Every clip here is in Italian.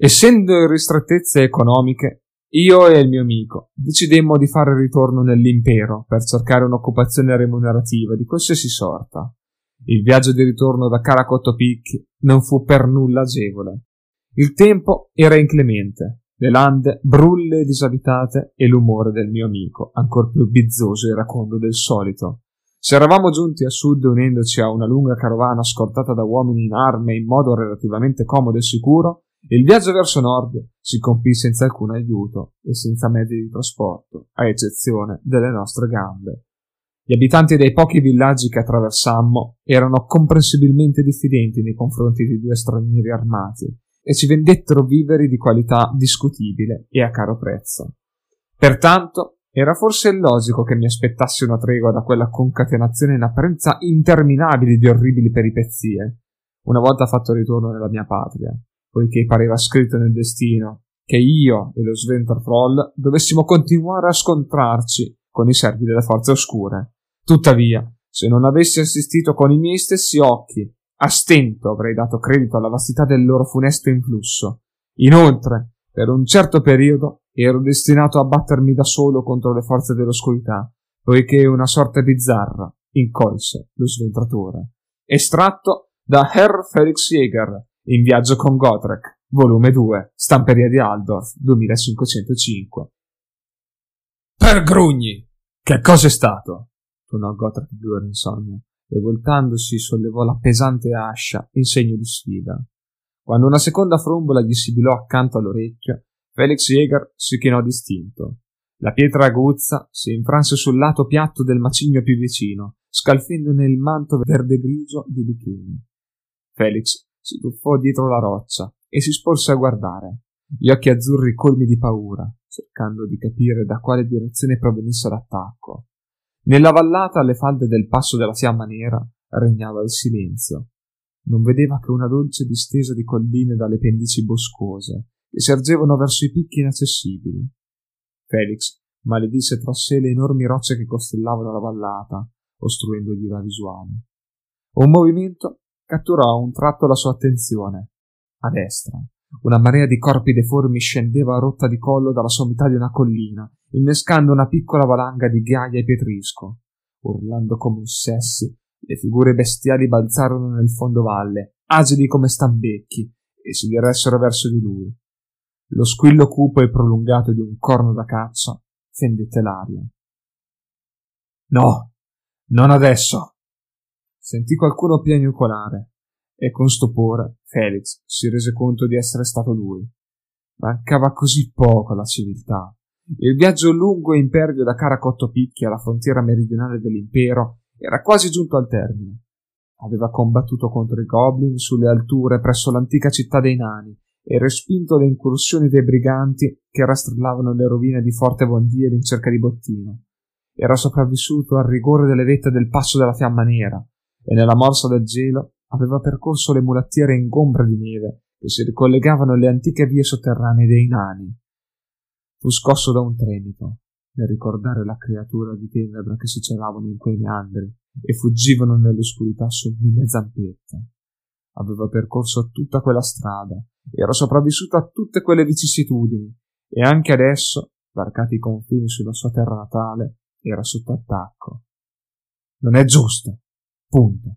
Essendo in ristrettezze economiche, io e il mio amico decidemmo di fare ritorno nell'impero per cercare un'occupazione remunerativa di qualsiasi sorta. Il viaggio di ritorno da Caracotto Peak non fu per nulla agevole. Il tempo era inclemente, le lande brulle e disabitate e l'umore del mio amico ancor più bizzoso e iracondo del solito. Se eravamo giunti a sud unendoci a una lunga carovana scortata da uomini in arme in modo relativamente comodo e sicuro, il viaggio verso nord si compì senza alcun aiuto e senza mezzi di trasporto, a eccezione delle nostre gambe. Gli abitanti dei pochi villaggi che attraversammo erano comprensibilmente diffidenti nei confronti di due stranieri armati e ci vendettero viveri di qualità discutibile e a caro prezzo. Pertanto, era forse illogico che mi aspettassi una tregua da quella concatenazione in apparenza interminabile di orribili peripezie, una volta fatto ritorno nella mia patria, poiché pareva scritto nel destino che io e lo Sventerfroll dovessimo continuare a scontrarci con i servi delle forze oscure. Tuttavia, se non avessi assistito con i miei stessi occhi, a stento avrei dato credito alla vastità del loro funesto influsso. Inoltre, per un certo periodo, ero destinato a battermi da solo contro le forze dell'oscurità, poiché una sorte bizzarra incolse lo sventratore. Estratto da Herr Felix Jäger, In viaggio con Gotrek, volume 2, Stamperia di Altdorf, 2505. Per grugni! Che cosa è stato? Tuonò Gotrek Björnsson e voltandosi sollevò la pesante ascia in segno di sfida. Quando una seconda frombola gli sibilò accanto all'orecchio, Felix Jäger si chinò distinto. La pietra aguzza si infranse sul lato piatto del macigno più vicino, scalfendone il manto verde-grigio di licheni. Felix si tuffò dietro la roccia e si sporse a guardare, gli occhi azzurri colmi di paura, cercando di capire da quale direzione provenisse l'attacco. Nella vallata alle falde del passo della fiamma nera regnava il silenzio. Non vedeva che una dolce distesa di colline dalle pendici boscose che si ergevano verso i picchi inaccessibili. Felix maledisse tra sé le enormi rocce che costellavano la vallata, ostruendogli la visuale. Un movimento catturò a un tratto la sua attenzione. A destra, una marea di corpi deformi scendeva a rotta di collo dalla sommità di una collina, innescando una piccola valanga di ghiaia e pietrisco. Urlando come ossessi, le figure bestiali balzarono nel fondovalle, agili come stambecchi, e si diressero verso di lui. Lo squillo cupo e prolungato di un corno da caccia fendette l'aria. No, non adesso! Sentì qualcuno piagnucolare e con stupore Felix si rese conto di essere stato lui. Mancava così poco alla civiltà. Il viaggio lungo e impervio da Caracotto Picchi alla frontiera meridionale dell'impero era quasi giunto al termine. Aveva combattuto contro i goblin sulle alture presso l'antica città dei nani e respinto le incursioni dei briganti che rastrillavano le rovine di Forte Vondiel in cerca di bottino. Era sopravvissuto al rigore delle vette del passo della fiamma nera e nella morsa del gelo aveva percorso le mulattiere ingombre di neve che si ricollegavano alle antiche vie sotterranee dei nani. Fu scosso da un tremito nel ricordare la creatura di tenebra che si celavano in quei meandri e fuggivano nell'oscurità su 1000 zampette. Aveva percorso tutta quella strada, era sopravvissuto a tutte quelle vicissitudini e anche adesso, varcati i confini sulla sua terra natale, era sotto attacco. Non è giusto. Punto.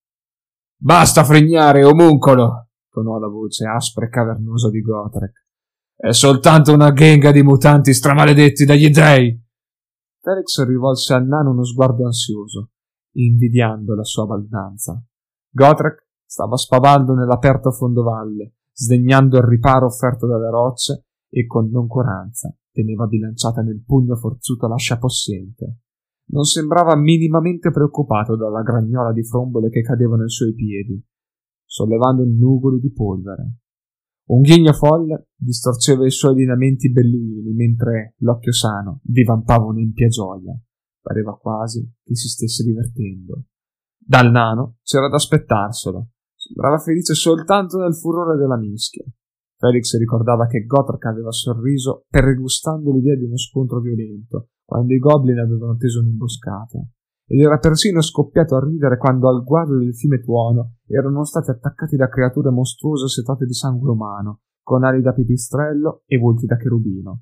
Basta fregnare, omuncolo! Tonò la voce aspra e cavernosa di Gotrek. È soltanto una ghenga di mutanti stramaledetti dagli dèi! Felix rivolse al nano uno sguardo ansioso, invidiando la sua baldanza. Gotrek stava spavando nell'aperto fondovalle, sdegnando il riparo offerto dalle rocce e con noncuranza teneva bilanciata nel pugno forzuto l'ascia possente. Non sembrava minimamente preoccupato dalla gragnola di frombole che cadevano ai suoi piedi, sollevando nugoli di polvere. Un ghigno folle distorceva i suoi lineamenti belluini, mentre l'occhio sano divampava un'empia gioia. Pareva quasi che si stesse divertendo. Dal nano c'era da aspettarselo. Sembrava felice soltanto nel furore della mischia. Felix ricordava che Gotrek aveva sorriso perregustando l'idea di uno scontro violento, quando i goblin avevano teso un'imboscata, ed era persino scoppiato a ridere quando al guado del fiume Tuono erano stati attaccati da creature mostruose setate di sangue umano, con ali da pipistrello e volti da cherubino.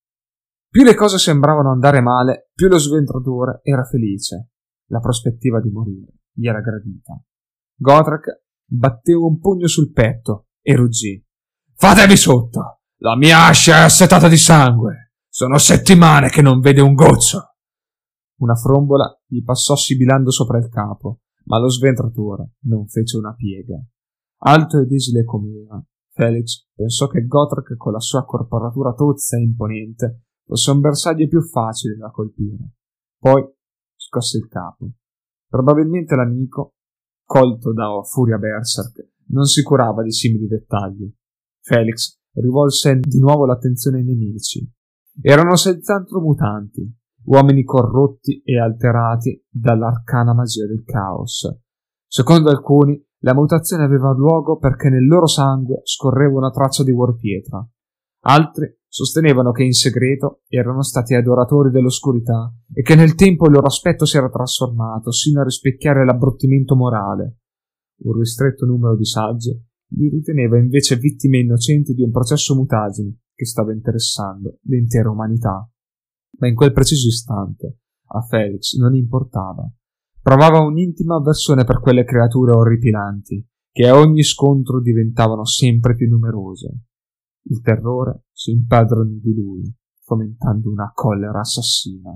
Più le cose sembravano andare male, più lo sventratore era felice. La prospettiva di morire gli era gradita. Gotrek batteva un pugno sul petto e ruggì. «Fatemi sotto! La mia ascia è assetata di sangue! Sono settimane che non vede un goccio!» Una frombola gli passò sibilando sopra il capo, ma lo sventratore non fece una piega. Alto ed esile com'era, Felix pensò che Gotrek, con la sua corporatura tozza e imponente, fosse un bersaglio più facile da colpire. Poi scosse il capo. Probabilmente l'amico, colto da furia berserk, non si curava di simili dettagli. Felix rivolse di nuovo l'attenzione ai nemici. Erano senz'altro mutanti, uomini corrotti e alterati dall'arcana magia del caos. Secondo alcuni, la mutazione aveva luogo perché nel loro sangue scorreva una traccia di Warpietra. Altri sostenevano che in segreto erano stati adoratori dell'oscurità e che nel tempo il loro aspetto si era trasformato sino a rispecchiare l'abbruttimento morale. Un ristretto numero di saggi li riteneva invece vittime innocenti di un processo mutageno che stava interessando l'intera umanità. Ma in quel preciso istante a Felix non importava. Provava un'intima avversione per quelle creature orripilanti che a ogni scontro diventavano sempre più numerose. Il terrore si impadronì di lui, fomentando una collera assassina.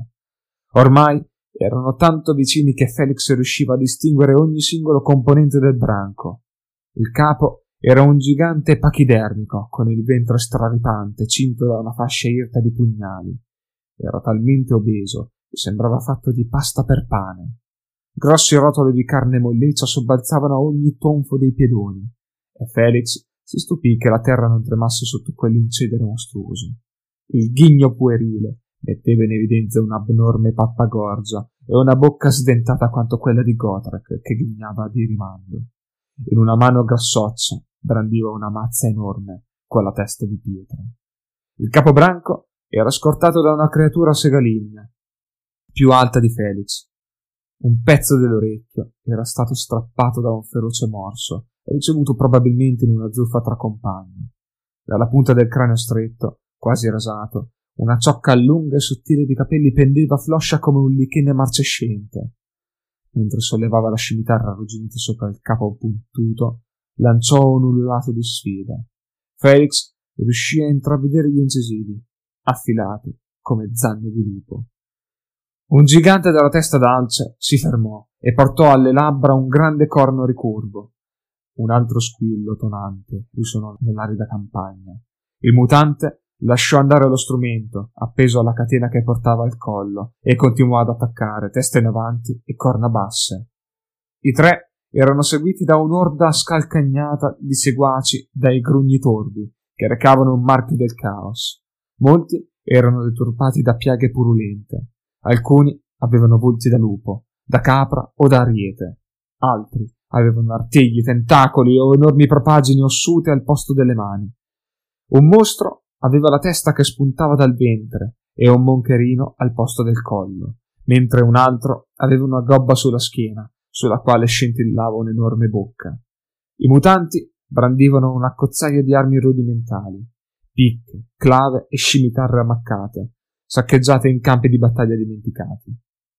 Ormai erano tanto vicini che Felix riusciva a distinguere ogni singolo componente del branco. Il capo era un gigante pachidermico, con il ventre straripante, cinto da una fascia irta di pugnali. Era talmente obeso che sembrava fatto di pasta per pane. Grossi rotoli di carne molliccia sobbalzavano a ogni tonfo dei piedoni, e Felix si stupì che la terra non tremasse sotto quell'incedere mostruoso. Il ghigno puerile metteva in evidenza un'abnorme pappagorgia e una bocca sdentata quanto quella di Gotrek, che ghignava di rimando. In una mano grassoccia brandiva una mazza enorme con la testa di pietra. Il capobranco era scortato da una creatura segaligna, più alta di Felix. Un pezzo dell'orecchio era stato strappato da un feroce morso, ricevuto probabilmente in una zuffa tra compagni. Dalla punta del cranio stretto, quasi rasato, una ciocca lunga e sottile di capelli pendeva floscia come un lichene marcescente. Mentre sollevava la scimitarra arrugginita sopra il capo puntuto, lanciò un ululato di sfida. Felix riuscì a intravedere gli incisivi, affilati come zanne di lupo. Un gigante dalla testa d'alce si fermò e portò alle labbra un grande corno ricurvo. Un altro squillo tonante risuonò nell'arida campagna. Il mutante lasciò andare lo strumento, appeso alla catena che portava al collo, e continuò ad attaccare, testa in avanti e corna basse. I tre erano seguiti da un'orda scalcagnata di seguaci dai grugni torbi, che recavano un marchio del caos. Molti erano deturpati da piaghe purulente. Alcuni avevano volti da lupo, da capra o da ariete. Altri avevano artigli, tentacoli o enormi propagini ossute al posto delle mani. Un mostro aveva la testa che spuntava dal ventre e un moncherino al posto del collo, mentre un altro aveva una gobba sulla schiena, sulla quale scintillava un'enorme bocca. I mutanti brandivano un'accozzaglia di armi rudimentali, picche, clave e scimitarre ammaccate, saccheggiate in campi di battaglia dimenticati.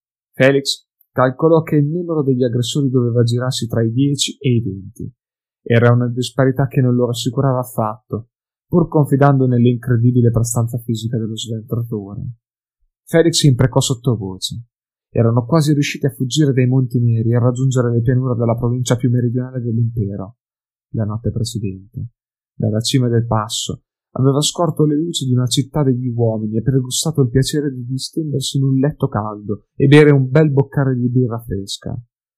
Felix calcolò che il numero degli aggressori doveva girarsi tra i 10 e i 20. Era una disparità che non lo rassicurava affatto, pur confidando nell'incredibile prestanza fisica dello sventratore. Felix imprecò sottovoce. Erano quasi riusciti a fuggire dai Monti Neri e a raggiungere le pianure della provincia più meridionale dell'impero. La notte precedente, dalla cima del passo, aveva scorto le luci di una città degli uomini e pregustato il piacere di distendersi in un letto caldo e bere un bel boccare di birra fresca.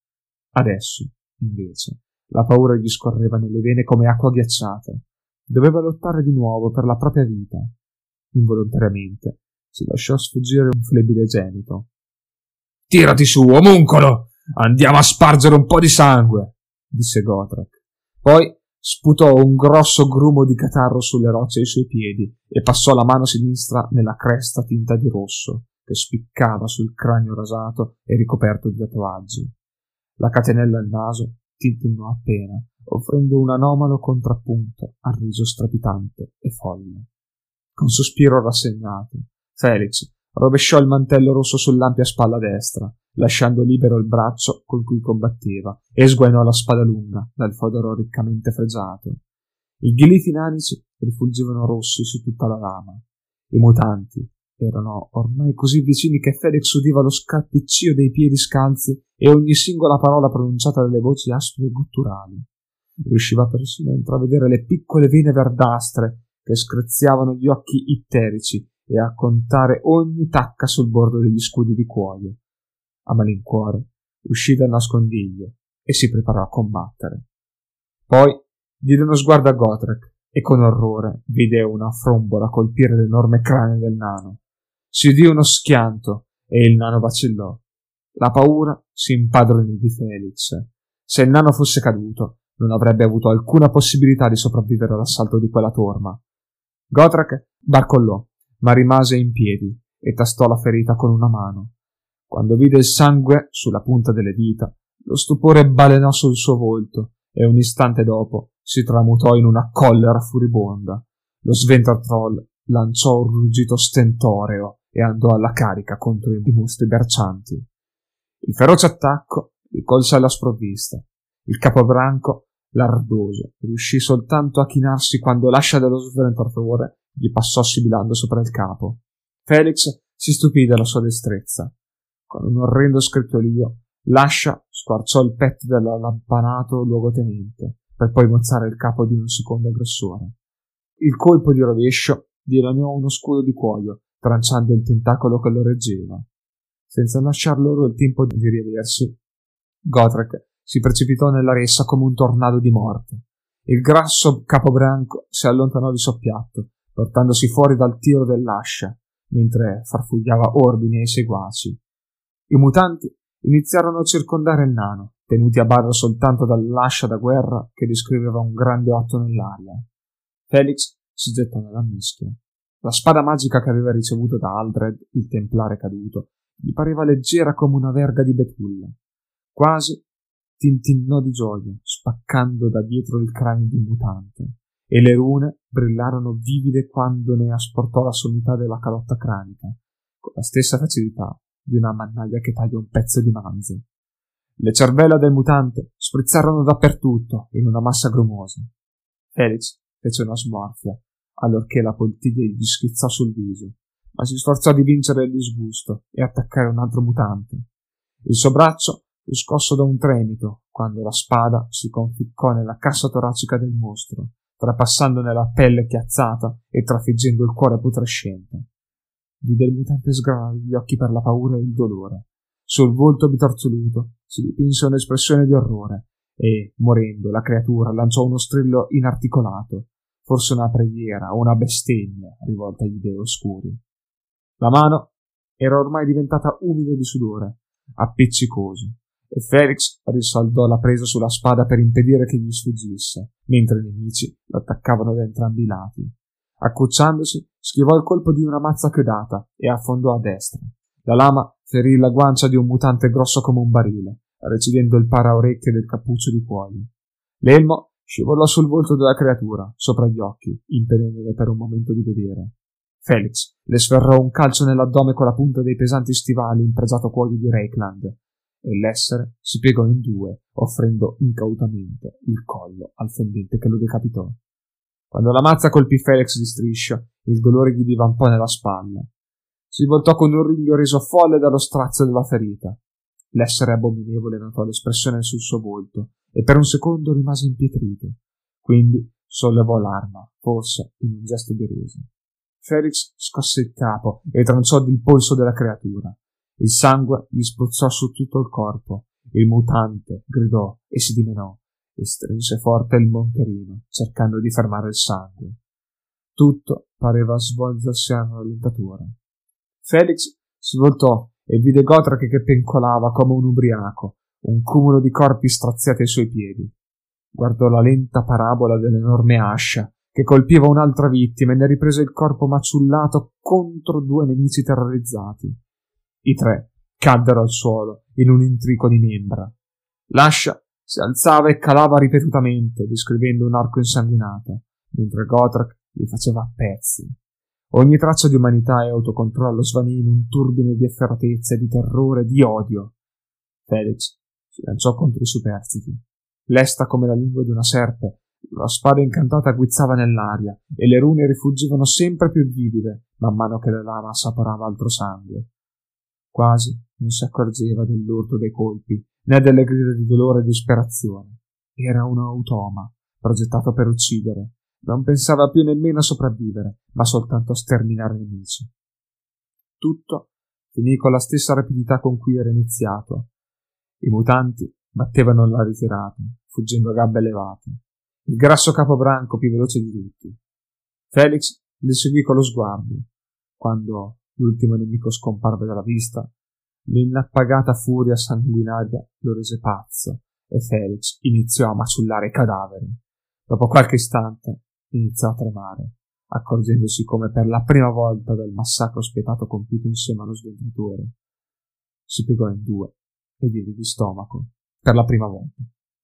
Adesso, invece, la paura gli scorreva nelle vene come acqua ghiacciata. Doveva lottare di nuovo per la propria vita. Involontariamente si lasciò sfuggire un flebile gemito. «Tirati su, omuncolo! Andiamo a spargere un po' di sangue!» disse Gotrek. Poi sputò un grosso grumo di catarro sulle rocce ai suoi piedi e passò la mano sinistra nella cresta tinta di rosso che spiccava sul cranio rasato e ricoperto di tatuaggi. La catenella al naso tintinnò appena, offrendo un anomalo contrappunto al riso strepitante e folle. Con sospiro rassegnato, Felix rovesciò il mantello rosso sull'ampia spalla destra, lasciando libero il braccio con cui combatteva, e sguainò la spada lunga dal fodero riccamente fregiato. I glifi nanici rifulgevano rossi su tutta la lama. I mutanti erano ormai così vicini che Felix udiva lo scalpiccio dei piedi scalzi e ogni singola parola pronunciata dalle voci aspre e gutturali. Riusciva persino a intravedere le piccole vene verdastre che screziavano gli occhi itterici e a contare ogni tacca sul bordo degli scudi di cuoio. A malincuore uscì dal nascondiglio e si preparò a combattere. Poi diede uno sguardo a Gotrek e con orrore vide una frombola colpire l'enorme cranio del nano. Si udì uno schianto e il nano vacillò. La paura si impadronì di Felix. Se il nano fosse caduto, non avrebbe avuto alcuna possibilità di sopravvivere all'assalto di quella torma. Gotrek barcollò, ma rimase in piedi e tastò la ferita con una mano. Quando vide il sangue sulla punta delle dita, lo stupore balenò sul suo volto e un istante dopo si tramutò in una collera furibonda. Lo Sventrtroll lanciò un ruggito stentoreo e andò alla carica contro i mostri bercianti. Il feroce attacco li colse alla sprovvista. Il capobranco, lardoso, riuscì soltanto a chinarsi quando l'ascia dello Sventratore gli passò sibilando sopra il capo. Felix si stupì della sua destrezza. Con un orrendo scricchiolio, l'ascia squarciò il petto dell'allampanato luogotenente, per poi mozzare il capo di un secondo aggressore. Il colpo di rovescio dilaniò uno scudo di cuoio, tranciando il tentacolo che lo reggeva. Senza lasciar loro il tempo di rivedersi, Gotrek si precipitò nella ressa come un tornado di morte. Il grasso capobranco si allontanò di soppiatto, portandosi fuori dal tiro dell'ascia, mentre farfugliava ordini ai seguaci. I mutanti iniziarono a circondare il nano, tenuti a bada soltanto dall'ascia da guerra che descriveva un grande otto nell'aria. Felix si gettò nella mischia. La spada magica che aveva ricevuto da Aldred, il templare caduto, gli pareva leggera come una verga di betulla. Quasi tintinnò di gioia, spaccando da dietro il cranio di un mutante, e le rune brillarono vivide quando ne asportò la sommità della calotta cranica, con la stessa facilità di una mannaia che taglia un pezzo di manzo. Le cervella del mutante sprizzarono dappertutto in una massa grumosa. Felix fece una smorfia, allorché la poltiglia gli schizzò sul viso, ma si sforzò di vincere il disgusto e attaccare un altro mutante. Il suo braccio fu scosso da un tremito quando la spada si conficcò nella cassa toracica del mostro, trapassandone la pelle chiazzata e trafiggendo il cuore putrescente. Vide il mutante sgranare gli occhi per la paura e il dolore. Sul volto bitorzoluto si dipinse un'espressione di orrore e, morendo, la creatura lanciò uno strillo inarticolato, forse una preghiera o una bestemmia rivolta agli dei oscuri. La mano era ormai diventata umida di sudore, appiccicoso, e Felix risaldò la presa sulla spada per impedire che gli sfuggisse, mentre i nemici lo attaccavano da entrambi i lati. Accucciandosi, schivò il colpo di una mazza chiodata e affondò a destra. La lama ferì la guancia di un mutante grosso come un barile, recidendo il paraorecchie del cappuccio di cuoio. L'elmo scivolò sul volto della creatura, sopra gli occhi, impedendole per un momento di vedere. Felix le sferrò un calcio nell'addome con la punta dei pesanti stivali in pregiato cuoio di Reikland, e l'essere si piegò in due, offrendo incautamente il collo al fendente che lo decapitò. Quando la mazza colpì Felix di striscio, il dolore gli divampò nella spalla. Si voltò con un riglio reso folle dallo strazio della ferita. L'essere abominevole notò l'espressione sul suo volto e per un secondo rimase impietrito. Quindi sollevò l'arma, forse in un gesto di resa. Felix scosse il capo e tranciò il polso della creatura. Il sangue gli spruzzò su tutto il corpo. Il mutante gridò e si dimenò e strinse forte il moncherino, cercando di fermare il sangue. Tutto pareva svolgersi a rallentatore. Felix si voltò e vide Gotrek che pencolava come un ubriaco, un cumulo di corpi straziati ai suoi piedi. Guardò la lenta parabola dell'enorme ascia che colpiva un'altra vittima e ne riprese il corpo maciullato contro due nemici terrorizzati. I tre caddero al suolo in un intrico di membra. L'ascia Si alzava e calava ripetutamente, descrivendo un arco insanguinato, mentre Gotrek li faceva a pezzi. Ogni traccia di umanità e autocontrollo svanì in un turbine di efferatezza, di terrore, di odio. Felix si lanciò contro i superstiti. Lesta come la lingua di una serpe, la spada incantata guizzava nell'aria e le rune rifuggivano sempre più vivide man mano che la lama assaporava altro sangue. Quasi non si accorgeva dell'urto dei colpi, né delle grida di dolore e disperazione. Era un automa, progettato per uccidere. Non pensava più nemmeno a sopravvivere, ma soltanto a sterminare nemici. Tutto finì con la stessa rapidità con cui era iniziato. I mutanti battevano la ritirata, fuggendo a gambe levate. Il grasso capobranco più veloce di tutti. Felix li seguì con lo sguardo. Quando l'ultimo nemico scomparve dalla vista, l'inappagata furia sanguinaria lo rese pazzo e Felix iniziò a maciullare i cadaveri. Dopo qualche istante iniziò a tremare, accorgendosi come per la prima volta del massacro spietato compiuto insieme allo sventratore. Si piegò in due e diede di stomaco per la prima volta.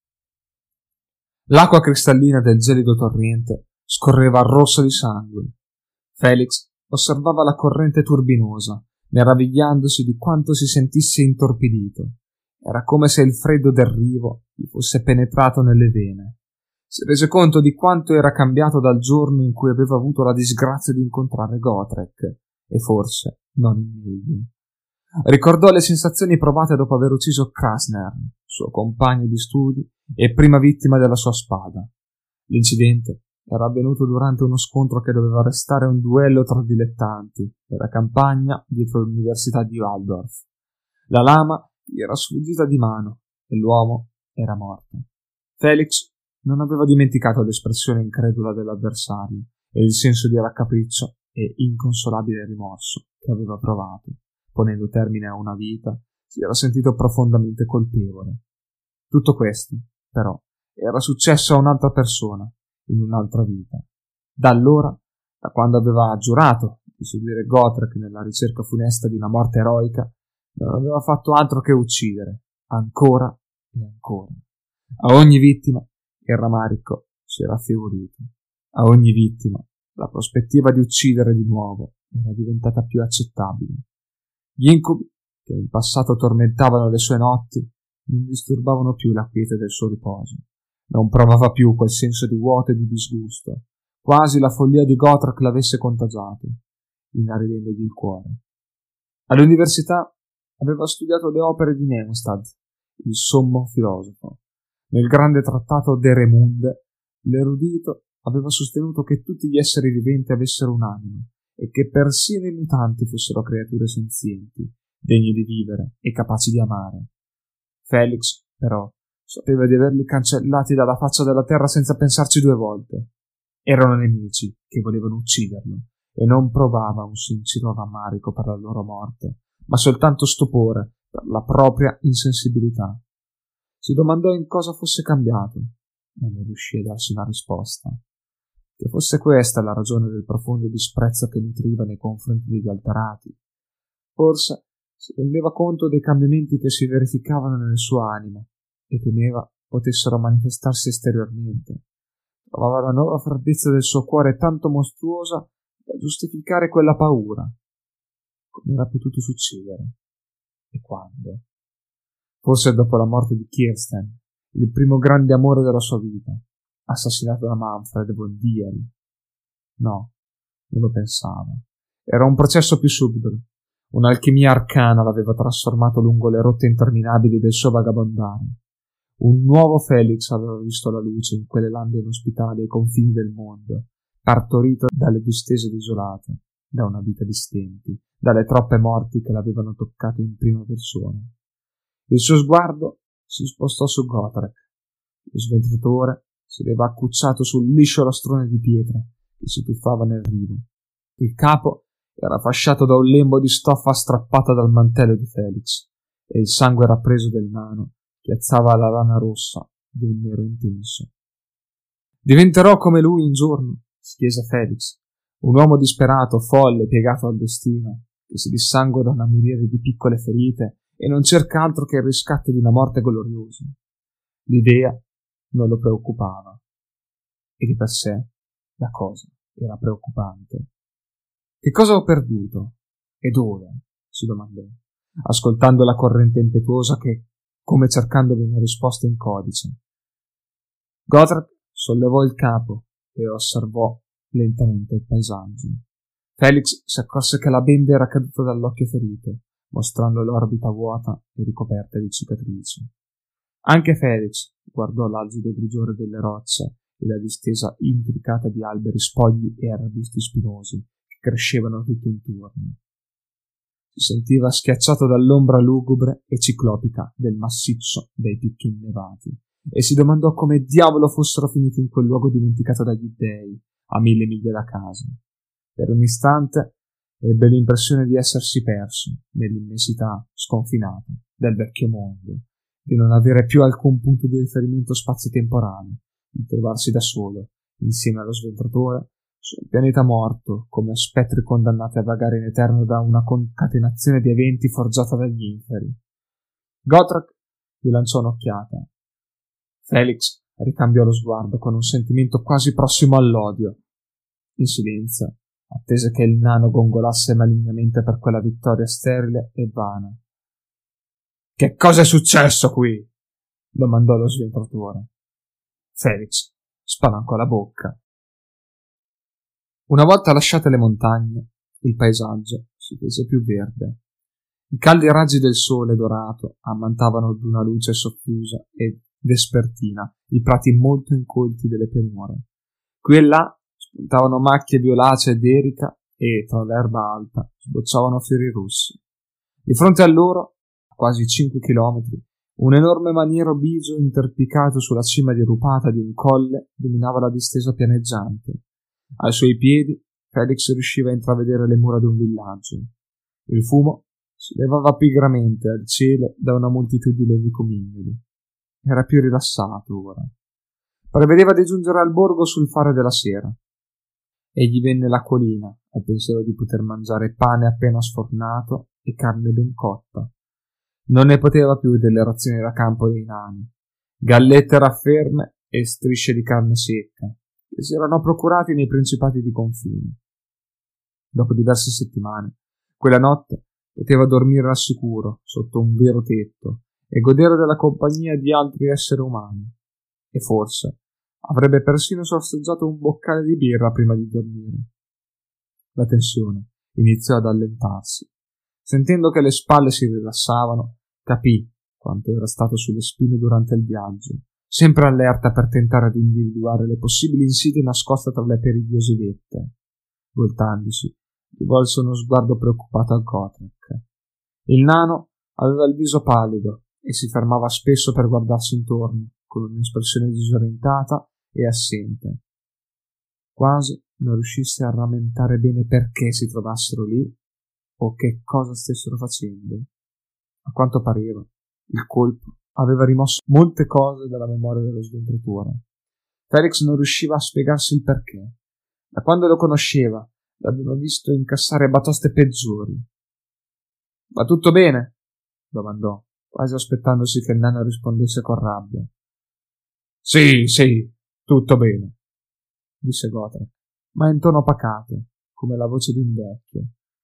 L'acqua cristallina del gelido torrente scorreva rossa di sangue. Felix osservava la corrente turbinosa, meravigliandosi di quanto si sentisse intorpidito. Era come se il freddo del rivo gli fosse penetrato nelle vene. Si rese conto di quanto era cambiato dal giorno in cui aveva avuto la disgrazia di incontrare Gotrek, e forse non in meglio. Ricordò le sensazioni provate dopo aver ucciso Krasner, suo compagno di studi e prima vittima della sua spada. L'incidente era avvenuto durante uno scontro che doveva restare un duello tra dilettanti nella campagna dietro l'università di Waldorf. La lama gli era sfuggita di mano e l'uomo era morto. Felix non aveva dimenticato l'espressione incredula dell'avversario e il senso di raccapriccio e inconsolabile rimorso che aveva provato. Ponendo termine a una vita, si era sentito profondamente colpevole. Tutto questo, però, era successo a un'altra persona, in un'altra vita. Da allora, da quando aveva giurato di seguire Gotrek nella ricerca funesta di una morte eroica, non aveva fatto altro che uccidere, ancora e ancora. A ogni vittima il rammarico si era affievolito. A ogni vittima la prospettiva di uccidere di nuovo era diventata più accettabile. Gli incubi che in passato tormentavano le sue notti non disturbavano più la quiete del suo riposo. Non provava più quel senso di vuoto e di disgusto. Quasi la follia di Gotrek l'avesse contagiato, inaridendogli il cuore. All'università aveva studiato le opere di Neustad, il sommo filosofo. Nel grande trattato De Re Munde, l'erudito aveva sostenuto che tutti gli esseri viventi avessero un'anima e che persino i mutanti fossero creature senzienti, degne di vivere e capaci di amare. Felix, però, sapeva di averli cancellati dalla faccia della terra senza pensarci due volte. Erano nemici che volevano ucciderlo e non provava un sincero rammarico per la loro morte, ma soltanto stupore per la propria insensibilità. Si domandò in cosa fosse cambiato, ma non riuscì a darsi una risposta. Che fosse questa la ragione del profondo disprezzo che nutriva nei confronti degli alterati. Forse si rendeva conto dei cambiamenti che si verificavano nel suo animo e temeva potessero manifestarsi esteriormente. Trovava la nuova freddezza del suo cuore tanto mostruosa da giustificare quella paura. Come era potuto succedere? E quando? Forse dopo la morte di Kirsten, il primo grande amore della sua vita, assassinato da Manfred von Diel. No, non lo pensava. Era un processo più subdolo. Un'alchimia arcana l'aveva trasformato lungo le rotte interminabili del suo vagabondare. Un nuovo Felix aveva visto la luce in quelle lande inospitali ai confini del mondo, partorito dalle distese desolate, da una vita di stenti, dalle troppe morti che l'avevano toccato in prima persona. Il suo sguardo si spostò su Gotrek. Lo sventratore sedeva accucciato sul liscio lastrone di pietra che si tuffava nel rivo. Il capo era fasciato da un lembo di stoffa strappata dal mantello di Felix e il sangue rappreso del nano piazzava la lana rossa di un nero intenso. Diventerò come lui un giorno, si chiese Felix, un uomo disperato, folle, piegato al destino, che si dissangua da una miriade di piccole ferite e non cerca altro che il riscatto di una morte gloriosa. L'idea non lo preoccupava, e di per sé la cosa era preoccupante. Che cosa ho perduto? E dove? Si domandò, ascoltando la corrente impetuosa che, come cercandovi una risposta in codice. Gotrek sollevò il capo e osservò lentamente il paesaggio. Felix si accorse che la benda era caduta dall'occhio ferito, mostrando l'orbita vuota e ricoperta di cicatrici. Anche Felix guardò l'algido grigiore delle rocce e la distesa intricata di alberi spogli e arbusti spinosi che crescevano tutto intorno. Si sentiva schiacciato dall'ombra lugubre e ciclopica del massiccio dei picchi innevati e si domandò come diavolo fossero finiti in quel luogo dimenticato dagli dèi, a 1000 miglia da casa. Per un istante ebbe l'impressione di essersi perso nell'immensità sconfinata del vecchio mondo, di non avere più alcun punto di riferimento spazio-temporale, di trovarsi da solo, insieme allo sventratore, sul pianeta morto, come spettri condannati a vagare in eterno da una concatenazione di eventi forgiata dagli inferi. Gotrek gli lanciò un'occhiata. Felix ricambiò lo sguardo con un sentimento quasi prossimo all'odio. In silenzio attese che il nano gongolasse malignamente per quella vittoria sterile e vana. «Che cosa è successo qui?» domandò lo sventratore. Felix spalancò la bocca. Una volta lasciate le montagne, il paesaggio si fece più verde. I caldi raggi del sole dorato ammantavano d'una luce soffusa e vespertina i prati molto incolti delle pianure. Qui e là spuntavano macchie violacee d'erica e, tra l'erba alta, sbocciavano fiori rossi. Di fronte a loro, a quasi 5 chilometri, un enorme maniero bigio interpicato sulla cima dirupata di un colle dominava la distesa pianeggiante. Ai suoi piedi Felix riusciva a intravedere le mura di un villaggio. Il fumo si levava pigramente al cielo da una moltitudine di comignoli. Era più rilassato ora. Prevedeva di giungere al borgo sul fare della sera. E gli venne l'acquolina al pensiero di poter mangiare pane appena sfornato e carne ben cotta. Non ne poteva più delle razioni da campo dei nani, gallette rafferme e strisce di carne secca, che si erano procurati nei principati di confine. Dopo diverse settimane, quella notte poteva dormire al sicuro sotto un vero tetto e godere della compagnia di altri esseri umani. E forse avrebbe persino sorseggiato un boccale di birra prima di dormire. La tensione iniziò ad allentarsi. Sentendo che le spalle si rilassavano, capì quanto era stato sulle spine durante il viaggio, sempre allerta per tentare di individuare le possibili insidie nascoste tra le perigliose vette. Voltandosi, rivolse uno sguardo preoccupato a Gotrek. Il nano aveva il viso pallido e si fermava spesso per guardarsi intorno, con un'espressione disorientata e assente. Quasi non riuscisse a rammentare bene perché si trovassero lì o che cosa stessero facendo. A quanto pareva, il colpo aveva rimosso molte cose dalla memoria dello sventratore. Felix non riusciva a spiegarsi il perché. Da quando lo conosceva, l'aveva visto incassare batoste peggiori. «Va tutto bene?» domandò, quasi aspettandosi che il nano rispondesse con rabbia. Sì, tutto bene», disse Gotrek, ma in tono pacato, come la voce di un vecchio.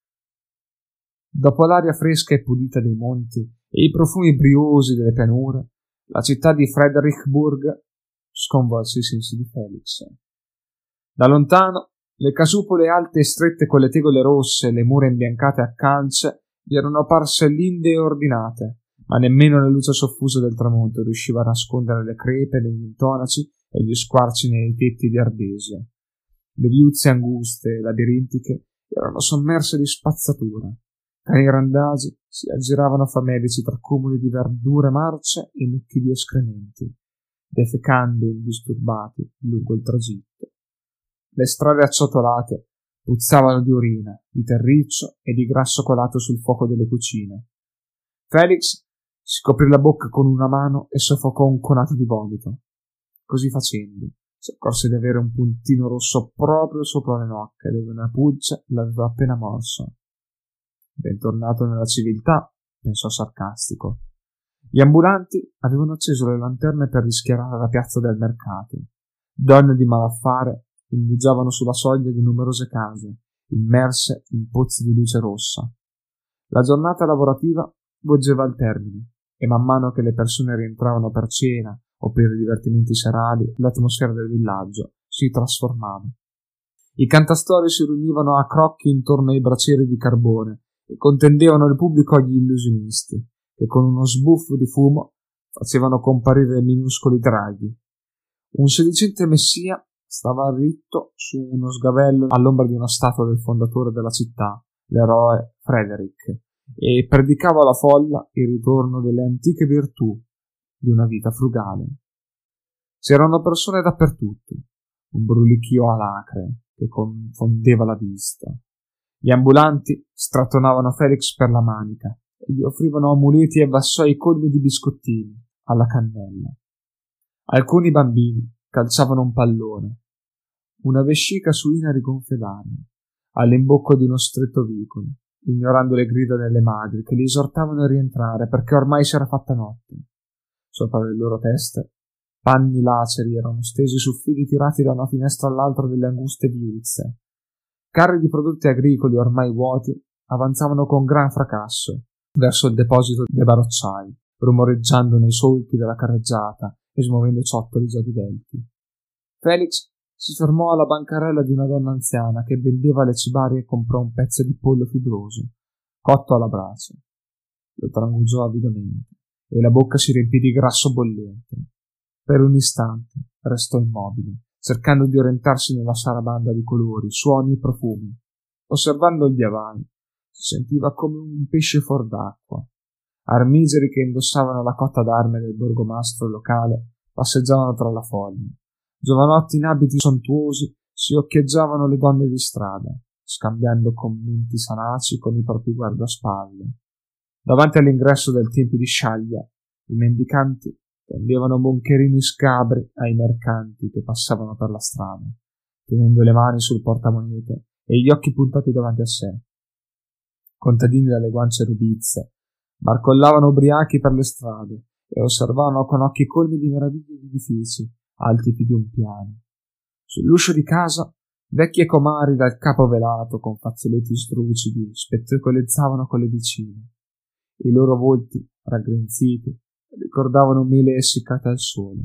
Dopo l'aria fresca e pulita dei monti e i profumi briosi delle pianure, la città di Fredericksburg sconvolse i sensi di Felix. Da lontano, le casupole alte e strette con le tegole rosse e le mura imbiancate a calce gli erano apparse linde e ordinate, ma nemmeno la luce soffusa del tramonto riusciva a nascondere le crepe negli intonaci e gli squarci nei tetti di ardesia. Le viuzze anguste e labirintiche erano sommerse di spazzatura. Cani randagi si aggiravano famelici tra cumuli di verdure marce e mucchi di escrementi, defecando indisturbati lungo il tragitto. Le strade acciottolate puzzavano di urina, di terriccio e di grasso colato sul fuoco delle cucine. Felix si coprì la bocca con una mano e soffocò un conato di vomito. Così facendo, si accorse di avere un puntino rosso proprio sopra le nocche, dove una pulce l'aveva appena morso. «Bentornato nella civiltà», pensò sarcastico. Gli ambulanti avevano acceso le lanterne per rischiarare la piazza del mercato. Donne di malaffare indugiavano sulla soglia di numerose case, immerse in pozzi di luce rossa. La giornata lavorativa volgeva al termine e man mano che le persone rientravano per cena o per i divertimenti serali, l'atmosfera del villaggio si trasformava. I cantastorie si riunivano a crocchi intorno ai bracieri di carbone e contendevano il pubblico agli illusionisti, che con uno sbuffo di fumo facevano comparire minuscoli draghi. Un sedicente messia stava ritto su uno sgabello all'ombra di una statua del fondatore della città, l'eroe Frederick, e predicava alla folla il ritorno delle antiche virtù di una vita frugale. C'erano persone dappertutto, un brulichio alacre che confondeva la vista. Gli ambulanti strattonavano Felix per la manica e gli offrivano amuleti e vassoi colmi di biscottini alla cannella. Alcuni bambini calciavano un pallone. Una vescica suina rigonfia d'aria, all'imbocco di uno stretto vicolo, ignorando le grida delle madri che li esortavano a rientrare perché ormai si era fatta notte. Sopra le loro teste panni laceri erano stesi su fili tirati da una finestra all'altra delle anguste viuzze. Carri di prodotti agricoli ormai vuoti avanzavano con gran fracasso verso il deposito dei barocciai, rumoreggiando nei solchi della carreggiata e smuovendo ciottoli già divelti. Felix si fermò alla bancarella di una donna anziana che vendeva le cibarie e comprò un pezzo di pollo fibroso, cotto alla brace. Lo trangugiò avidamente e la bocca si riempì di grasso bollente. Per un istante restò immobile, cercando di orientarsi nella sarabanda di colori, suoni e profumi. Osservando il via vai, si sentiva come un pesce fuor d'acqua. Armigeri che indossavano la cotta d'arme del borgomastro locale passeggiavano tra la folla. Giovanotti in abiti sontuosi si occhieggiavano le donne di strada, scambiando commenti sanaci con i propri guardaspalle. Davanti all'ingresso del tempio di Sciaglia, i mendicanti tendevano moncherini scabri ai mercanti che passavano per la strada, tenendo le mani sul portamonete e gli occhi puntati davanti a sé. Contadini dalle guance rubizze barcollavano ubriachi per le strade e osservavano con occhi colmi di meraviglia gli edifici alti più di un piano. Sull'uscio di casa vecchie comari dal capo velato con fazzoletti strucidi spettacolizzavano con le vicine. I loro volti, raggrinziti, ricordavano mele essiccate al sole.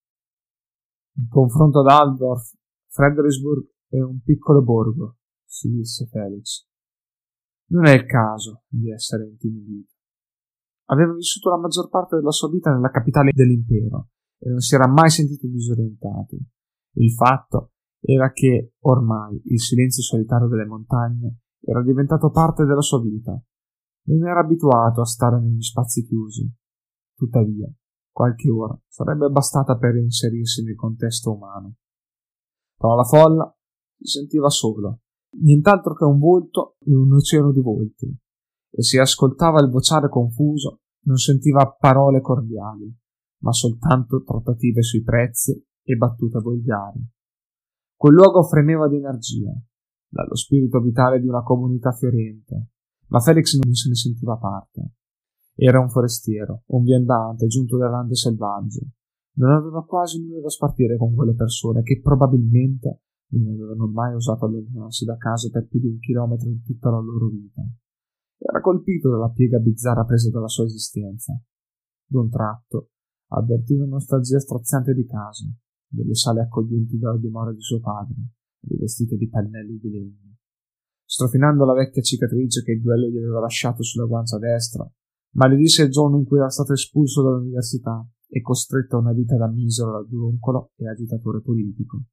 In confronto ad Altdorf, Fredericksburg è un piccolo borgo, si disse Felix. Non è il caso di essere intimidito. Aveva vissuto la maggior parte della sua vita nella capitale dell'impero e non si era mai sentito disorientato. Il fatto era che ormai il silenzio solitario delle montagne era diventato parte della sua vita. Non era abituato a stare negli spazi chiusi. Tuttavia, qualche ora sarebbe bastata per inserirsi nel contesto umano. Tra la folla si sentiva solo, nient'altro che un volto in un oceano di volti, e se ascoltava il vociare confuso non sentiva parole cordiali, ma soltanto trattative sui prezzi e battute volgari. Quel luogo fremeva di energia, dallo spirito vitale di una comunità fiorente, ma Felix non se ne sentiva parte. Era un forestiero, un viandante giunto dalle lande selvagge. Non aveva quasi nulla da spartire con quelle persone che probabilmente non avevano mai osato allontanarsi da casa per più di 1 chilometro in tutta la loro vita. Era colpito dalla piega bizzarra presa dalla sua esistenza. D'un tratto avvertì una nostalgia straziante di casa, delle sale accoglienti dalla dimora di suo padre, rivestite di pannelli di legno. Strofinando la vecchia cicatrice che il duello gli aveva lasciato sulla guancia destra, maledisse il giorno in cui era stato espulso dall'università e costretto a una vita da misero raduncolo e agitatore politico.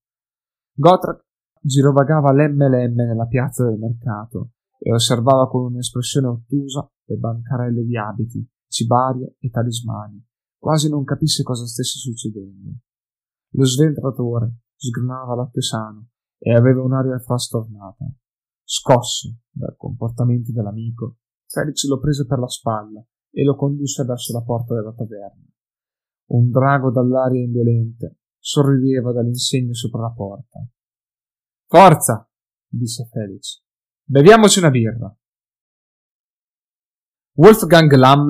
Gotrek girovagava lemme nella piazza del mercato e osservava con un'espressione ottusa le bancarelle di abiti, cibarie e talismani, quasi non capisse cosa stesse succedendo. Lo sventratore sgranava latte sano e aveva un'aria frastornata. Scosso dal comportamento dell'amico, Felix lo prese per la spalla e lo condusse verso la porta della taverna. Un drago dall'aria indolente sorrideva dall'insegna sopra la porta. «Forza!» disse Felix. «Beviamoci una birra!» Wolfgang Lammel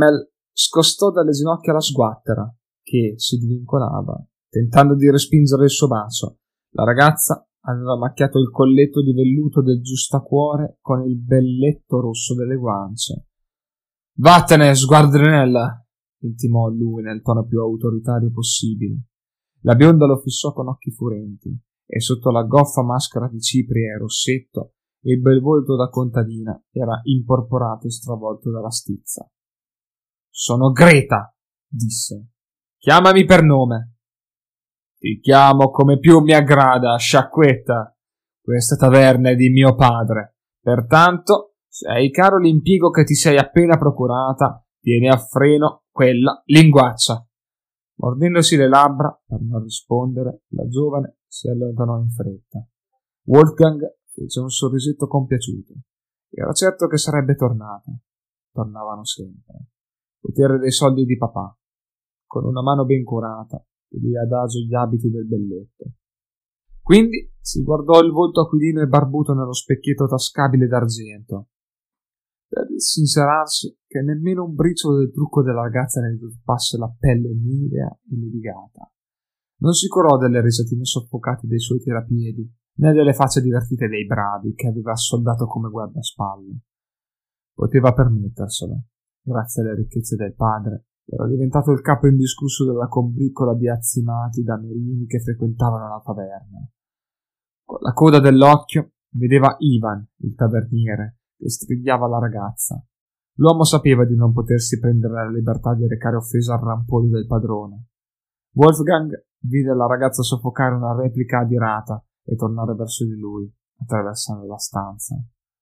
scostò dalle ginocchia la sguattera, che si divincolava, tentando di respingere il suo bacio. La ragazza aveva macchiato il colletto di velluto del giustacuore con il belletto rosso delle guance. «Vattene, sguardrinella!» intimò lui nel tono più autoritario possibile. La bionda lo fissò con occhi furenti, e sotto la goffa maschera di cipria e rossetto il bel volto da contadina era imporporato e stravolto dalla stizza. «Sono Greta!» disse. «Chiamami per nome!» «Ti chiamo come più mi aggrada, sciacquetta. Questa taverna è di mio padre. Pertanto, se hai caro l'impiego che ti sei appena procurata, tieni a freno quella linguaccia.» Mordendosi le labbra per non rispondere, la giovane si allontanò in fretta. Wolfgang fece un sorrisetto compiaciuto. Era certo che sarebbe tornata. Tornavano sempre. Potere dei soldi di papà. Con una mano ben curata, pulì adagio gli abiti del belletto. Quindi si guardò il volto aquilino e barbuto nello specchietto tascabile d'argento, per sincerarsi che nemmeno un briciolo del trucco della ragazza ne deturpasse la pelle nivea e levigata. Non si curò delle risatine soffocate dei suoi tirapiedi, né delle facce divertite dei bravi che aveva assoldato come guardaspalle. Poteva permetterselo, grazie alle ricchezze del padre. Era diventato il capo indiscusso della combriccola di azzimati damerini che frequentavano la taverna. Con la coda dell'occhio vedeva Ivan, il taverniere, che strigliava la ragazza. L'uomo sapeva di non potersi prendere la libertà di recare offesa al rampollo del padrone. Wolfgang vide la ragazza soffocare una replica adirata e tornare verso di lui, attraversando la stanza.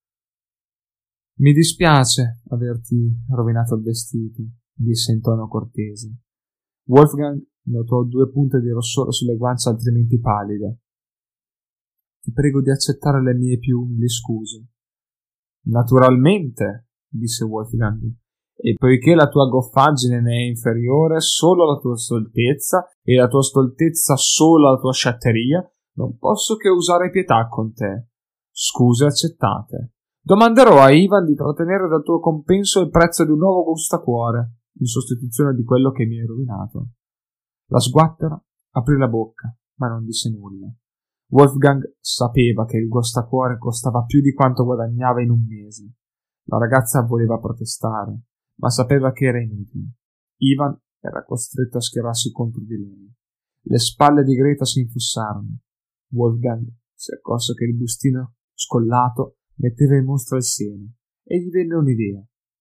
«Mi dispiace averti rovinato il vestito», disse in tono cortese. Wolfgang notò 2 punte di rossore sulle guance altrimenti pallide. «Ti prego di accettare le mie più umili scuse.» «Naturalmente», disse Wolfgang, «e poiché la tua goffaggine ne è inferiore solo alla tua stoltezza e la tua stoltezza solo alla tua sciatteria, non posso che usare pietà con te. Scuse accettate. Domanderò a Ivan di trattenere dal tuo compenso il prezzo di un nuovo gustacuore, in sostituzione di quello che mi hai rovinato.» La sguattera aprì la bocca, ma non disse nulla. Wolfgang sapeva che il gustacuore costava più di quanto guadagnava in un mese. La ragazza voleva protestare, ma sapeva che era inutile. Ivan era costretto a schierarsi contro di lei. Le spalle di Greta si infussarono. Wolfgang si accorse che il bustino scollato metteva in mostra il seno e gli venne un'idea.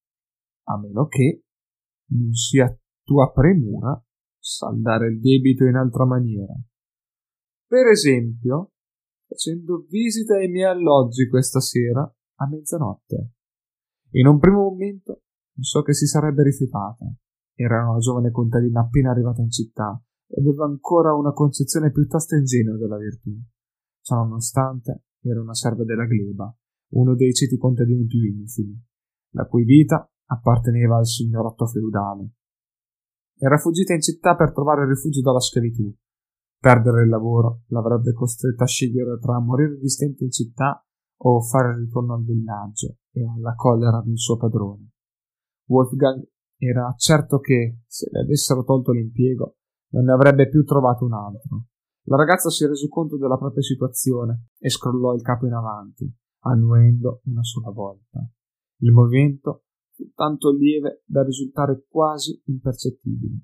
«A meno che non sia tua premura saldare il debito in altra maniera. Per esempio, facendo visita ai miei alloggi questa sera a mezzanotte.» In un primo momento pensò che si sarebbe rifiutata. Era una giovane contadina appena arrivata in città e aveva ancora una concezione piuttosto ingenua della virtù. Ciononostante era una serva della gleba, uno dei ceti contadini più infimi, la cui vita apparteneva al signorotto feudale. Era fuggita in città per trovare rifugio dalla schiavitù. Perdere il lavoro l'avrebbe costretta a scegliere tra morire di stento in città o fare il ritorno al villaggio e alla collera del suo padrone. Wolfgang era certo che, se le avessero tolto l'impiego, non ne avrebbe più trovato un altro. La ragazza si rese conto della propria situazione e scrollò il capo in avanti, annuendo una sola volta. Il movimento fu tanto lieve da risultare quasi impercettibile.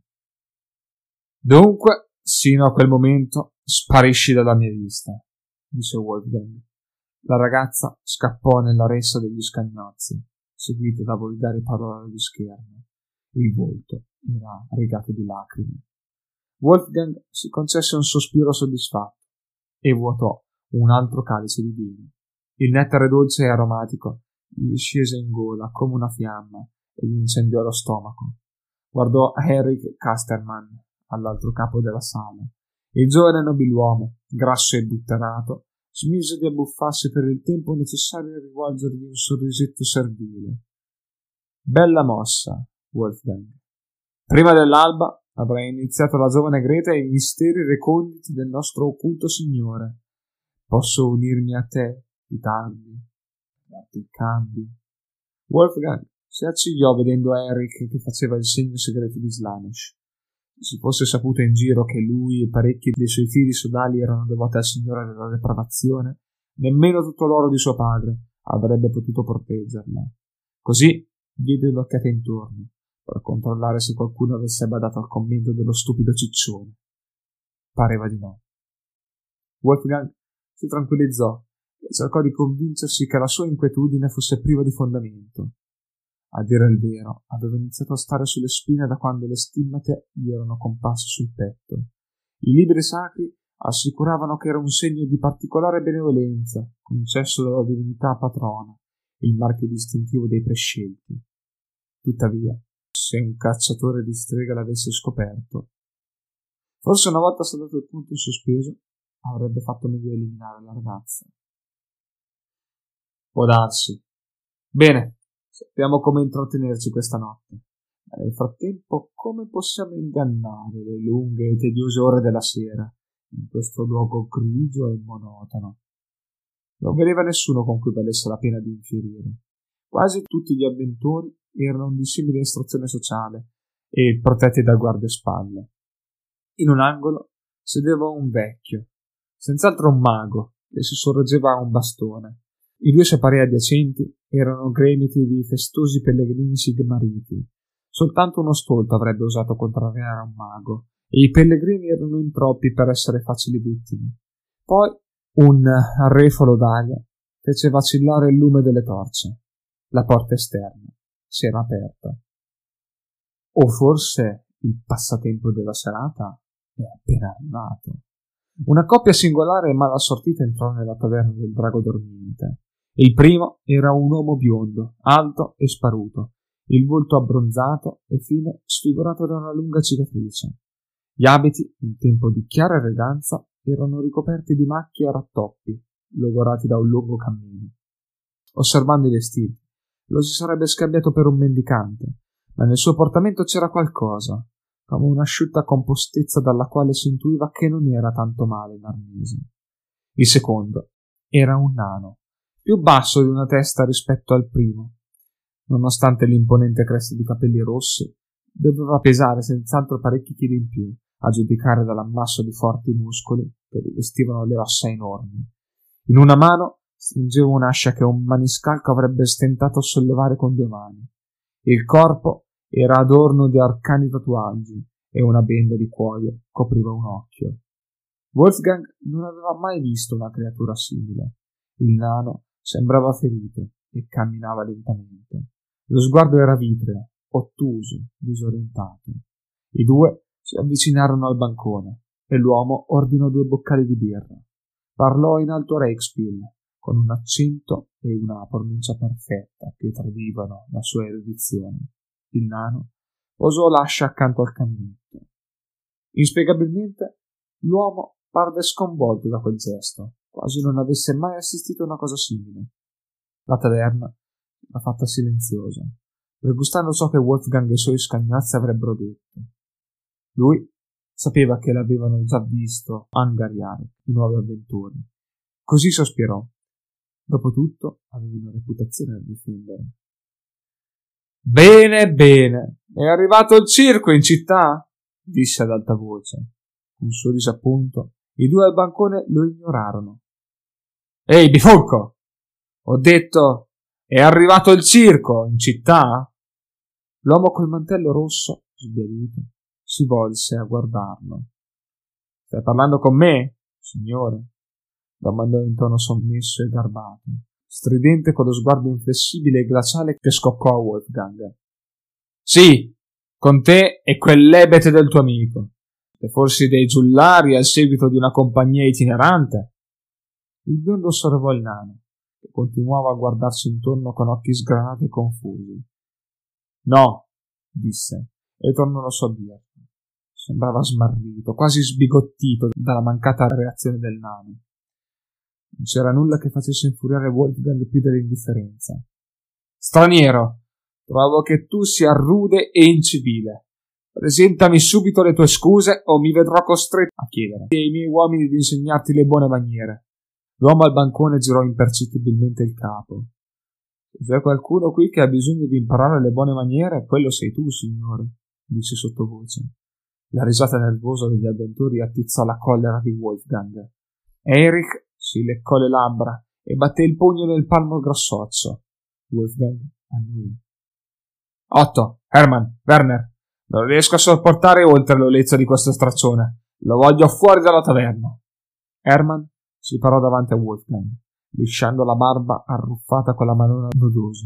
«Dunque, sino a quel momento, sparisci dalla mia vista», disse Wolfgang. La ragazza scappò nella ressa degli scagnozzi, seguita da volgari parole di scherno. Il volto era rigato di lacrime. Wolfgang si concesse un sospiro soddisfatto e vuotò un altro calice di vino. Il nettare dolce e aromatico gli scese in gola come una fiamma e gli incendiò lo stomaco. Guardò Henrik Casterman all'altro capo della sala. Il giovane nobiluomo, grasso e butterato, smise di abbuffarsi per il tempo necessario a rivolgergli un sorrisetto servile. «Bella mossa, Wolfgang. Prima dell'alba avrai iniziato la giovane Greta e i misteri reconditi del nostro occulto signore. Posso unirmi a te più tardi, darti il cambio.» Wolfgang si accigliò vedendo Eric che faceva il segno segreto di Slaanesh. Se si fosse saputo in giro che lui e parecchi dei suoi figli sodali erano devoti al Signore della depravazione, nemmeno tutto l'oro di suo padre avrebbe potuto proteggerla. Così diede un'occhiata intorno per controllare se qualcuno avesse badato al commento dello stupido ciccione. Pareva di no. Wolfgang si tranquillizzò e cercò di convincersi che la sua inquietudine fosse priva di fondamento. A dire il vero, aveva iniziato a stare sulle spine da quando le stimmate gli erano comparse sul petto. I libri sacri assicuravano che era un segno di particolare benevolenza, concesso dalla divinità patrona, il marchio distintivo dei prescelti. Tuttavia, se un cacciatore di streghe l'avesse scoperto, forse una volta saldato il punto in sospeso, avrebbe fatto meglio eliminare la ragazza. Può darsi. Bene, sappiamo come intrattenerci questa notte, ma nel frattempo come possiamo ingannare le lunghe e tediose ore della sera in questo luogo grigio e monotono? Non vedeva nessuno con cui valesse la pena di infierire. Quasi tutti gli avventori erano di simile estrazione sociale e protetti da guardaespalle. In un angolo sedeva un vecchio, senz'altro un mago, che si sorreggeva a un bastone. I due siparei adiacenti erano gremiti di festosi pellegrini sigmariti. Soltanto uno stolto avrebbe osato contrariare un mago, e i pellegrini erano in troppi per essere facili vittime. Poi un refolo d'aria fece vacillare il lume delle torce. La porta esterna si era aperta. O forse il passatempo della serata è appena arrivato. Una coppia singolare e mal assortita entrò nella taverna del Drago Dormiente. Il primo era un uomo biondo, alto e sparuto, il volto abbronzato e fine sfigurato da una lunga cicatrice. Gli abiti, un tempo di chiara eleganza, erano ricoperti di macchie a rattoppi, logorati da un lungo cammino. Osservando i vestiti, lo si sarebbe scambiato per un mendicante, ma nel suo portamento c'era qualcosa, come un'asciutta compostezza dalla quale si intuiva che non era tanto male in arnese. Il secondo era un nano, più basso di una testa rispetto al primo. Nonostante l'imponente cresta di capelli rossi, doveva pesare senz'altro parecchi chili in più, a giudicare dall'ammasso di forti muscoli che rivestivano le ossa enormi. In una mano stringeva un'ascia che un maniscalco avrebbe stentato a sollevare con due mani. Il corpo era adorno di arcani tatuaggi e una benda di cuoio copriva un occhio. Wolfgang non aveva mai visto una creatura simile. Il nano sembrava ferito e camminava lentamente. Lo sguardo era vitreo, ottuso, disorientato. I due si avvicinarono al bancone e l'uomo ordinò 2 boccali di birra. Parlò in alto Reichspiel, con un accento e una pronuncia perfetta che tradivano la sua erudizione. Il nano posò l'ascia accanto al caminetto. Inspiegabilmente l'uomo parve sconvolto da quel gesto, quasi non avesse mai assistito a una cosa simile. La taverna era fatta silenziosa, pregustando ciò che Wolfgang e i suoi scagnazzi avrebbero detto. Lui sapeva che l'avevano già visto angariare i nuovi avventori. Così sospirò. Dopotutto aveva una reputazione da difendere. Bene, bene. È arrivato il circo in città? Disse ad alta voce. Con suo disappunto, i due al bancone lo ignorarono. Ehi, bifolco! Ho detto, è arrivato il circo in città? L'uomo col mantello rosso, sbiadito, si volse a guardarlo. Stai parlando con me, signore? Domandò in tono sommesso e garbato, stridente con lo sguardo inflessibile e glaciale che scoccò a Wolfgang. Sì, con te e quell'ebete del tuo amico. E forse dei giullari al seguito di una compagnia itinerante? Il biondo osservò il nano, che continuava a guardarsi intorno con occhi sgranati e confusi. No, disse, e tornò alla sua birra. Sembrava smarrito, quasi sbigottito dalla mancata reazione del nano. Non c'era nulla che facesse infuriare Wolfgang più dell'indifferenza. Straniero, trovo che tu sia rude e incivile. Presentami subito le tue scuse o mi vedrò costretto a chiedere ai miei uomini di insegnarti le buone maniere. L'uomo al bancone girò impercettibilmente il capo. Se c'è qualcuno qui che ha bisogno di imparare le buone maniere, quello sei tu, signore, disse sottovoce. La risata nervosa degli avventori attizzò la collera di Wolfgang. Erich si leccò le labbra e batté il pugno nel palmo grassoccio. Wolfgang annuì. Otto, Hermann, Werner, non riesco a sopportare oltre l'olezza di questo straccione. Lo voglio fuori dalla taverna. Hermann si parò davanti a Wolfgang, lisciando la barba arruffata con la manona nodosa.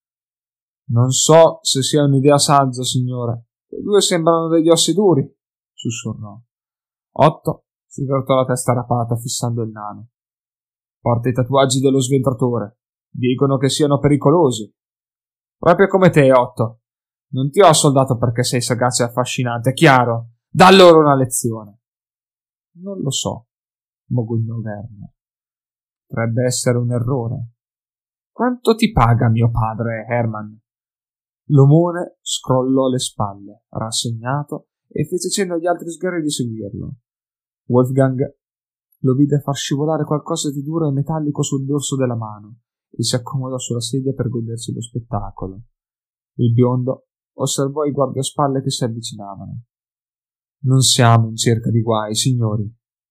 Non so se sia un'idea saggia, signore. Quei due sembrano degli ossi duri, sussurrò. Otto si grattò la testa rapata, fissando il nano. Porta i tatuaggi dello sventratore. Dicono che siano pericolosi. Proprio come te, Otto. Non ti ho soldato perché sei sagace e affascinante, è chiaro? Da loro una lezione. Non lo so, mogugnò Werner. Potrebbe essere un errore. Quanto ti paga mio padre, Hermann? L'omone scrollò le spalle, rassegnato, e fece cenno agli altri sgherri di seguirlo. Wolfgang lo vide far scivolare qualcosa di duro e metallico sul dorso della mano e si accomodò sulla sedia per godersi lo spettacolo. Il biondo osservò i guardiaspalle che si avvicinavano. Non siamo in cerca di guai, signori.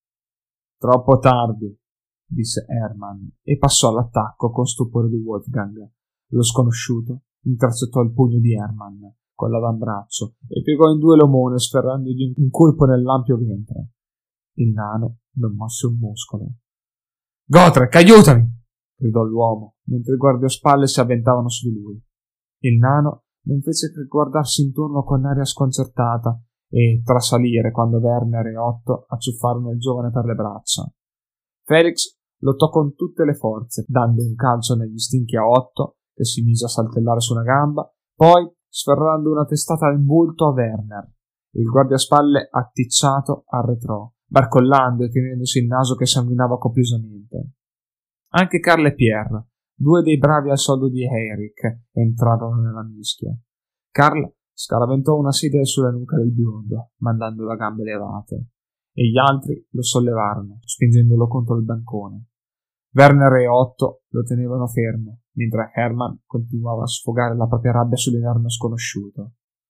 Troppo tardi, disse Hermann e passò all'attacco con stupore di Wolfgang. Lo sconosciuto intercettò il pugno di Hermann con l'avambraccio e piegò in due l'omone sferrandogli un colpo nell'ampio ventre. Il nano non mosse un muscolo. Gotrek, aiutami! Gridò l'uomo, mentre i guardiaspalle si avventavano su di lui. Il nano non fece che guardarsi intorno con aria sconcertata e trasalire quando Werner e Otto acciuffarono il giovane per le braccia. Felix lottò con tutte le forze, dando un calcio negli stinchi a Otto, che si mise a saltellare su una gamba, poi sferrando una testata in volto a Werner. Il guardiaspalle, atticciato, arretrò, barcollando e tenendosi il naso che sanguinava copiosamente. Anche Carl e Pierre, due dei bravi al soldo di Erich, entrarono nella mischia. Carl scaraventò una sedia sulla nuca del biondo, mandandolo a gambe levate, e gli altri lo sollevarono, spingendolo contro il bancone. Werner e Otto lo tenevano fermo, mentre Hermann continuava a sfogare la propria rabbia sull'enorme sconosciuto.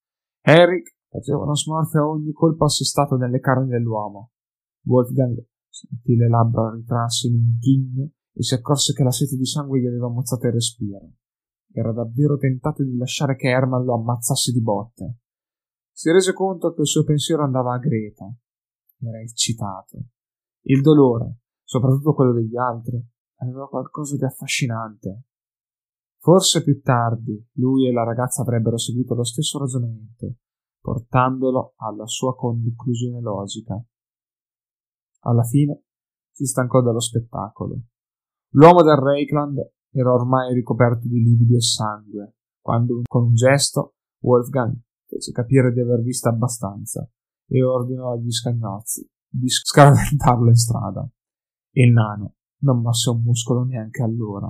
Erich faceva una smorfia a ogni colpo assestato nelle carni dell'uomo. Wolfgang sentì le labbra ritrarsi in un ghigno e si accorse che la sete di sangue gli aveva mozzato il respiro. Era davvero tentato di lasciare che Hermann lo ammazzasse di botte. Si rese conto che il suo pensiero andava a Greta. Era eccitato. Il dolore, soprattutto quello degli altri, aveva qualcosa di affascinante. Forse più tardi lui e la ragazza avrebbero seguito lo stesso ragionamento, portandolo alla sua conclusione logica. Alla fine si stancò dallo spettacolo. L'uomo del Reikland era ormai ricoperto di lividi e sangue, quando con un gesto Wolfgang fece capire di aver visto abbastanza e ordinò agli scagnozzi di scaraventarlo in strada. Il nano non mosse un muscolo neanche allora.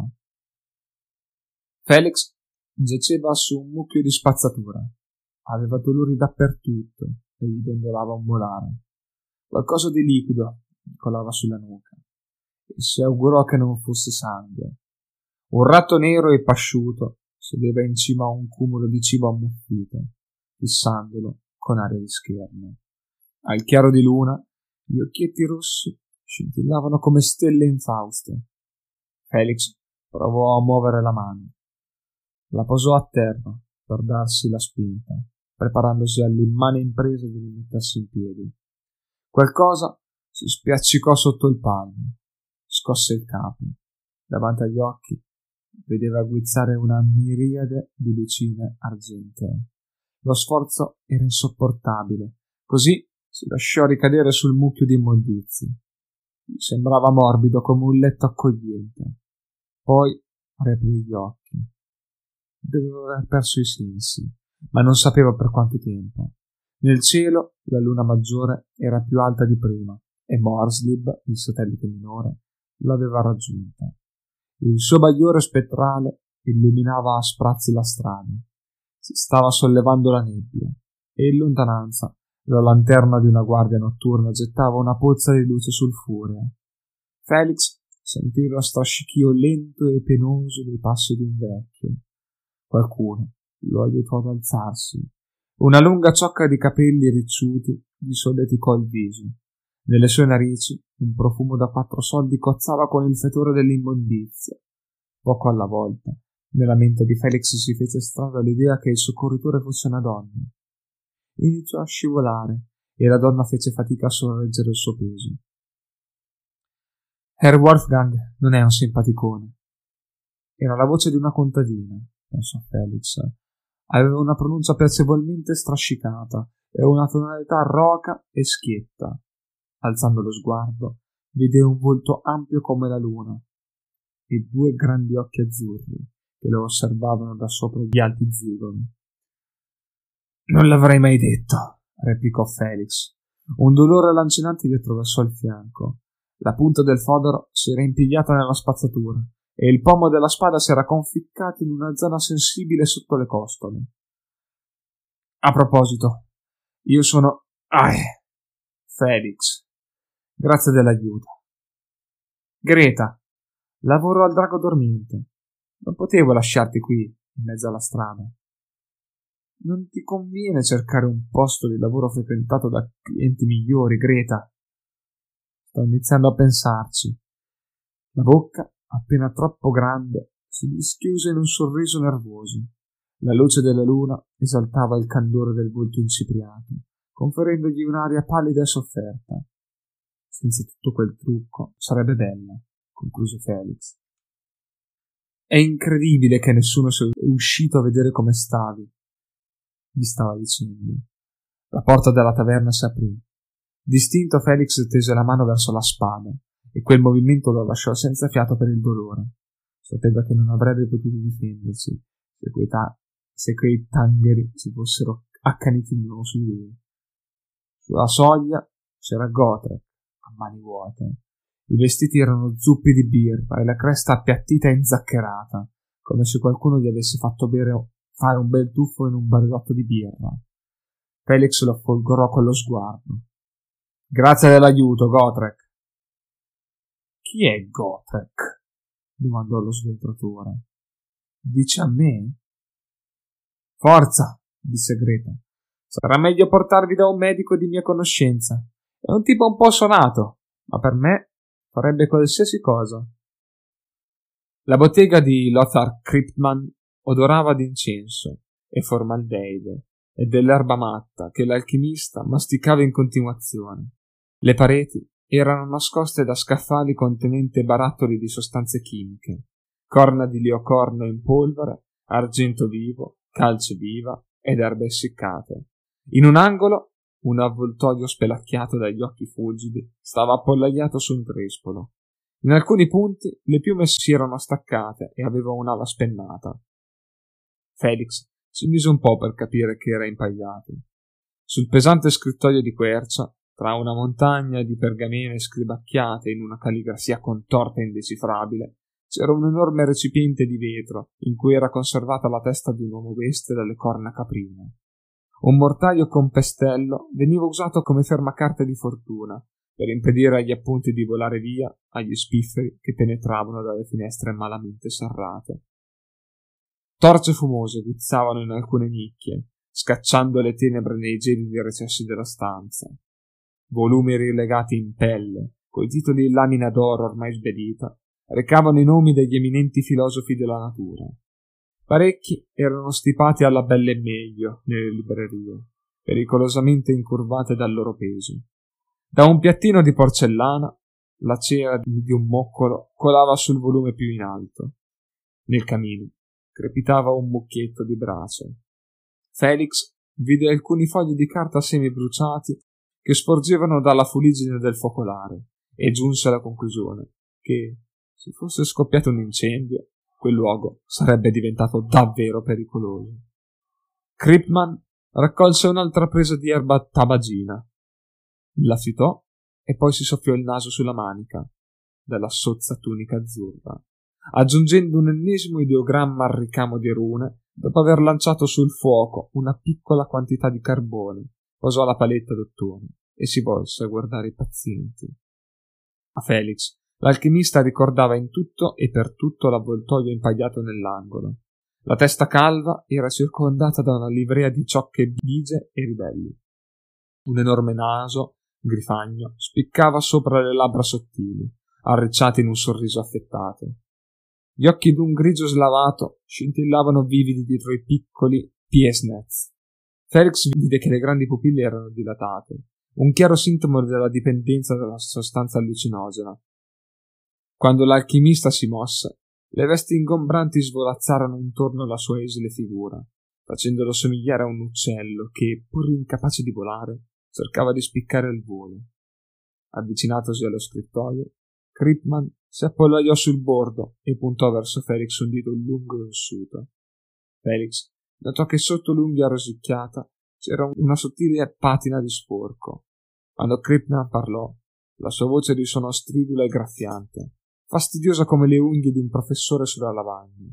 Felix giaceva su un mucchio di spazzatura. Aveva dolori dappertutto e gli dondolava un molare. Qualcosa di liquido gli colava sulla nuca e si augurò che non fosse sangue. Un ratto nero e pasciuto sedeva in cima a un cumulo di cibo ammuffito, fissandolo con aria di scherno. Al chiaro di luna gli occhietti rossi scintillavano come stelle infauste. Felix provò a muovere la mano. La posò a terra per darsi la spinta, preparandosi all'immane impresa di rimettersi in piedi. Qualcosa si spiaccicò sotto il palmo. Scosse il capo. Davanti agli occhi vedeva guizzare una miriade di lucine argentee. Lo sforzo era insopportabile, così si lasciò ricadere sul mucchio di immondizie. Gli sembrava morbido come un letto accogliente. Poi riaprì gli occhi. Doveva aver perso i sensi, ma non sapeva per quanto tempo. Nel cielo la luna maggiore era più alta di prima e Morslib, il satellite minore, l'aveva raggiunta. Il suo bagliore spettrale illuminava a sprazzi la strada. Si stava sollevando la nebbia e in lontananza la lanterna di una guardia notturna gettava una pozza di luce sul Furia. Felix sentì lo strascichio lento e penoso dei passi di un vecchio. Qualcuno lo aiutò ad alzarsi. Una lunga ciocca di capelli ricciuti gli solleticò il viso. Nelle sue narici un profumo da 4 soldi cozzava con il fetore dell'immondizia. Poco alla volta, nella mente di Felix si fece strada l'idea che il soccorritore fosse una donna. Iniziò a scivolare e la donna fece fatica a sorreggere il suo peso. Herr Wolfgang non è un simpaticone. Era la voce di una contadina, pensò Felix. Aveva una pronuncia piacevolmente strascicata e una tonalità roca e schietta. Alzando lo sguardo, vide un volto ampio come la luna e 2 grandi occhi azzurri che lo osservavano da sopra gli alti zigomi. Non l'avrei mai detto, replicò Felix. Un dolore lancinante gli attraversò il fianco. La punta del fodero si era impigliata nella spazzatura e il pomo della spada si era conficcato in una zona sensibile sotto le costole. A proposito, io sono Felix. Grazie dell'aiuto. Greta, lavoro al Drago Dormiente. Non potevo lasciarti qui, in mezzo alla strada. Non ti conviene cercare un posto di lavoro frequentato da clienti migliori, Greta? Sto iniziando a pensarci. La bocca, appena troppo grande, si dischiuse in un sorriso nervoso. La luce della luna esaltava il candore del volto incipriato, conferendogli un'aria pallida e sofferta. Senza tutto quel trucco sarebbe bella, concluse Felix. È incredibile che nessuno sia uscito a vedere come stavi, gli stava dicendo. La porta della taverna si aprì. Distinto, Felix tese la mano verso la spada e quel movimento lo lasciò senza fiato per il dolore. Sapeva che non avrebbe potuto difendersi se quei tangheri si fossero accaniti di nuovo su di lui. Sulla soglia c'era Gotrek, a mani vuote. I vestiti erano zuppi di birra e la cresta appiattita e inzaccherata, come se qualcuno gli avesse fatto fare un bel tuffo in un barilotto di birra. Felix lo folgorò con lo sguardo. Grazie dell'aiuto, Gotrek. Chi è Gotrek? Domandò lo sventratore. Dice a me? Forza, disse Greta. Sarà meglio portarvi da un medico di mia conoscenza. È un tipo un po' sonato, ma per me farebbe qualsiasi cosa. La bottega di Lothar Kryptmann odorava d'incenso e formaldeide e dell'erba matta che l'alchimista masticava in continuazione. Le pareti erano nascoste da scaffali contenenti barattoli di sostanze chimiche, corna di liocorno in polvere, argento vivo, calce viva ed erbe essiccate. In un angolo un avvoltoio spelacchiato dagli occhi fulgidi stava appollaiato su un trespolo. In alcuni punti le piume si erano staccate e aveva un'ala spennata. Felix ci mise un po' per capire che era impagliato. Sul pesante scrittoio di quercia, tra una montagna di pergamene scribacchiate in una calligrafia contorta e indecifrabile, c'era un enorme recipiente di vetro in cui era conservata la testa di un uomo bestia dalle corna caprine. Un mortaio con pestello veniva usato come fermacarte di fortuna per impedire agli appunti di volare via agli spifferi che penetravano dalle finestre malamente serrate. Torce fumose guizzavano in alcune nicchie, scacciando le tenebre nei gelidi recessi della stanza. Volumi rilegati in pelle, coi titoli in lamina d'oro ormai sbedita, recavano i nomi degli eminenti filosofi della natura. Parecchi erano stipati alla belle e meglio nelle librerie, pericolosamente incurvate dal loro peso. Da un piattino di porcellana la cera di un moccolo colava sul volume più in alto. Nel camino crepitava un mucchietto di brace. Felix vide alcuni fogli di carta semibruciati che sporgevano dalla fuliggine del focolare e giunse alla conclusione che, se fosse scoppiato un incendio, quel luogo sarebbe diventato davvero pericoloso. Kryptmann raccolse un'altra presa di erba tabagina, la fiutò e poi si soffiò il naso sulla manica della sozza tunica azzurra, aggiungendo un ennesimo ideogramma al ricamo di rune dopo aver lanciato sul fuoco una piccola quantità di carbone. Posò la paletta d'ottone e si volse a guardare i pazienti. A Felix L'alchimista ricordava in tutto e per tutto l'avvoltoio impagliato nell'angolo. La testa calva era circondata da una livrea di ciocche bigie e ribelli. Un enorme naso, grifagno, spiccava sopra le labbra sottili, arricciate in un sorriso affettato. Gli occhi d'un grigio slavato scintillavano vividi dietro i piccoli piesnez. Felix vide che le grandi pupille erano dilatate, un chiaro sintomo della dipendenza dalla sostanza allucinogena. Quando l'alchimista si mosse, le vesti ingombranti svolazzarono intorno alla sua esile figura, facendolo somigliare a un uccello che, pur incapace di volare, cercava di spiccare il volo. Avvicinatosi allo scrittoio, Kripman si appollaiò sul bordo e puntò verso Felix un dito lungo e ossuto. Felix notò che sotto l'unghia rosicchiata c'era una sottile patina di sporco. Quando Kripman parlò, la sua voce risuonò stridula e graffiante, fastidiosa come le unghie di un professore sulla lavagna.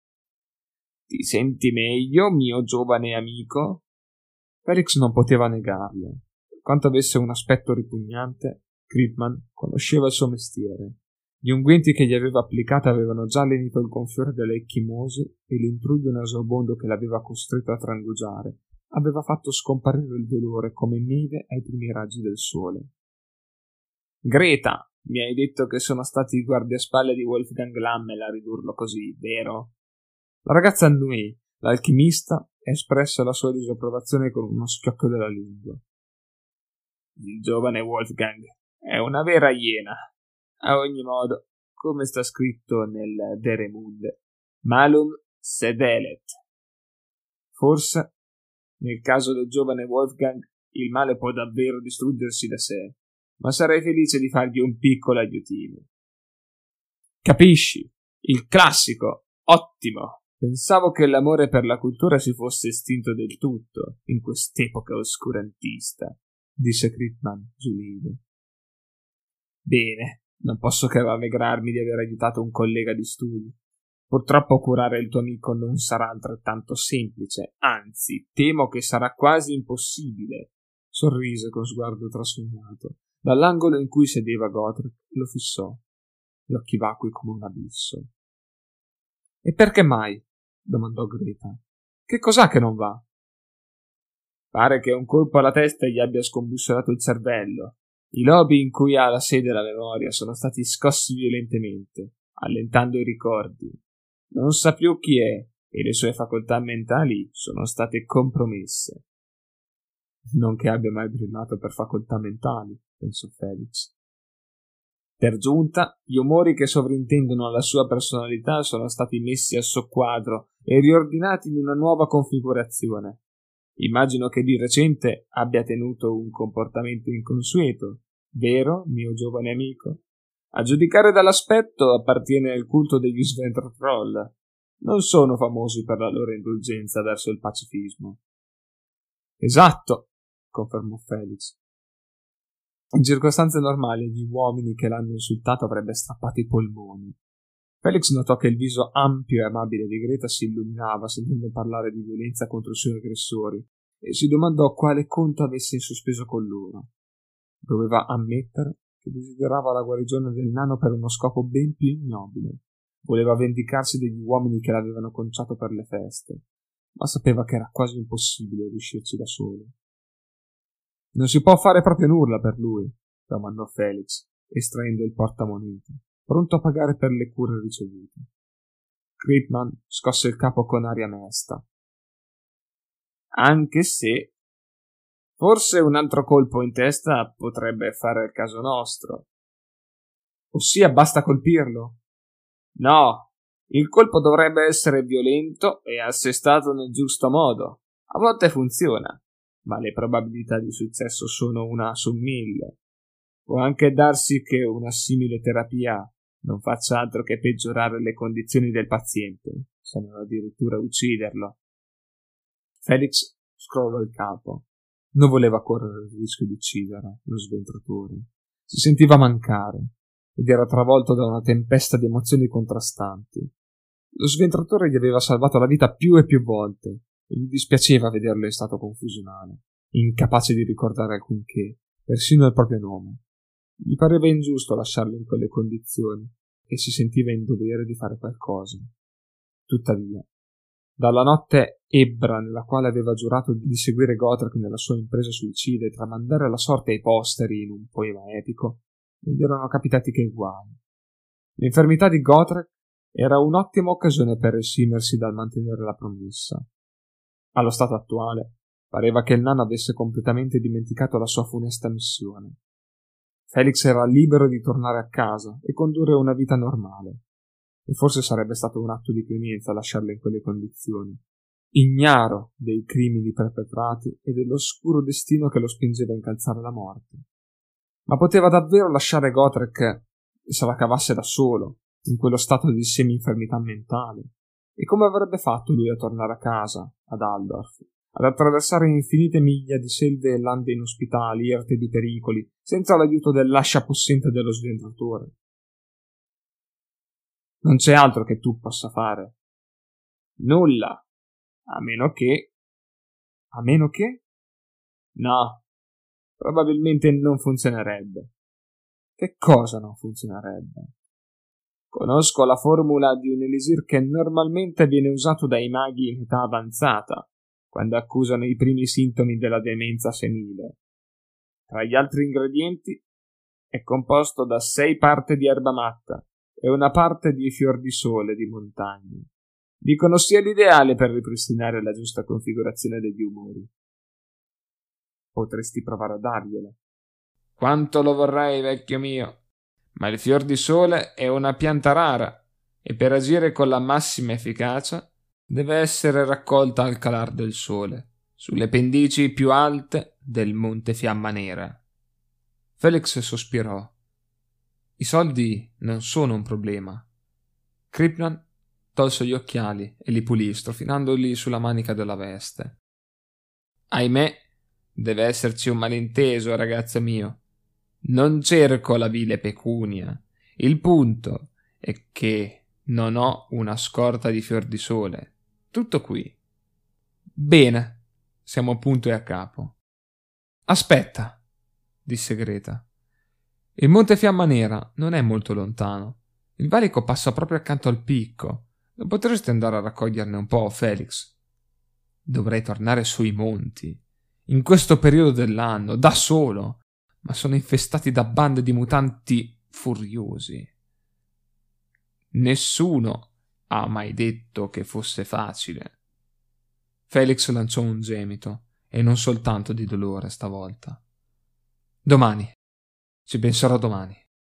«Ti senti meglio, mio giovane amico?» Felix non poteva negarlo. Per quanto avesse un aspetto ripugnante, Kripman conosceva il suo mestiere. Gli unguenti che gli aveva applicati avevano già lenito il gonfiore delle ecchimosi e l'intruglio nauseabondo che l'aveva costretto a trangugiare aveva fatto scomparire il dolore come neve ai primi raggi del sole. «Greta, mi hai detto che sono stati i guardiaspalle di Wolfgang Lammel a ridurlo così, vero?» La ragazza annuì. L'alchimista espresse la sua disapprovazione con uno schiocco della lingua. «Il giovane Wolfgang è una vera iena. A ogni modo, come sta scritto nel Deremunde, malum sedelet. Forse, nel caso del giovane Wolfgang, il male può davvero distruggersi da sé, ma sarei felice di fargli un piccolo aiutino.» «Capisci? Il classico! Ottimo! Pensavo che l'amore per la cultura si fosse estinto del tutto in quest'epoca oscurantista», disse Kripman giulivo. «Bene, non posso che rallegrarmi di aver aiutato un collega di studi. Purtroppo curare il tuo amico non sarà altrettanto semplice, anzi, temo che sarà quasi impossibile», sorrise con sguardo trasognato. Dall'angolo in cui sedeva Gotrek lo fissò, gli occhi vacui come un abisso. «E perché mai?» domandò Greta. «Che cos'ha che non va?» «Pare che un colpo alla testa gli abbia scombussolato il cervello. I lobi in cui ha la sede la memoria sono stati scossi violentemente, allentando i ricordi. Non sa più chi è e le sue facoltà mentali sono state compromesse.» «Non che abbia mai brillato per facoltà mentali», pensò Felix. «Per giunta, gli umori che sovrintendono alla sua personalità sono stati messi a soqquadro e riordinati in una nuova configurazione. Immagino che di recente abbia tenuto un comportamento inconsueto, vero, mio giovane amico? A giudicare dall'aspetto appartiene al culto degli Sventrotroll. Non sono famosi per la loro indulgenza verso il pacifismo.» «Esatto», confermò Felix. «In circostanze normali agli uomini che l'hanno insultato avrebbe strappato i polmoni.» Felix notò che il viso ampio e amabile di Greta si illuminava sentendo parlare di violenza contro i suoi aggressori e si domandò quale conto avesse in sospeso con loro. Doveva ammettere che desiderava la guarigione del nano per uno scopo ben più ignobile. Voleva vendicarsi degli uomini che l'avevano conciato per le feste, ma sapeva che era quasi impossibile riuscirci da solo. «Non si può fare proprio nulla per lui?» domandò Felix, estraendo il portamonete, pronto a pagare per le cure ricevute. Kripman scosse il capo con aria mesta. «Anche se forse un altro colpo in testa potrebbe fare il caso nostro.» «Ossia basta colpirlo?» «No, il colpo dovrebbe essere violento e assestato nel giusto modo. A volte funziona, ma le probabilità di successo sono 1 su 1000. Può anche darsi che una simile terapia non faccia altro che peggiorare le condizioni del paziente, se non addirittura ucciderlo.» Felix scrollò il capo. Non voleva correre il rischio di uccidere lo sventratore. Si sentiva mancare ed era travolto da una tempesta di emozioni contrastanti. Lo sventratore gli aveva salvato la vita più e più volte e gli dispiaceva vederlo in stato confusionale, incapace di ricordare alcunché, persino il proprio nome. Gli pareva ingiusto lasciarlo in quelle condizioni e si sentiva in dovere di fare qualcosa. Tuttavia, dalla notte ebbra nella quale aveva giurato di seguire Gotrek nella sua impresa suicida e tramandare la sorte ai posteri in un poema epico, non gli erano capitati che guai. L'infermità di Gotrek era un'ottima occasione per esimersi dal mantenere la promessa. Allo stato attuale, pareva che il nano avesse completamente dimenticato la sua funesta missione. Felix era libero di tornare a casa e condurre una vita normale, e forse sarebbe stato un atto di clemenza lasciarlo in quelle condizioni, ignaro dei crimini perpetrati e dell'oscuro destino che lo spingeva a incalzare la morte. Ma poteva davvero lasciare Gotrek e se la cavasse da solo, in quello stato di semi-infermità mentale? E come avrebbe fatto lui a tornare a casa, ad Aldorf, ad attraversare infinite miglia di selve e lande inospitali, irte di pericoli, senza l'aiuto dell'ascia possente dello sventratore? Non c'è altro che tu possa fare. Nulla. A meno che... A meno che? No. Probabilmente non funzionerebbe. Che cosa non funzionerebbe? Conosco la formula di un elisir che normalmente viene usato dai maghi in età avanzata, quando accusano i primi sintomi della demenza senile. Tra gli altri ingredienti è composto da 6 parti di erba matta e una parte di fior di sole di montagna. Dicono sia l'ideale per ripristinare la giusta configurazione degli umori. Potresti provare a dargliela. Quanto lo vorrei, vecchio mio, ma il fior di sole è una pianta rara e per agire con la massima efficacia deve essere raccolta al calar del sole, sulle pendici più alte del Monte Fiamma Nera. Felix sospirò. I soldi non sono un problema. Kripnan tolse gli occhiali e li pulì, strofinandoli sulla manica della veste. Ahimè, deve esserci un malinteso, ragazzo mio. Non cerco la vile pecunia. Il punto è che non ho una scorta di fior di sole. Tutto qui. Bene, siamo a punto e a capo. Aspetta, disse Greta. Il Monte Fiamma Nera non è molto lontano. Il valico passa proprio accanto al picco. Non potresti andare a raccoglierne un po', Felix? Dovrei tornare sui monti. In questo periodo dell'anno, da solo, ma sono infestati da bande di mutanti furiosi. Nessuno ha mai detto che fosse facile. Felix lanciò un gemito, e non soltanto di dolore stavolta. Domani. Ci penserò domani.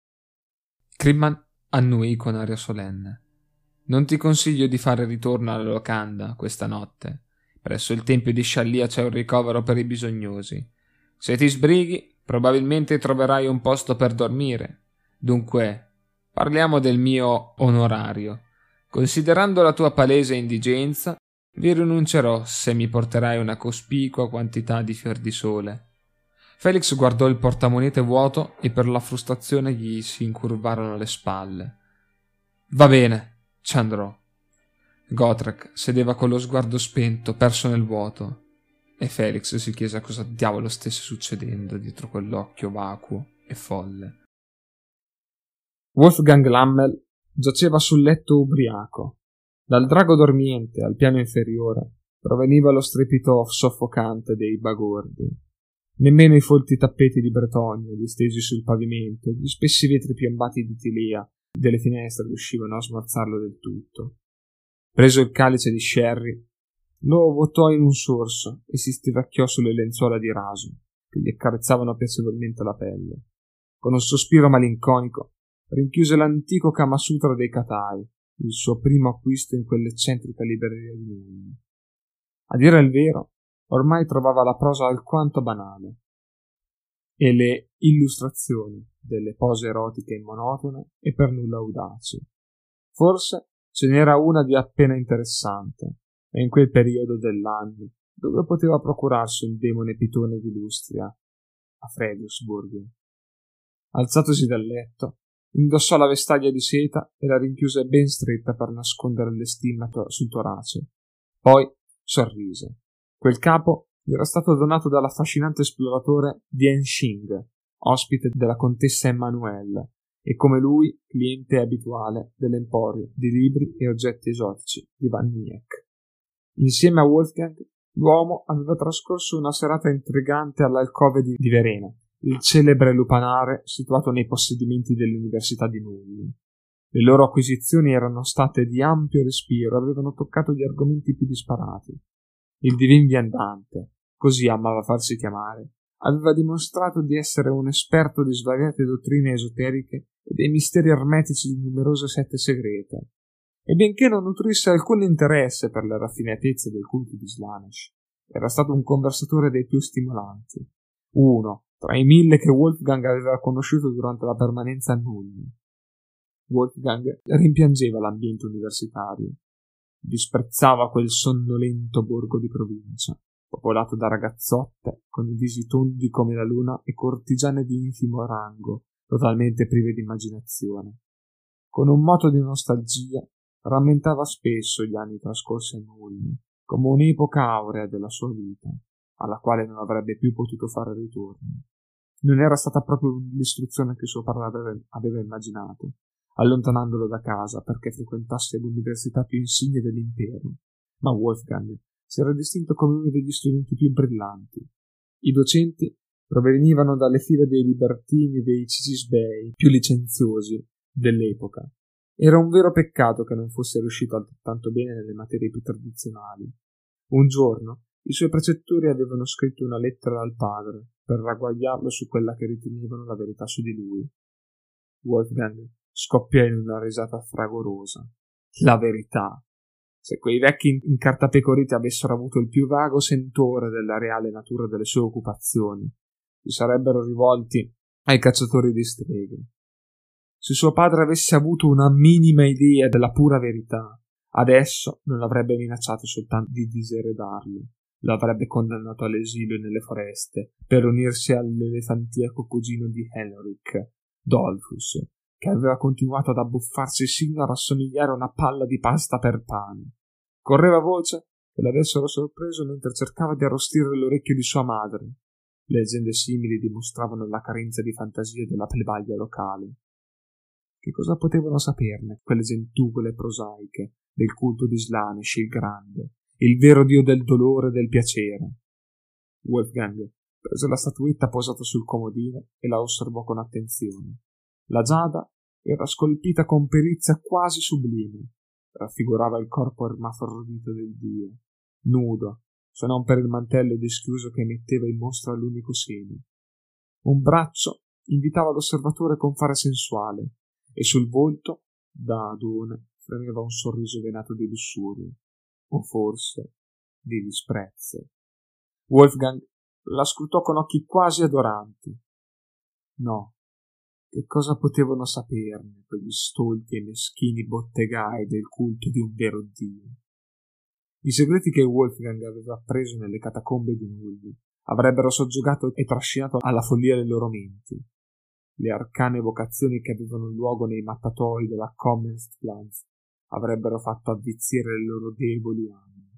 Kripman annuì con aria solenne. Non ti consiglio di fare ritorno alla locanda questa notte. Presso il tempio di Sciallia c'è un ricovero per i bisognosi. Se ti sbrighi, probabilmente troverai un posto per dormire. Dunque, parliamo del mio onorario. Considerando la tua palese indigenza, vi rinuncerò se mi porterai una cospicua quantità di fior di sole. Felix guardò il portamonete vuoto e per la frustrazione gli si incurvarono le spalle. Va bene, ci andrò. Gotrek sedeva con lo sguardo spento, perso nel vuoto, e Felix si chiese cosa diavolo stesse succedendo dietro quell'occhio vacuo e folle. Wolfgang Lammel giaceva sul letto ubriaco. Dal drago dormiente al piano inferiore proveniva lo strepito soffocante dei bagordi. Nemmeno i folti tappeti di Bretonnia distesi sul pavimento e gli spessi vetri piombati di Tilea delle finestre riuscivano a smorzarlo del tutto. Preso il calice di sherry, lo vuotò in un sorso e si stiracchiò sulle lenzuola di raso che gli accarezzavano piacevolmente la pelle. Con un sospiro malinconico rinchiuse l'antico Kama Sutra dei Katai, il suo primo acquisto in quell'eccentrica libreria di Lugno. A dire il vero, ormai trovava la prosa alquanto banale e le illustrazioni delle pose erotiche monotone e per nulla audaci. Forse ce n'era una di appena interessante, e in quel periodo dell'anno dove poteva procurarsi un demone pitone di lustria, a Fredericksburg. Alzatosi dal letto, indossò la vestaglia di seta e la rinchiuse ben stretta per nascondere le stinne sul torace. Poi sorrise. Quel capo gli era stato donato dall'affascinante esploratore Dian Xing ospite della contessa Emmanuelle, e come lui cliente abituale dell'emporio di libri e oggetti esotici di Van Nieck. Insieme a Wolfgang, l'uomo aveva trascorso una serata intrigante all'Alcove di Verena, il celebre lupanare situato nei possedimenti dell'Università di Nulli. Le loro acquisizioni erano state di ampio respiro, avevano toccato gli argomenti più disparati. Il divin viandante, così amava farsi chiamare, aveva dimostrato di essere un esperto di svariate dottrine esoteriche e dei misteri ermetici di numerose sette segrete, e benché non nutrisse alcun interesse per le raffinatezze del culto di Slanesh, era stato un conversatore dei più stimolanti, uno tra i 1000 che Wolfgang aveva conosciuto durante la permanenza a Nulli. Wolfgang rimpiangeva l'ambiente universitario, disprezzava quel sonnolento borgo di provincia, popolato da ragazzotte con i visi tondi come la luna e cortigiane di infimo rango, totalmente prive di immaginazione. Con un moto di nostalgia rammentava spesso gli anni trascorsi a Nulli, come un'epoca aurea della sua vita, alla quale non avrebbe più potuto fare ritorno. Non era stata proprio l'istruzione che suo padre aveva immaginato, allontanandolo da casa perché frequentasse l'università più insigne dell'impero, ma Wolfgang si era distinto come uno degli studenti più brillanti. I docenti provenivano dalle file dei libertini e dei cicisbei più licenziosi dell'epoca. Era un vero peccato che non fosse riuscito altrettanto bene nelle materie più tradizionali. Un giorno i suoi precettori avevano scritto una lettera al padre per ragguagliarlo su quella che ritenevano la verità su di lui. Wolfgang scoppiò in una risata fragorosa. La verità! Se quei vecchi incartapecoriti avessero avuto il più vago sentore della reale natura delle sue occupazioni, si sarebbero rivolti ai cacciatori di streghe. Se suo padre avesse avuto una minima idea della pura verità, adesso non l'avrebbe minacciato soltanto di diseredarlo, l'avrebbe condannato all'esilio nelle foreste per unirsi all'elefantiaco cugino di Henrik, Dolphus, che aveva continuato ad abbuffarsi sino a rassomigliare a una palla di pasta per pane. Correva voce che l'avessero sorpreso mentre cercava di arrostire l'orecchio di sua madre. Leggende simili dimostravano la carenza di fantasia della plebaglia locale. Che cosa potevano saperne quelle gentugole prosaiche del culto di Slanesh il Grande, il vero dio del dolore e del piacere? Wolfgang prese la statuetta posata sul comodino e la osservò con attenzione. La giada era scolpita con perizia quasi sublime, raffigurava il corpo ermafrodito del dio, nudo, se non per il mantello dischiuso che metteva in mostra l'unico seno. Un braccio invitava l'osservatore con fare sensuale, e sul volto, da adone, fremeva un sorriso venato di lussuria, o forse di disprezzo. Wolfgang la scrutò con occhi quasi adoranti. No, che cosa potevano saperne quegli stolti e meschini bottegai del culto di un vero dio? I segreti che Wolfgang aveva appreso nelle catacombe di Nulli avrebbero soggiogato e trascinato alla follia le loro menti. Le arcane vocazioni che avevano luogo nei mattatoi della Commerceplatz avrebbero fatto avvizzire le loro deboli anime.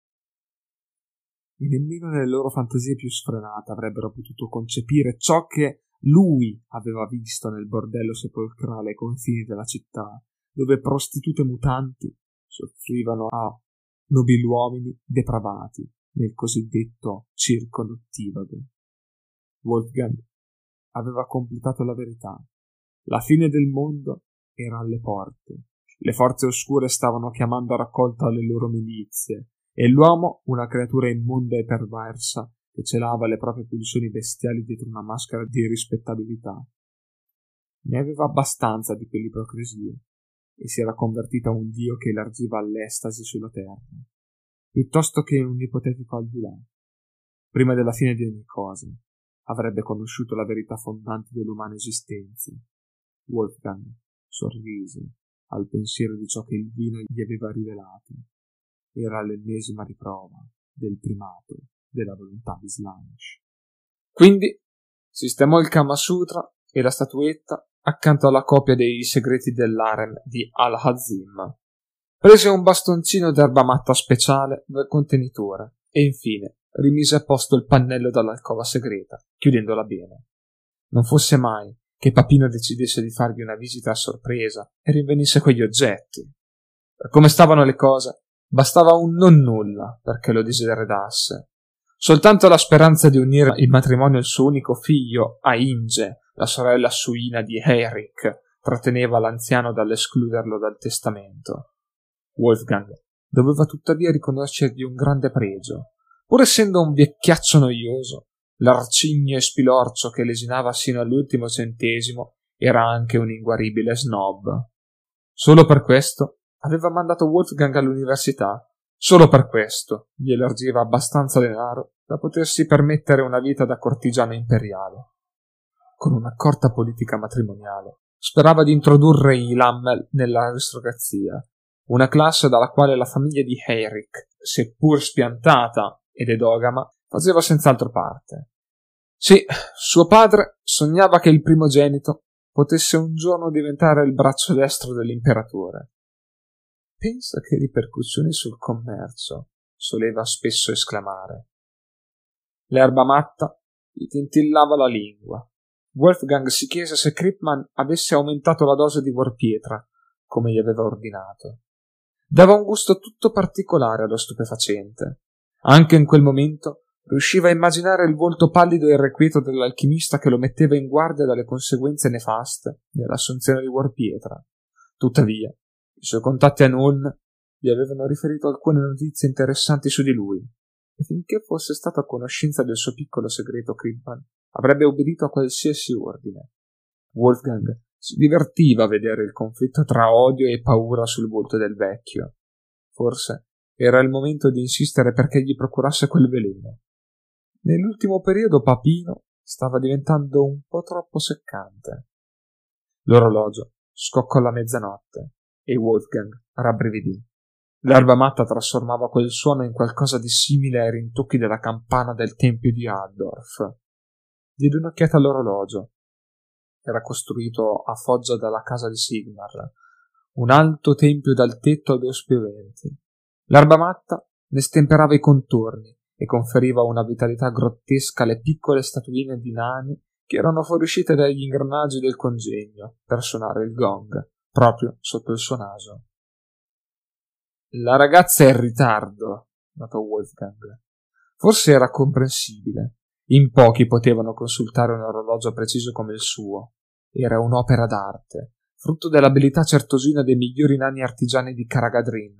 E nemmeno nelle loro fantasie più sfrenate avrebbero potuto concepire ciò che lui aveva visto nel bordello sepolcrale ai confini della città, dove prostitute mutanti soffrivano a nobiluomini depravati nel cosiddetto circo nottivado. Wolfgang aveva completato la verità. La fine del mondo era alle porte. Le forze oscure stavano chiamando a raccolta le loro milizie, e l'uomo, una creatura immonda e perversa, che celava le proprie pulsioni bestiali dietro una maschera di rispettabilità. Ne aveva abbastanza di quell'ipocrisia, e si era convertito a un dio che elargiva all'estasi sulla terra, piuttosto che in un ipotetico al di là. Prima della fine di ogni cosa, avrebbe conosciuto la verità fondante dell'umana esistenza. Wolfgang sorrise al pensiero di ciò che il vino gli aveva rivelato. Era l'ennesima riprova del primato della volontà di Slanesh. Quindi sistemò il Kama Sutra e la statuetta accanto alla copia dei segreti dell'harem di Al-Hazim. Prese un bastoncino d'erba matta speciale dal contenitore e infine rimise a posto il pannello dall'alcova segreta, chiudendola bene. non fosse mai che Papino decidesse di fargli una visita a sorpresa e rinvenisse quegli oggetti. Per come stavano le cose, bastava un non nulla perché lo diseredasse. Soltanto la speranza di unire in matrimonio il suo unico figlio a Inge, la sorella suina di Eric, tratteneva l'anziano dall'escluderlo dal testamento. Wolfgang doveva tuttavia riconoscergli un grande pregio. Pur essendo un vecchiaccio noioso, l'arcigno e spilorcio che lesinava sino all'ultimo centesimo era anche un inguaribile snob. Solo per questo aveva mandato Wolfgang all'università. Solo per questo gli elargiva abbastanza denaro da potersi permettere una vita da cortigiano imperiale. Con un'accorta politica matrimoniale sperava di introdurre i Lammel nell'aristocrazia, una classe dalla quale la famiglia di Eric, seppur spiantata ed edogama, faceva senz'altro parte. Sì, suo padre sognava che il primogenito potesse un giorno diventare il braccio destro dell'imperatore. Pensa che ripercussioni sul commercio, soleva spesso esclamare. L'erba matta gli tintillava la lingua. Wolfgang si chiese se Krippmann avesse aumentato la dose di vorpietra, come gli aveva ordinato. Dava un gusto tutto particolare allo stupefacente. Anche in quel momento riusciva a immaginare il volto pallido e irrequieto dell'alchimista che lo metteva in guardia dalle conseguenze nefaste dell'assunzione di vorpietra. Tuttavia, i suoi contatti a Nuln gli avevano riferito alcune notizie interessanti su di lui, e finché fosse stato a conoscenza del suo piccolo segreto, Krippmann avrebbe obbedito a qualsiasi ordine. Wolfgang si divertiva a vedere il conflitto tra odio e paura sul volto del vecchio. Forse era il momento di insistere perché gli procurasse quel veleno. Nell'ultimo periodo Papino stava diventando un po' troppo seccante. L'orologio scoccò alla mezzanotte e Wolfgang rabbrividì. L'erba matta trasformava quel suono in qualcosa di simile ai rintocchi della campana del tempio di Altdorf. Diede un'occhiata all'orologio. Era costruito a foggia dalla casa di Sigmar, un alto tempio dal tetto a 2 spioventi. L'erba matta ne stemperava i contorni e conferiva una vitalità grottesca alle piccole statuine di nani che erano fuoriuscite dagli ingranaggi del congegno per suonare il gong, proprio sotto il suo naso. La ragazza è in ritardo, notò Wolfgang. Forse era comprensibile. In pochi potevano consultare un orologio preciso come il suo. Era un'opera d'arte, frutto dell'abilità certosina dei migliori nani artigiani di Karagadrin.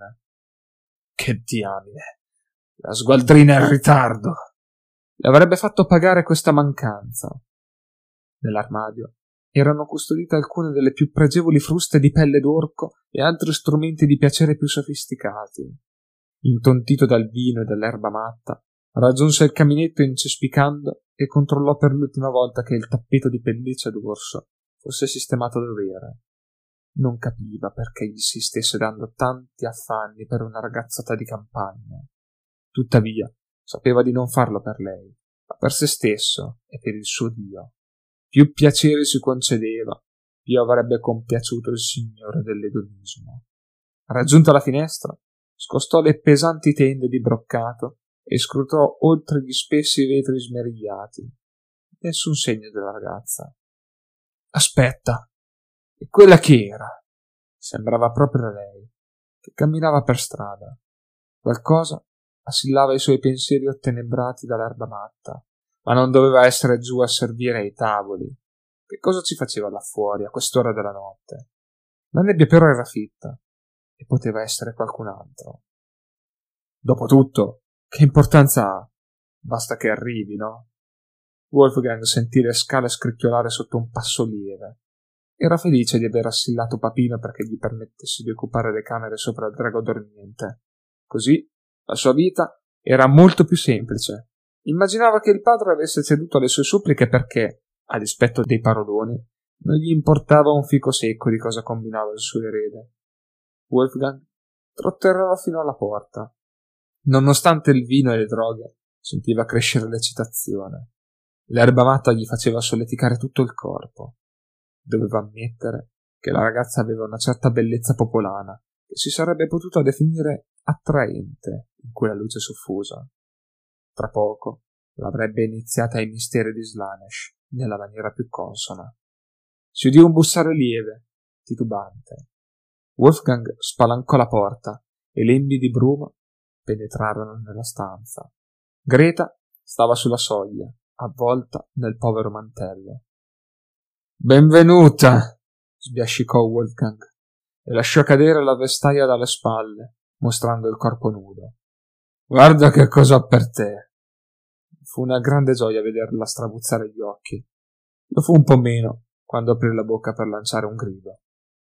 Che diamine! La sgualdrina è in ritardo! Le avrebbe fatto pagare questa mancanza. Nell'armadio erano custodite alcune delle più pregevoli fruste di pelle d'orco e altri strumenti di piacere più sofisticati. Intontito dal vino e dall'erba matta, raggiunse il caminetto incespicando e controllò per l'ultima volta che il tappeto di pelliccia d'orso fosse sistemato a dovere. Non capiva perché gli si stesse dando tanti affanni per una ragazzata di campagna. Tuttavia, sapeva di non farlo per lei, ma per se stesso e per il suo Dio. Più piacere si concedeva, più avrebbe compiaciuto il signore dell'edonismo. Raggiunta la finestra, scostò le pesanti tende di broccato e scrutò oltre gli spessi vetri smerigliati. Nessun segno della ragazza. Aspetta! E quella che era? Sembrava proprio lei, che camminava per strada. Qualcosa assillava i suoi pensieri ottenebrati dall'erba matta, ma non doveva essere giù a servire ai tavoli. Che cosa ci faceva là fuori a quest'ora della notte? La nebbia però era fitta e poteva essere qualcun altro. Dopotutto, che importanza ha? Basta che arrivi, no? Wolfgang sentì le scale scricchiolare sotto un passo lieve. Era felice di aver assillato Papino perché gli permettesse di occupare le camere sopra il drago dormiente. Così la sua vita era molto più semplice. Immaginava che il padre avesse ceduto alle sue suppliche perché, a dispetto dei paroloni, non gli importava un fico secco di cosa combinava il suo erede. Wolfgang trotterava fino alla porta. Nonostante il vino e le droghe, sentiva crescere l'eccitazione. L'erba matta gli faceva solleticare tutto il corpo. Doveva ammettere che la ragazza aveva una certa bellezza popolana che si sarebbe potuta definire attraente in quella luce soffusa. Tra poco l'avrebbe iniziata ai misteri di Slanesh, nella maniera più consona. Si udì un bussare lieve, titubante. Wolfgang spalancò la porta e lembi di bruma penetrarono nella stanza. Greta stava sulla soglia, avvolta nel povero mantello. «Benvenuta!» sbiascicò Wolfgang e lasciò cadere la vestaglia dalle spalle, mostrando il corpo nudo. «Guarda che cosa ho per te!» Fu una grande gioia vederla strabuzzare gli occhi. Lo fu un po' meno quando aprì la bocca per lanciare un grido.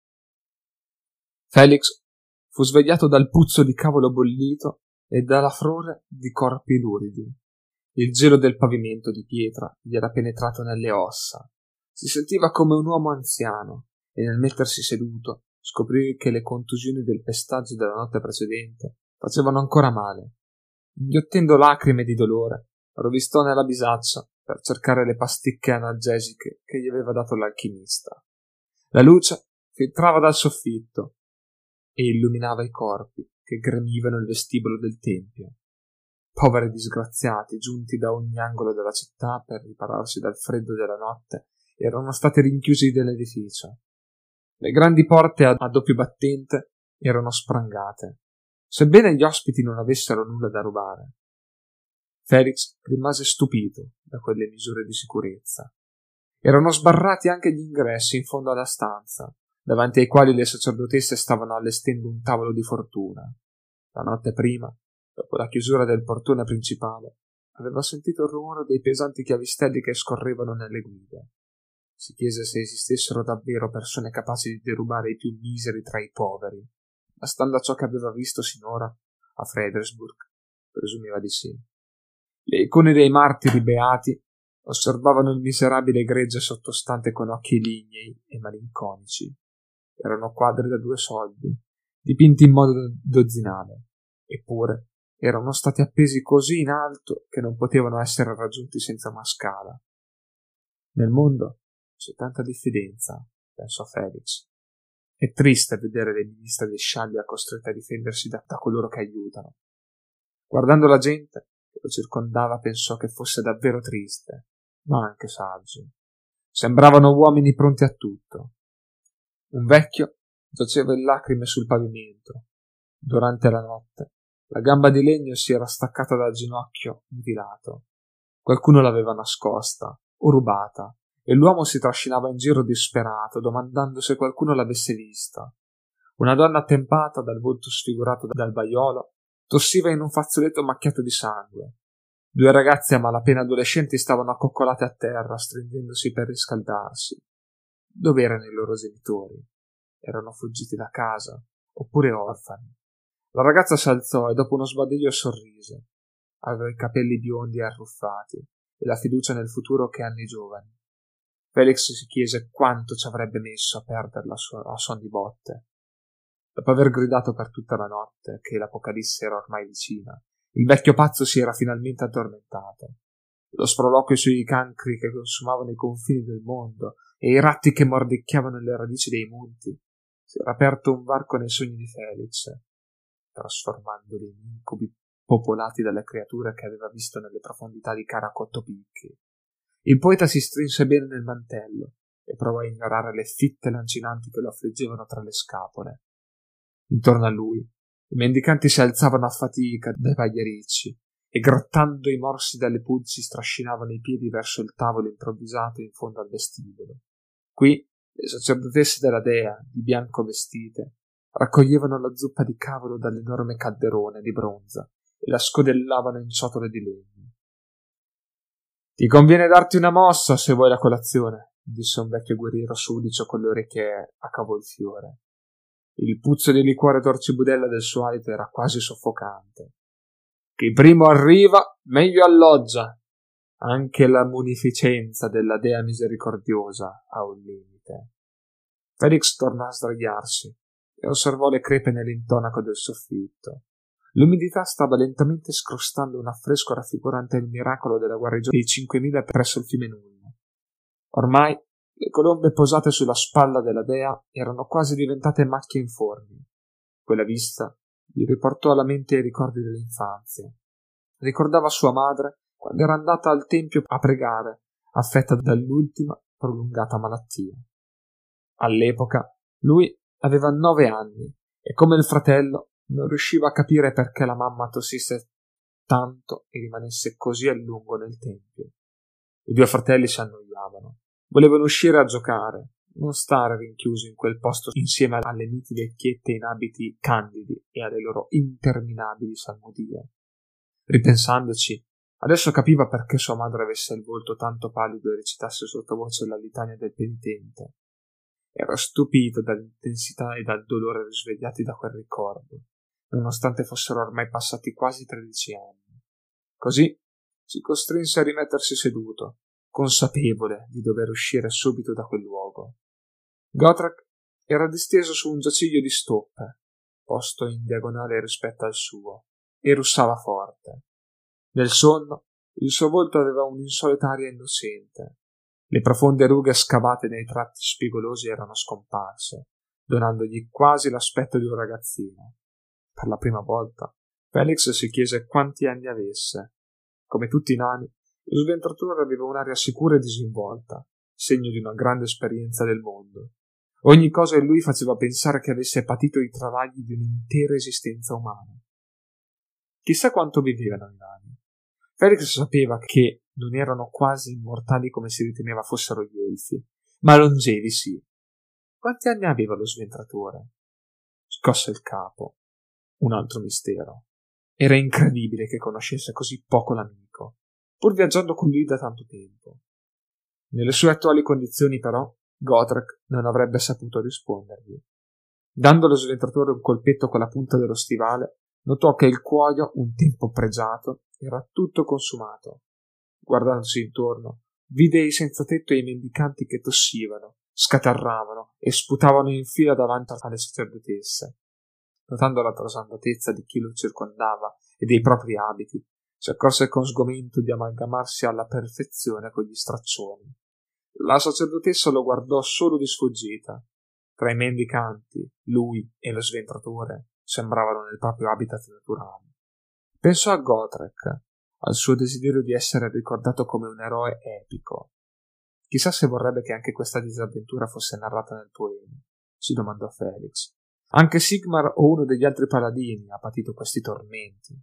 Felix fu svegliato dal puzzo di cavolo bollito e dalla frore di corpi luridi. Il gelo del pavimento di pietra gli era penetrato nelle ossa. Si sentiva come un uomo anziano e nel mettersi seduto scoprì che le contusioni del pestaggio della notte precedente facevano ancora male. Inghiottendo lacrime di dolore, rovistò nella bisaccia per cercare le pasticche analgesiche che gli aveva dato l'alchimista. La luce filtrava dal soffitto e illuminava i corpi che gremivano il vestibolo del tempio. Poveri disgraziati, giunti da ogni angolo della città per ripararsi dal freddo della notte, erano stati rinchiusi nell'edificio. Le grandi porte a doppio battente erano sprangate, sebbene gli ospiti non avessero nulla da rubare. Felix rimase stupito da quelle misure di sicurezza. Erano sbarrati anche gli ingressi in fondo alla stanza, davanti ai quali le sacerdotesse stavano allestendo un tavolo di fortuna. La notte prima, dopo la chiusura del portone principale, aveva sentito il rumore dei pesanti chiavistelli che scorrevano nelle guide. Si chiese se esistessero davvero persone capaci di derubare i più miseri tra i poveri, ma stando a ciò che aveva visto sinora a Fredericksburg, presumeva di sì. Le icone dei martiri beati osservavano il miserabile gregge sottostante con occhi lignei e malinconici. Erano quadri da 2 soldi, dipinti in modo dozzinale, eppure erano stati appesi così in alto che non potevano essere raggiunti senza una scala. Nel mondo c'è tanta diffidenza, pensò Felix. È triste vedere le ministre di Sciaglia costrette a difendersi da coloro che aiutano. Guardando la gente che lo circondava pensò che fosse davvero triste, ma anche saggio. Sembravano uomini pronti a tutto. Un vecchio giaceva in lacrime sul pavimento. Durante la notte la gamba di legno si era staccata dal ginocchio mutilato. Qualcuno l'aveva nascosta o rubata e l'uomo si trascinava in giro disperato, domandando se qualcuno l'avesse vista. Una donna attempata, dal volto sfigurato dal vaiolo, tossiva in un fazzoletto macchiato di sangue. 2 ragazze a malapena adolescenti stavano accoccolate a terra, stringendosi per riscaldarsi. Dove erano i loro genitori? Erano fuggiti da casa, oppure orfani? La ragazza si alzò e dopo uno sbadiglio sorrise. Aveva i capelli biondi e arruffati e la fiducia nel futuro che hanno i giovani. Felix si chiese quanto ci avrebbe messo a perderla a suon di botte. Dopo aver gridato per tutta la notte che l'apocalisse era ormai vicina, il vecchio pazzo si era finalmente addormentato. Lo sproloquio sui cancri che consumavano i confini del mondo e i ratti che mordicchiavano le radici dei monti, si era aperto un varco nei sogni di Felix, trasformandoli in incubi popolati dalle creature che aveva visto nelle profondità di Caracottopicchi. Il poeta si strinse bene nel mantello e provò a ignorare le fitte lancinanti che lo affliggevano tra le scapole. Intorno a lui i mendicanti si alzavano a fatica dai pagliericci e, grattando i morsi dalle pulci, strascinavano i piedi verso il tavolo improvvisato in fondo al vestibolo. Qui le sacerdotesse della dea, di bianco vestite, raccoglievano la zuppa di cavolo dall'enorme calderone di bronza e la scodellavano in ciotole di legno. «Ti conviene darti una mossa se vuoi la colazione», disse un vecchio guerriero sudicio con le orecchie a cavolfiore. Il puzzo di liquore torcibudella del suo alito era quasi soffocante. «Chi primo arriva, meglio alloggia. Anche la munificenza della dea misericordiosa ha un limite». Felix tornò a sdraiarsi e osservò le crepe nell'intonaco del soffitto. L'umidità stava lentamente scrostando un affresco raffigurante il miracolo della guarigione dei 5.000 presso il fiume Nullo. Ormai le colombe posate sulla spalla della dea erano quasi diventate macchie informi. Quella vista gli riportò alla mente i ricordi dell'infanzia. Ricordava sua madre quando era andata al tempio a pregare, affetta dall'ultima prolungata malattia. All'epoca lui aveva 9 anni e, come il fratello, non riusciva a capire perché la mamma tossisse tanto e rimanesse così a lungo nel tempio. I 2 fratelli si annoiavano, volevano uscire a giocare, non stare rinchiusi in quel posto insieme alle miti vecchiette in abiti candidi e alle loro interminabili salmodie. Ripensandoci, adesso capiva perché sua madre avesse il volto tanto pallido e recitasse sottovoce la litania del penitente. Era stupito dall'intensità e dal dolore risvegliati da quel ricordo, nonostante fossero ormai passati quasi 13 anni. Così si costrinse a rimettersi seduto, consapevole di dover uscire subito da quel luogo. Gotrek era disteso su un giaciglio di stoppe, posto in diagonale rispetto al suo, e russava forte. Nel sonno il suo volto aveva un'insolita aria innocente. Le profonde rughe scavate nei tratti spigolosi erano scomparse, donandogli quasi l'aspetto di un ragazzino. Per la prima volta Felix si chiese quanti anni avesse. Come tutti i nani, lo sventratore aveva un'aria sicura e disinvolta, segno di una grande esperienza del mondo. Ogni cosa in lui faceva pensare che avesse patito i travagli di un'intera esistenza umana. Chissà quanto vivevano i nani. Felix sapeva che non erano quasi immortali come si riteneva fossero gli elfi, ma longevi sì. Quanti anni aveva lo sventratore? Scosse il capo. Un altro mistero. Era incredibile che conoscesse così poco l'amico, pur viaggiando con lui da tanto tempo. Nelle sue attuali condizioni, però, Gotrek non avrebbe saputo rispondergli. Dando allo sventratore un colpetto con la punta dello stivale, notò che il cuoio, un tempo pregiato, era tutto consumato. Guardandosi intorno, vide i senzatetto e i mendicanti che tossivano, scatarravano e sputavano in fila davanti alle sacerdotesse. Notando la trasandatezza di chi lo circondava e dei propri abiti, si accorse con sgomento di amalgamarsi alla perfezione con gli straccioni. La sacerdotessa lo guardò solo di sfuggita. Tra i mendicanti, lui e lo sventratore sembravano nel proprio habitat naturale. Pensò a Gotrek, al suo desiderio di essere ricordato come un eroe epico. Chissà se vorrebbe che anche questa disavventura fosse narrata nel poema, si domandò Felix. Anche Sigmar o uno degli altri paladini ha patito questi tormenti.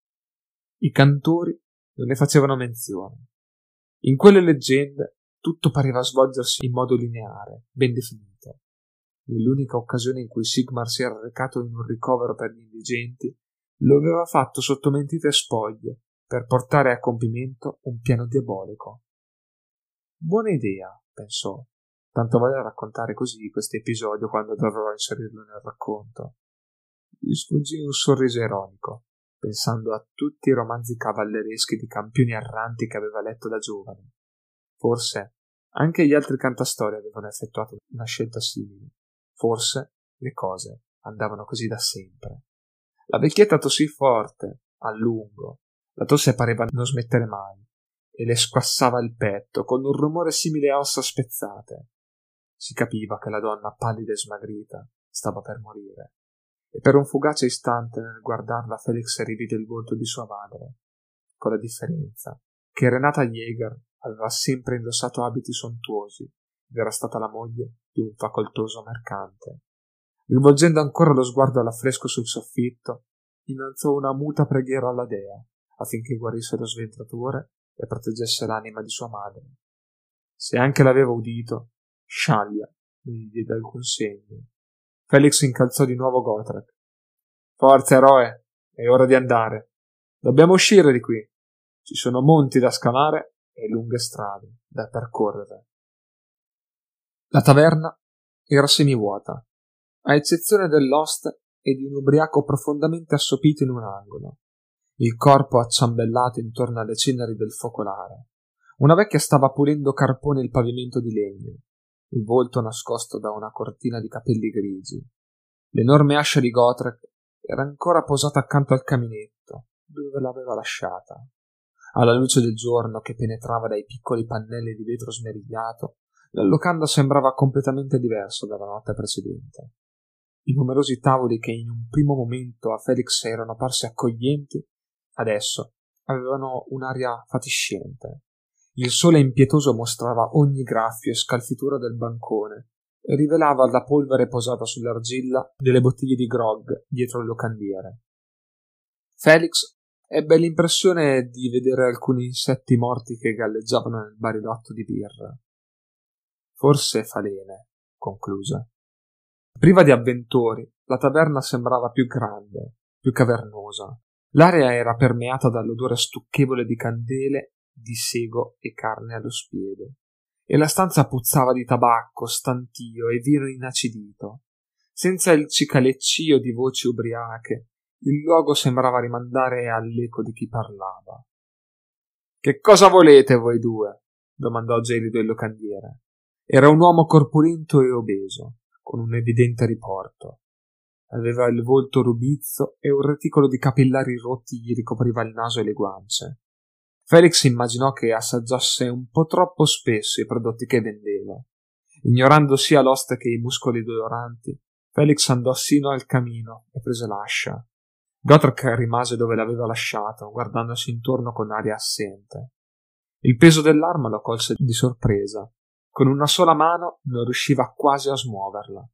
I cantori non ne facevano menzione. In quelle leggende tutto pareva svolgersi in modo lineare, ben definito. Nell'unica occasione in cui Sigmar si era recato in un ricovero per gli indigenti, lo aveva fatto sotto mentite spoglie per portare a compimento un piano diabolico. Buona idea, pensò. Tanto vale raccontare così questo episodio quando dovrò inserirlo nel racconto. Gli sfuggì un sorriso ironico, pensando a tutti i romanzi cavallereschi di campioni erranti che aveva letto da giovane. Forse anche gli altri cantastorie avevano effettuato una scelta simile. Forse le cose andavano così da sempre. La vecchietta tossì forte, a lungo. La tosse pareva non smettere mai, e le squassava il petto con un rumore simile a ossa spezzate. Si capiva che la donna, pallida e smagrita, stava per morire, e per un fugace istante nel guardarla Felix rivide il volto di sua madre, con la differenza che Renata Jäger aveva sempre indossato abiti sontuosi ed era stata la moglie di un facoltoso mercante. Rivolgendo ancora lo sguardo all'affresco sul soffitto, innalzò una muta preghiera alla dea affinché guarisse lo sventratore e proteggesse l'anima di sua madre. Se anche l'aveva udito, Sciaglia non gli diede alcun segno. Felix incalzò di nuovo Gotrek. Forza, eroe, è ora di andare. Dobbiamo uscire di qui. Ci sono monti da scalare e lunghe strade da percorrere. La taverna era semivuota, a eccezione dell'oste e di un ubriaco profondamente assopito in un angolo, il corpo acciambellato intorno alle ceneri del focolare. Una vecchia stava pulendo carpone il pavimento di legno, il volto nascosto da una cortina di capelli grigi. L'enorme ascia di Gotrek era ancora posata accanto al caminetto, dove l'aveva lasciata. Alla luce del giorno che penetrava dai piccoli pannelli di vetro smerigliato, la locanda sembrava completamente diversa dalla notte precedente. I numerosi tavoli che in un primo momento a Felix erano parsi accoglienti, adesso avevano un'aria fatiscente. Il sole impietoso mostrava ogni graffio e scalfitura del bancone e rivelava la polvere posata sull'argilla delle bottiglie di grog dietro il locandiere. Felix ebbe l'impressione di vedere alcuni insetti morti che galleggiavano nel barilotto di birra. Forse falene, concluse. Priva di avventori, la taverna sembrava più grande, più cavernosa. L'aria era permeata dall'odore stucchevole di candele, di sego e carne allo spiedo, e la stanza puzzava di tabacco, stantio e vino inacidito. Senza il cicaleccio di voci ubriache, il luogo sembrava rimandare all'eco di chi parlava. «Che cosa volete voi due?» domandò gelido il locandiere. Era un uomo corpulento e obeso, con un evidente riporto. Aveva il volto rubizzo e un reticolo di capillari rotti gli ricopriva il naso e le guance. Felix immaginò che assaggiasse un po' troppo spesso i prodotti che vendeva. Ignorando sia l'oste che i muscoli doloranti, Felix andò sino al camino e prese l'ascia. Gotrek rimase dove l'aveva lasciato, guardandosi intorno con aria assente. Il peso dell'arma lo colse di sorpresa. Con una sola mano non riusciva quasi a smuoverla.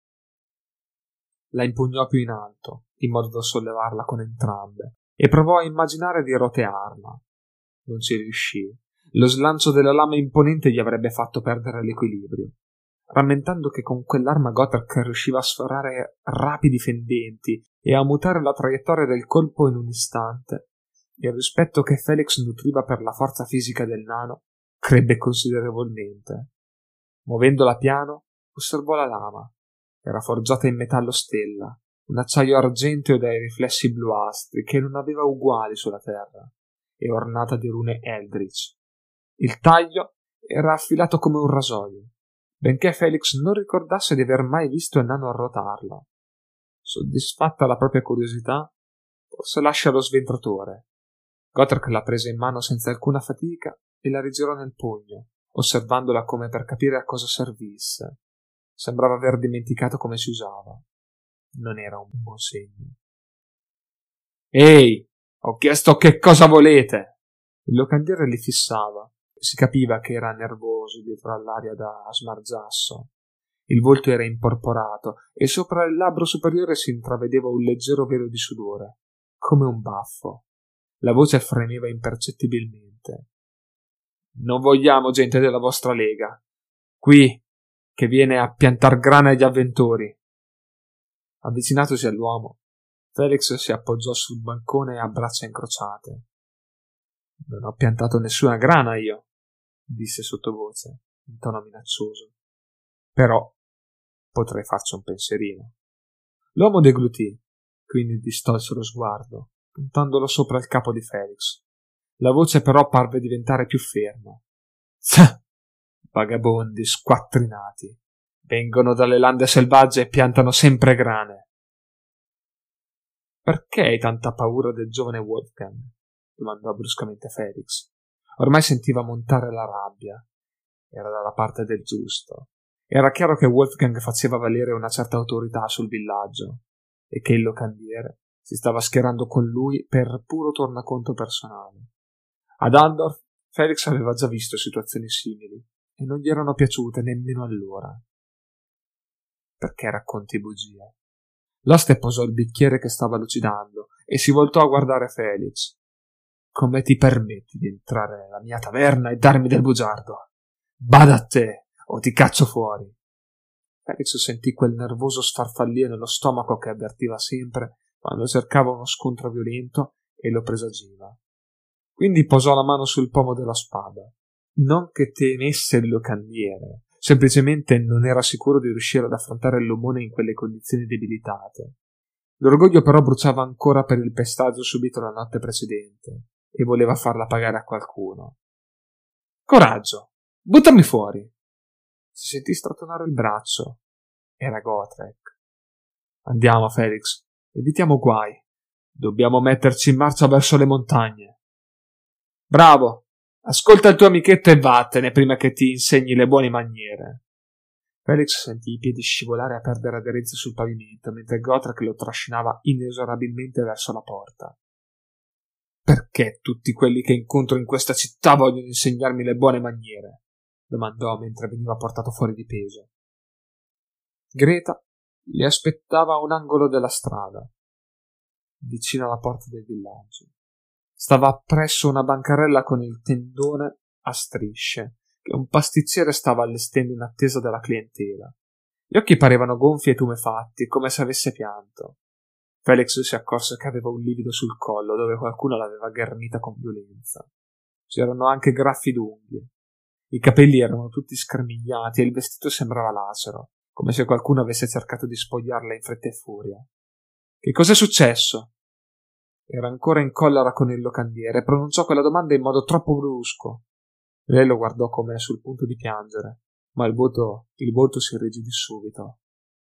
La impugnò più in alto, in modo da sollevarla con entrambe, e provò a immaginare di rotearla. Non ci riuscì. Lo slancio della lama imponente gli avrebbe fatto perdere l'equilibrio. Rammentando che con quell'arma Gotrek riusciva a sforare rapidi fendenti e a mutare la traiettoria del colpo in un istante, il rispetto che Felix nutriva per la forza fisica del nano crebbe considerevolmente. Muovendola piano, osservò la lama. Era forgiata in metallo stella, un acciaio argenteo dai riflessi bluastri che non aveva uguali sulla terra, e ornata di rune Eldritch. Il taglio era affilato come un rasoio, benché Felix non ricordasse di aver mai visto il nano arrotarla. Soddisfatta la propria curiosità, forse lascia lo sventratore. Gotrek la prese in mano senza alcuna fatica e la rigirò nel pugno, osservandola come per capire a cosa servisse. Sembrava aver dimenticato come si usava. Non era un buon segno. «Ehi, ho chiesto che cosa volete!» Il locandiere li fissava. Si capiva che era nervoso dietro all'aria da smargiasso. Il volto era imporporato e sopra il labbro superiore si intravedeva un leggero velo di sudore, come un baffo. La voce fremeva impercettibilmente. «Non vogliamo gente della vostra lega. Qui, che viene a piantar grana agli avventori.» Avvicinatosi all'uomo, Felix si appoggiò sul bancone a braccia incrociate. «Non ho piantato nessuna grana io», disse sottovoce, in tono minaccioso. «Però potrei farci un pensierino.» L'uomo deglutì, quindi distolse lo sguardo, puntandolo sopra il capo di Felix. La voce però parve diventare più ferma. «Vagabondi squattrinati. Vengono dalle lande selvagge e piantano sempre grane.» «Perché hai tanta paura del giovane Wolfgang?» domandò bruscamente Felix. Ormai sentiva montare la rabbia. Era dalla parte del giusto. Era chiaro che Wolfgang faceva valere una certa autorità sul villaggio e che il locandiere si stava schierando con lui per puro tornaconto personale. Ad Andorf Felix aveva già visto situazioni simili e non gli erano piaciute nemmeno allora. «Perché racconti bugie?» L'oste posò il bicchiere che stava lucidando e si voltò a guardare Felix. «Come ti permetti di entrare nella mia taverna e darmi del bugiardo? Bada a te, o ti caccio fuori!» Felix sentì quel nervoso sfarfallio nello stomaco che avvertiva sempre quando cercava uno scontro violento e lo presagiva. Quindi posò la mano sul pomo della spada. Non che temesse il locandiere, semplicemente non era sicuro di riuscire ad affrontare l'omone in quelle condizioni debilitate. L'orgoglio però bruciava ancora per il pestaggio subito la notte precedente e voleva farla pagare a qualcuno. «Coraggio! Buttami fuori!» Si sentì strattonare il braccio. Era Gotrek. «Andiamo, Felix. Evitiamo guai. Dobbiamo metterci in marcia verso le montagne.» «Bravo! Ascolta il tuo amichetto e vattene prima che ti insegni le buone maniere.» Felix sentì i piedi scivolare a perdere aderenza sul pavimento mentre Gotrek lo trascinava inesorabilmente verso la porta. «Perché Perché tutti quelli che incontro in questa città vogliono insegnarmi le buone maniere? Domandò mentre veniva portato fuori di peso. Greta li aspettava a un angolo della strada, vicino alla porta del villaggio. Stava appresso una bancarella con il tendone a strisce, che un pasticcere stava allestendo in attesa della clientela. Gli occhi parevano gonfi e tumefatti, come se avesse pianto. Felix si accorse che aveva un livido sul collo, dove qualcuno l'aveva ghermita con violenza. C'erano anche graffi d'unghie. I capelli erano tutti scarmigliati e il vestito sembrava lacero, come se qualcuno avesse cercato di spogliarla in fretta e furia. Che cos'è successo? Era ancora in collera con il locandiere e pronunciò quella domanda in modo troppo brusco. Lei lo guardò come sul punto di piangere, ma il volto si irrigidì subito.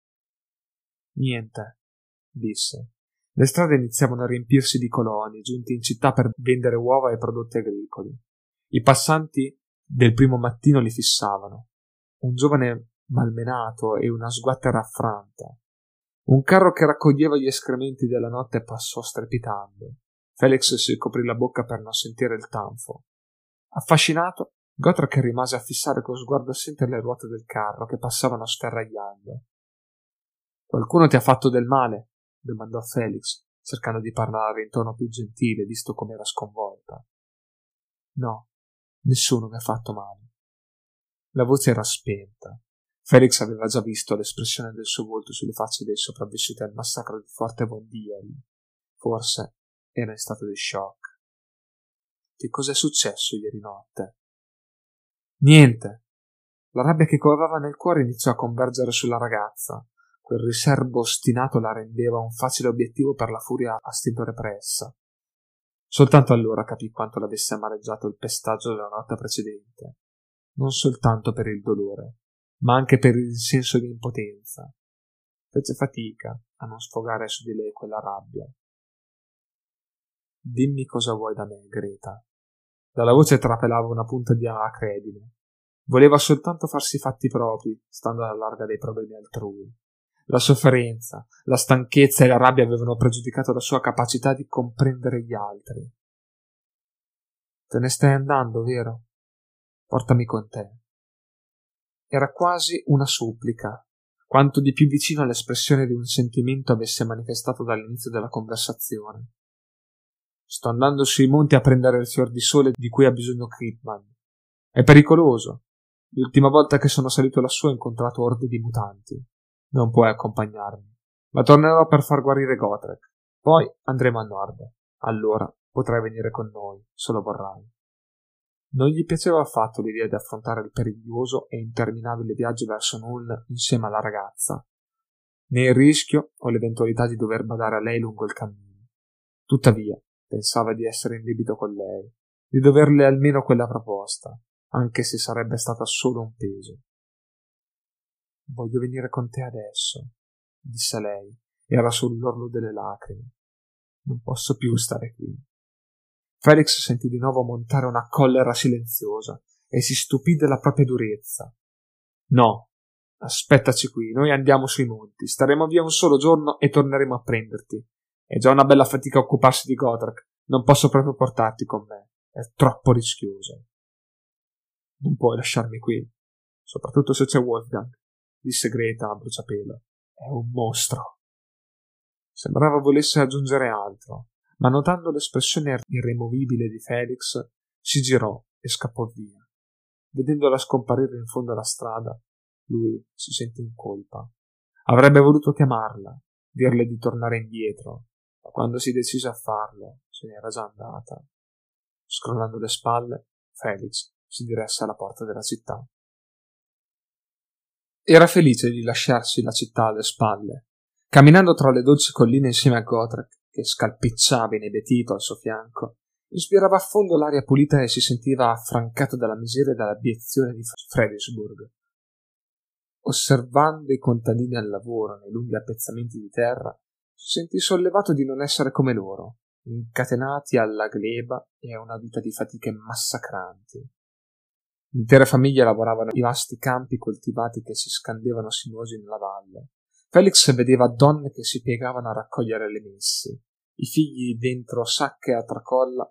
Niente, disse. Le strade iniziavano a riempirsi di coloni, giunti in città per vendere uova e prodotti agricoli. I passanti del primo mattino li fissavano. Un giovane malmenato e una sguattera affranta. Un carro che raccoglieva gli escrementi della notte passò strepitando. Felix si coprì la bocca per non sentire il tanfo. Affascinato, Gotrek rimase a fissare con sguardo assente le ruote del carro che passavano sferragliando. «Qualcuno ti ha fatto del male?» domandò Felix, cercando di parlare in tono più gentile, visto come era sconvolta. «No, nessuno mi ha fatto male». La voce era spenta. Felix aveva già visto l'espressione del suo volto sulle facce dei sopravvissuti al massacro di Forte Vondieri. Forse era in stato di shock. Che cos'è successo ieri notte? Niente. La rabbia che covava nel cuore iniziò a convergere sulla ragazza. Quel riserbo ostinato la rendeva un facile obiettivo per la furia a stento repressa. Soltanto allora capì quanto l'avesse amareggiato il pestaggio della notte precedente. Non soltanto per il dolore, ma anche per il senso di impotenza. Fece fatica a non sfogare su di lei quella rabbia. «Dimmi cosa vuoi da me, Greta». Dalla voce trapelava una punta di acredine. Voleva soltanto farsi fatti propri, stando alla larga dei problemi altrui. La sofferenza, la stanchezza e la rabbia avevano pregiudicato la sua capacità di comprendere gli altri. «Te ne stai andando, vero? Portami con te». Era quasi una supplica, quanto di più vicino all'espressione di un sentimento avesse manifestato dall'inizio della conversazione. «Sto andando sui monti a prendere il fior di sole di cui ha bisogno Kripman. È pericoloso. L'ultima volta che sono salito lassù ho incontrato orde di mutanti. Non puoi accompagnarmi, ma tornerò per far guarire Gotrek. Poi andremo a nord. Allora potrai venire con noi, se lo vorrai». Non gli piaceva affatto l'idea di affrontare il periglioso e interminabile viaggio verso Null insieme alla ragazza, né il rischio o l'eventualità di dover badare a lei lungo il cammino. Tuttavia, pensava di essere in debito con lei, di doverle almeno quella proposta, anche se sarebbe stata solo un peso. «Voglio venire con te adesso», disse lei. Era sull'orlo delle lacrime. «Non posso più stare qui». Felix sentì di nuovo montare una collera silenziosa e si stupì della propria durezza. «No, aspettaci qui, noi andiamo sui monti, staremo via un solo giorno e torneremo a prenderti. È già una bella fatica occuparsi di Gotrek, non posso proprio portarti con me, è troppo rischioso». «Non puoi lasciarmi qui, soprattutto se c'è Wolfgang», disse Greta a bruciapelo. «È un mostro». Sembrava volesse aggiungere altro, ma notando l'espressione irremovibile di Felix, si girò e scappò via. Vedendola scomparire in fondo alla strada, lui si sentì in colpa. Avrebbe voluto chiamarla, dirle di tornare indietro, ma quando si decise a farlo, se n'era già andata. Scrollando le spalle, Felix si diresse alla porta della città. Era felice di lasciarsi la città alle spalle. Camminando tra le dolci colline insieme a Gotrek, che scalpicciava inebetito al suo fianco, ispirava a fondo l'aria pulita e si sentiva affrancato dalla miseria e dall'abiezione di Fredericksburg. Osservando i contadini al lavoro nei lunghi appezzamenti di terra, si sentì sollevato di non essere come loro, incatenati alla gleba e a una vita di fatiche massacranti. Intere famiglie lavoravano i vasti campi coltivati che si scandevano sinuosi nella valle. Felix vedeva donne che si piegavano a raccogliere le messi, i figli dentro sacche a tracolla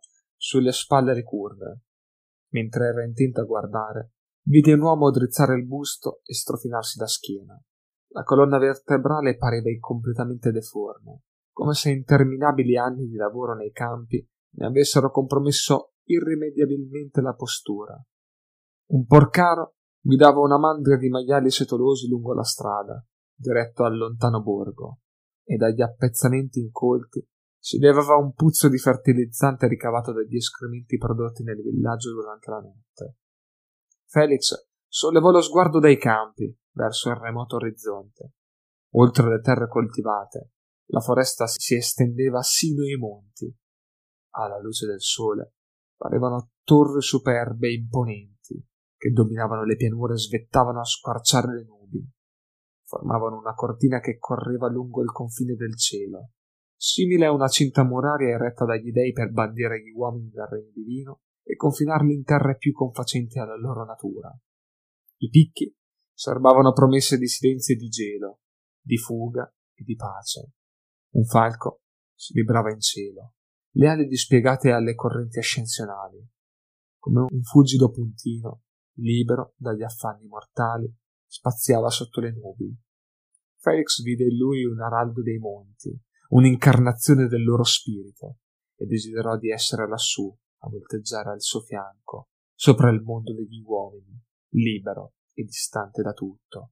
sulle spalle ricurve. Mentre era intento a guardare, vide un uomo drizzare il busto e strofinarsi la schiena. La colonna vertebrale pareva completamente deforme, come se interminabili anni di lavoro nei campi ne avessero compromesso irrimediabilmente la postura. Un porcaro guidava una mandria di maiali setolosi lungo la strada, diretto al lontano borgo, e dagli appezzamenti incolti si levava un puzzo di fertilizzante ricavato dagli escrementi prodotti nel villaggio durante la notte. Felix sollevò lo sguardo dai campi verso il remoto orizzonte. Oltre le terre coltivate, la foresta si estendeva sino ai monti. Alla luce del sole parevano torri superbe e imponenti che dominavano le pianure e svettavano a squarciare le nubi. Formavano una cortina che correva lungo il confine del cielo, simile a una cinta muraria eretta dagli dei per bandire gli uomini dal regno divino e confinarli in terre più confacenti alla loro natura. I picchi serbavano promesse di silenzio e di gelo, di fuga e di pace. Un falco si librava in cielo, le ali dispiegate alle correnti ascensionali, come un fulgido puntino, libero dagli affanni mortali, spaziava sotto le nubi. Felix vide in lui un araldo dei monti, un'incarnazione del loro spirito, e desiderò di essere lassù a volteggiare al suo fianco, sopra il mondo degli uomini, libero e distante da tutto.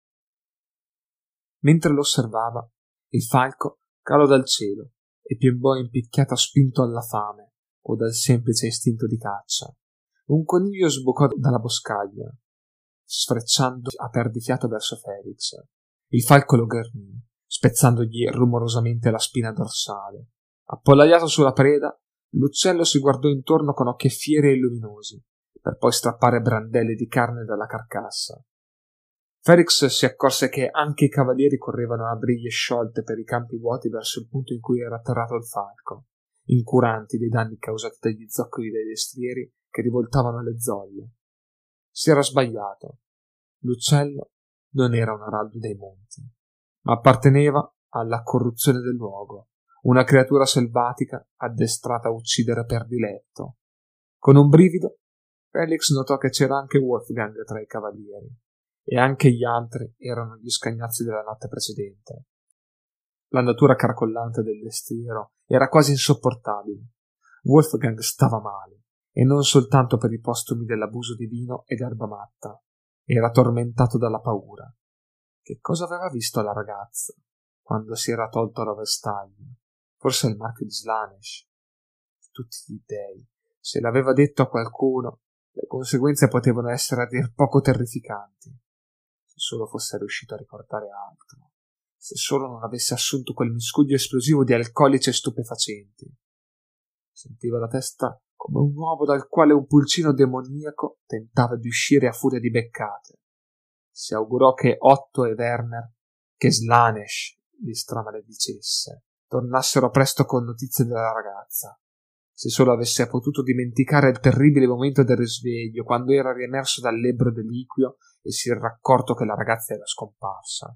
Mentre lo osservava, il falco calò dal cielo e piombò impicchiato spinto alla fame o dal semplice istinto di caccia. Un coniglio sbucò dalla boscaglia, sfrecciando a perdifiato verso Felix. Il falco lo ghermì, spezzandogli rumorosamente la spina dorsale. Appollaiato sulla preda, l'uccello si guardò intorno con occhi fieri e luminosi, per poi strappare brandelli di carne dalla carcassa. Felix si accorse che anche i cavalieri correvano a briglie sciolte per i campi vuoti verso il punto in cui era atterrato il falco, incuranti dei danni causati dagli zoccoli dei destrieri che rivoltavano le zoglie. Si era sbagliato. L'uccello non era un araldo dei monti, ma apparteneva alla corruzione del luogo, una creatura selvatica addestrata a uccidere per diletto. Con un brivido, Felix notò che c'era anche Wolfgang tra i cavalieri, e anche gli altri erano gli scagnazzi della notte precedente. La natura caracollante del destriero era quasi insopportabile. Wolfgang stava male, e non soltanto per i postumi dell'abuso di vino ed erba matta. Era tormentato dalla paura. Che cosa aveva visto la ragazza quando si era tolto la vestaglia? Forse il marchio di Slanesh. Tutti gli dei. Se l'aveva detto a qualcuno, le conseguenze potevano essere a dir poco terrificanti. Se solo fosse riuscito a ricordare altro. Se solo non avesse assunto quel miscuglio esplosivo di alcolici e stupefacenti. Sentiva la testa come un uovo dal quale un pulcino demoniaco tentava di uscire a furia di beccate. Si augurò che Otto e Werner, che Slanesh li stramaledicesse, tornassero presto con notizie della ragazza. Se solo avesse potuto dimenticare il terribile momento del risveglio, quando era riemerso dal lebbro deliquio e si era accorto che la ragazza era scomparsa.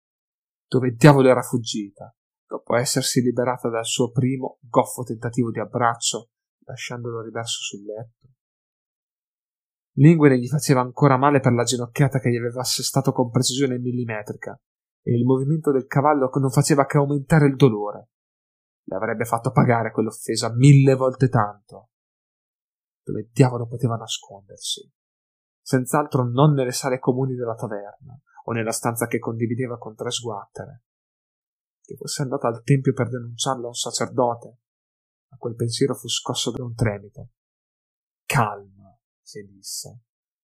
Dove diavolo era fuggita, dopo essersi liberata dal suo primo goffo tentativo di abbraccio, lasciandolo riverso sul letto? Linguine gli faceva ancora male per la ginocchiata che gli aveva assestato con precisione millimetrica, e il movimento del cavallo non faceva che aumentare il dolore. Le avrebbe fatto pagare quell'offesa 1000 volte tanto. Dove diavolo poteva nascondersi? Senz'altro non nelle sale comuni della taverna, o nella stanza che condivideva con 3 sguattere. Che fosse andata al tempio per denunciarlo a un sacerdote. A quel pensiero fu scosso da un tremito. Calma, si disse.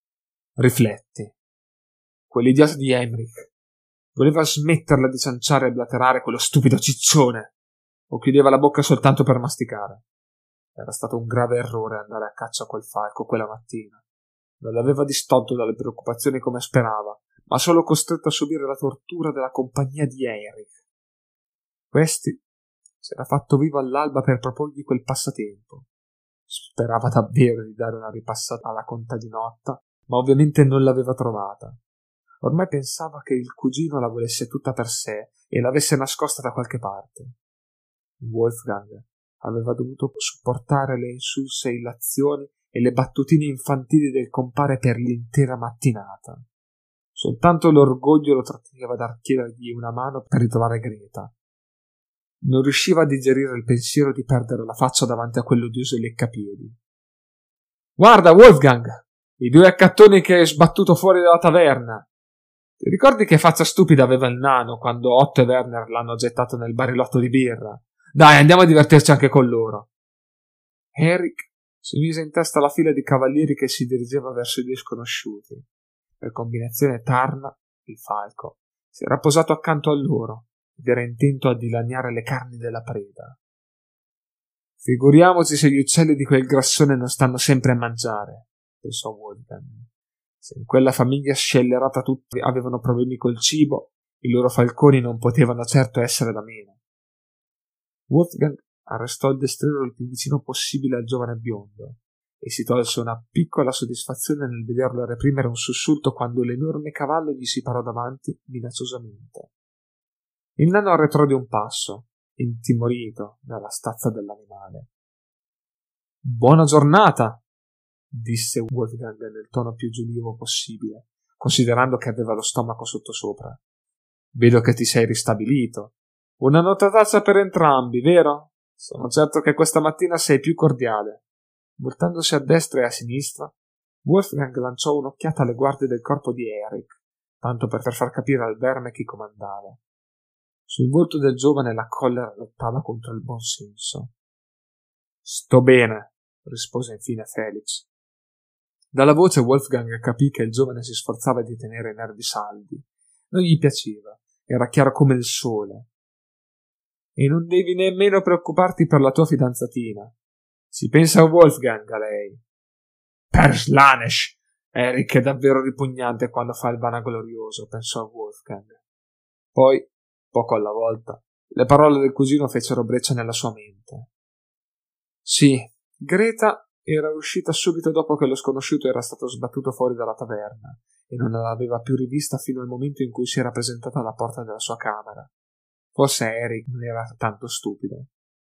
Rifletti. Quell'idiota di Emmerich voleva smetterla di cianciare e blaterare quello stupido ciccione, o chiudeva la bocca soltanto per masticare. Era stato un grave errore andare a caccia a quel falco quella mattina. Non l'aveva distolto dalle preoccupazioni come sperava, ma solo costretto a subire la tortura della compagnia di Heinrich. Questi si era fatto vivo all'alba per proporgli quel passatempo. Sperava davvero di dare una ripassata alla contadinotta, ma ovviamente non l'aveva trovata. Ormai pensava che il cugino la volesse tutta per sé e l'avesse nascosta da qualche parte. Wolfgang aveva dovuto sopportare le insulse illazioni e le battutine infantili del compare per l'intera mattinata. Soltanto l'orgoglio lo tratteneva dal chiedergli una mano per ritrovare Greta. Non riusciva a digerire il pensiero di perdere la faccia davanti a quell'odioso leccapiedi. «Guarda, Wolfgang! I due accattoni che hai sbattuto fuori dalla taverna! Ti ricordi che faccia stupida aveva il nano quando Otto e Werner l'hanno gettato nel barilotto di birra? Dai, andiamo a divertirci anche con loro!» Eric si mise in testa alla fila di cavalieri che si dirigeva verso i due sconosciuti. Per combinazione Tarna, il falco, si era posato accanto a loro ed era intento a dilaniare le carni della preda. «Figuriamoci se gli uccelli di quel grassone non stanno sempre a mangiare», pensò Wolfgang. Se in quella famiglia scellerata tutti avevano problemi col cibo, i loro falconi non potevano certo essere da meno. Wolfgang arrestò il destriero il più vicino possibile al giovane biondo e si tolse una piccola soddisfazione nel vederlo reprimere un sussulto quando l'enorme cavallo gli si parò davanti minacciosamente. Il nano arretrò di un passo, intimorito dalla stazza dell'animale. «Buona giornata!» disse Wolfgang nel tono più giulivo possibile, considerando che aveva lo stomaco sottosopra. «Vedo che ti sei ristabilito. Una notataccia per entrambi, vero? Sono certo che questa mattina sei più cordiale». Voltandosi a destra e a sinistra, Wolfgang lanciò un'occhiata alle guardie del corpo di Eric, tanto per far capire al verme chi comandava. Sul volto del giovane la collera lottava contro il buon senso. «Sto bene», rispose infine Felix. Dalla voce Wolfgang capì che il giovane si sforzava di tenere i nervi saldi. Non gli piaceva, era chiaro come il sole. «E non devi nemmeno preoccuparti per la tua fidanzatina. Si pensa a Wolfgang, a lei». «Per Slanesh! Eric è davvero ripugnante quando fa il vanaglorioso», pensò Wolfgang. Poi, poco alla volta, le parole del cugino fecero breccia nella sua mente. Sì, Greta era uscita subito dopo che lo sconosciuto era stato sbattuto fuori dalla taverna e non l'aveva più rivista fino al momento in cui si era presentata alla porta della sua camera. Forse Eric non era tanto stupido.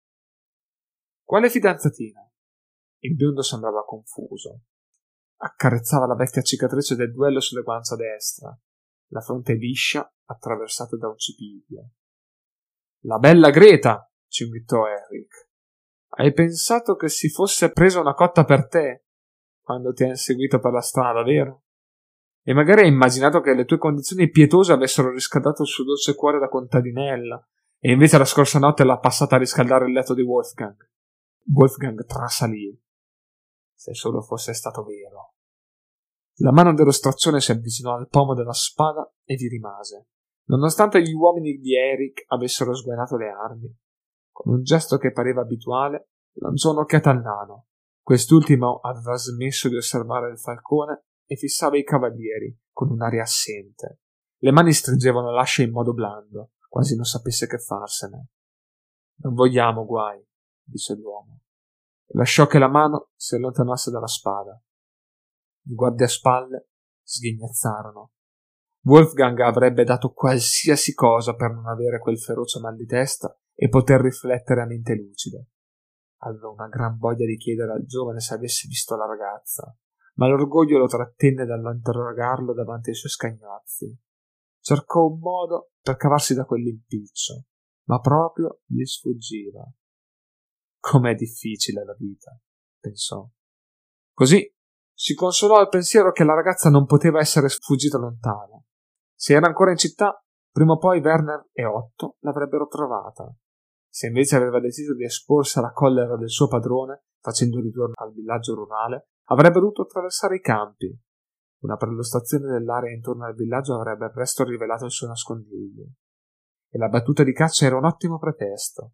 «Quale fidanzatina?» Il biondo sembrava confuso. Accarezzava la vecchia cicatrice del duello sulla guancia destra, la fronte liscia attraversata da un cipiglio. «La bella Greta!» ci invitò Eric. «Hai pensato che si fosse presa una cotta per te quando ti ha inseguito per la strada, vero? E magari hai immaginato che le tue condizioni pietose avessero riscaldato il suo dolce cuore da contadinella, e invece la scorsa notte l'ha passata a riscaldare il letto di Wolfgang». Wolfgang trasalì. Se solo fosse stato vero. La mano dello straccione si avvicinò al pomo della spada e vi rimase, nonostante gli uomini di Eric avessero sguainato le armi. Con un gesto che pareva abituale, lanciò un'occhiata al nano. Quest'ultimo aveva smesso di osservare il falcone e fissava i cavalieri con un'aria assente. Le mani stringevano l'ascia in modo blando, quasi non sapesse che farsene. «Non vogliamo guai», disse l'uomo. Lasciò che la mano si allontanasse dalla spada. I guardiaspalle sghignazzarono. Wolfgang avrebbe dato qualsiasi cosa per non avere quel feroce mal di testa e poter riflettere a mente lucida. Aveva una gran voglia di chiedere al giovane se avesse visto la ragazza, ma l'orgoglio lo trattenne dall'interrogarlo davanti ai suoi scagnozzi. Cercò un modo per cavarsi da quell'impiccio, ma proprio gli sfuggiva. «Com'è difficile la vita», pensò. Così si consolò al pensiero che la ragazza non poteva essere sfuggita lontano. Se era ancora in città, prima o poi Werner e Otto l'avrebbero trovata. Se invece aveva deciso di esporsi alla collera del suo padrone, facendo ritorno al villaggio rurale, avrebbe dovuto attraversare i campi. Una perlustrazione dell'area intorno al villaggio avrebbe presto rivelato il suo nascondiglio. E la battuta di caccia era un ottimo pretesto.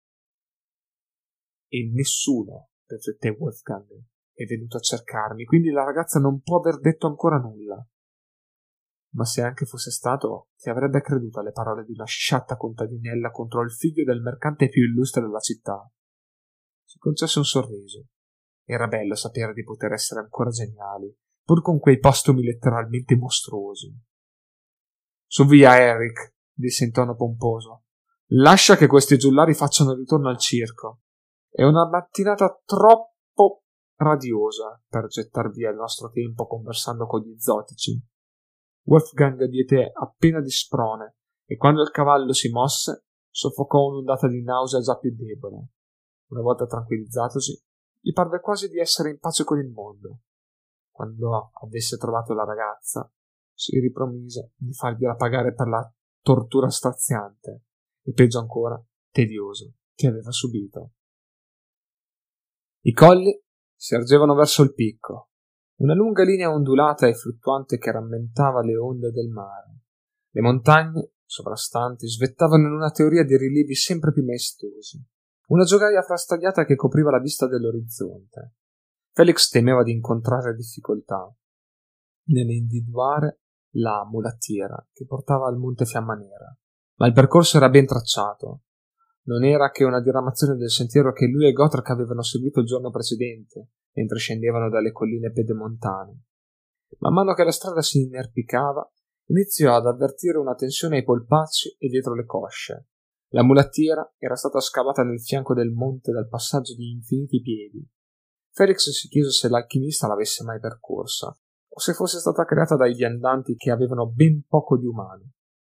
«E nessuno», rifletté Wolfgang, «è venuto a cercarmi, quindi la ragazza non può aver detto ancora nulla». Ma se anche fosse stato, chi avrebbe creduto alle parole di una sciatta contadinella contro il figlio del mercante più illustre della città? Si concesse un sorriso. Era bello sapere di poter essere ancora geniali, pur con quei postumi letteralmente mostruosi. «Su via, Eric», disse in tono pomposo. «Lascia che questi giullari facciano ritorno al circo. È una mattinata troppo radiosa per gettar via il nostro tempo conversando con gli zotici. Wolfgang diede appena di sprone e quando il cavallo si mosse soffocò un'ondata di nausea già più debole. Una volta tranquillizzatosi, gli parve quasi di essere in pace con il mondo. Quando avesse trovato la ragazza, si ripromise di fargliela pagare per la tortura straziante e peggio ancora tediosa che aveva subito. I colli si ergevano verso il picco, una lunga linea ondulata e fluttuante che rammentava le onde del mare. Le montagne sovrastanti svettavano in una teoria di rilievi sempre più maestosi, una giogaia frastagliata che copriva la vista dell'orizzonte. Felix temeva di incontrare difficoltà nell'individuare la mulattiera che portava al monte Fiamma Nera, ma il percorso era ben tracciato. Non era che una diramazione del sentiero che lui e Gotrek avevano seguito il giorno precedente, mentre scendevano dalle colline pedemontane. Man mano che la strada si inerpicava, iniziò ad avvertire una tensione ai polpacci e dietro le cosce. La mulattiera era stata scavata nel fianco del monte dal passaggio di infiniti piedi. Felix si chiese se l'alchimista l'avesse mai percorsa, o se fosse stata creata dai viandanti che avevano ben poco di umano.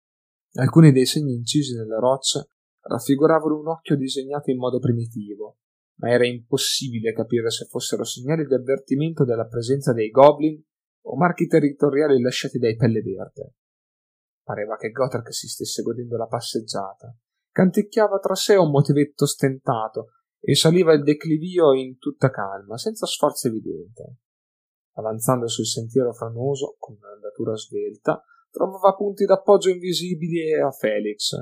Alcuni dei segni incisi nelle rocce raffiguravano un occhio disegnato in modo primitivo, ma era impossibile capire se fossero segnali di avvertimento della presenza dei goblin o marchi territoriali lasciati dai Pelle Verde. Pareva che Gotrek si stesse godendo la passeggiata, canticchiava tra sé un motivetto stentato e saliva il declivio in tutta calma, senza sforzo evidente. Avanzando sul sentiero franoso, con un'andatura svelta, trovava punti d'appoggio invisibili a Felix.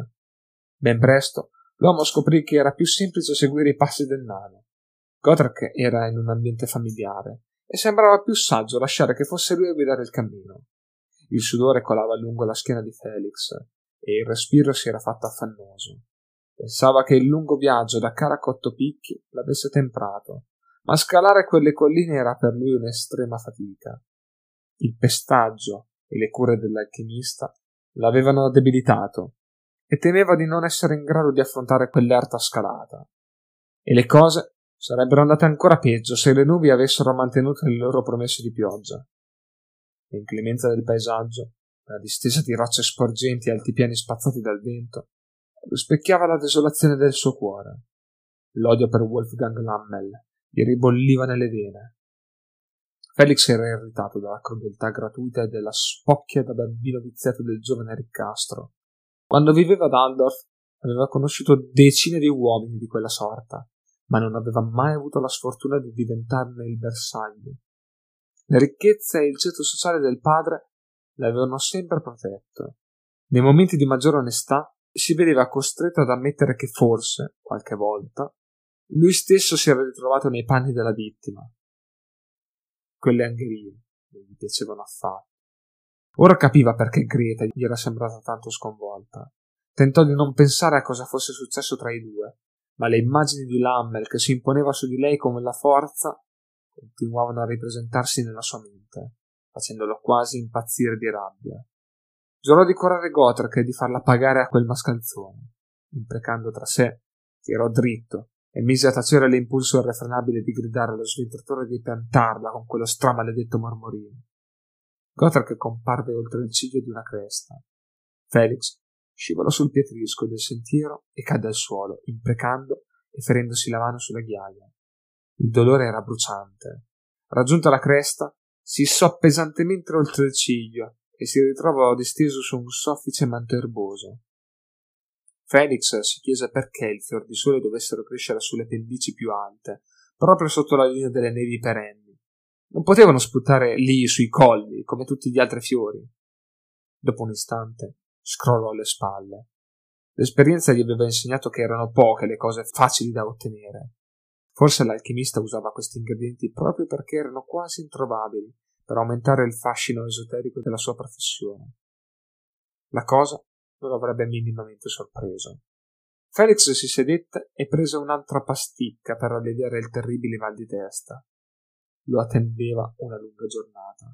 Ben presto l'uomo scoprì che era più semplice seguire i passi del nano. Gotrek era in un ambiente familiare e sembrava più saggio lasciare che fosse lui a guidare il cammino. Il sudore colava lungo la schiena di Felix e il respiro si era fatto affannoso. Pensava che il lungo viaggio da Caracottopicchi l'avesse temprato, ma scalare quelle colline era per lui un'estrema fatica. Il pestaggio e le cure dell'alchimista l'avevano debilitato e temeva di non essere in grado di affrontare quell'erta scalata. E le cose sarebbero andate ancora peggio se le nubi avessero mantenuto le loro promesse di pioggia. L'inclemenza del paesaggio, la distesa di rocce sporgenti e altipiani spazzati dal vento, rispecchiava la desolazione del suo cuore. L'odio per Wolfgang Lammel gli ribolliva nelle vene. Felix era irritato dalla crudeltà gratuita e della spocchia da bambino viziato del giovane Riccastro. Quando viveva ad Aldorf aveva conosciuto decine di uomini di quella sorta, ma non aveva mai avuto la sfortuna di diventarne il bersaglio. Le ricchezze e il ceto sociale del padre l'avevano sempre protetto. Nei momenti di maggiore onestà si vedeva costretto ad ammettere che forse, qualche volta, lui stesso si era ritrovato nei panni della vittima. Quelle angherie non gli piacevano affatto. Ora capiva perché Greta gli era sembrata tanto sconvolta. Tentò di non pensare a cosa fosse successo tra i due, ma le immagini di Lammel che si imponeva su di lei come la forza continuavano a ripresentarsi nella sua mente, facendolo quasi impazzire di rabbia. Giurò di curare Gotrek e di farla pagare a quel mascalzone. Imprecando tra sé, tirò dritto e mise a tacere l'impulso irrefrenabile di gridare allo sventratore di piantarla con quello stramaledetto mormorino. Gotrek comparve oltre il ciglio di una cresta. Felix scivolò sul pietrisco del sentiero e cadde al suolo, imprecando e ferendosi la mano sulla ghiaia. Il dolore era bruciante. Raggiunta la cresta, si issò pesantemente oltre il ciglio e si ritrovò disteso su un soffice manto erboso. Felix si chiese perché il fior di sole dovessero crescere sulle pendici più alte, proprio sotto la linea delle nevi perenni. Non potevano spuntare lì sui colli come tutti gli altri fiori. Dopo un istante scrollò le spalle. L'esperienza gli aveva insegnato che erano poche le cose facili da ottenere. Forse l'alchimista usava questi ingredienti proprio perché erano quasi introvabili, per aumentare il fascino esoterico della sua professione. La cosa non lo avrebbe minimamente sorpreso. Felix si sedette e prese un'altra pasticca per alleviare il terribile mal di testa. Lo attendeva una lunga giornata.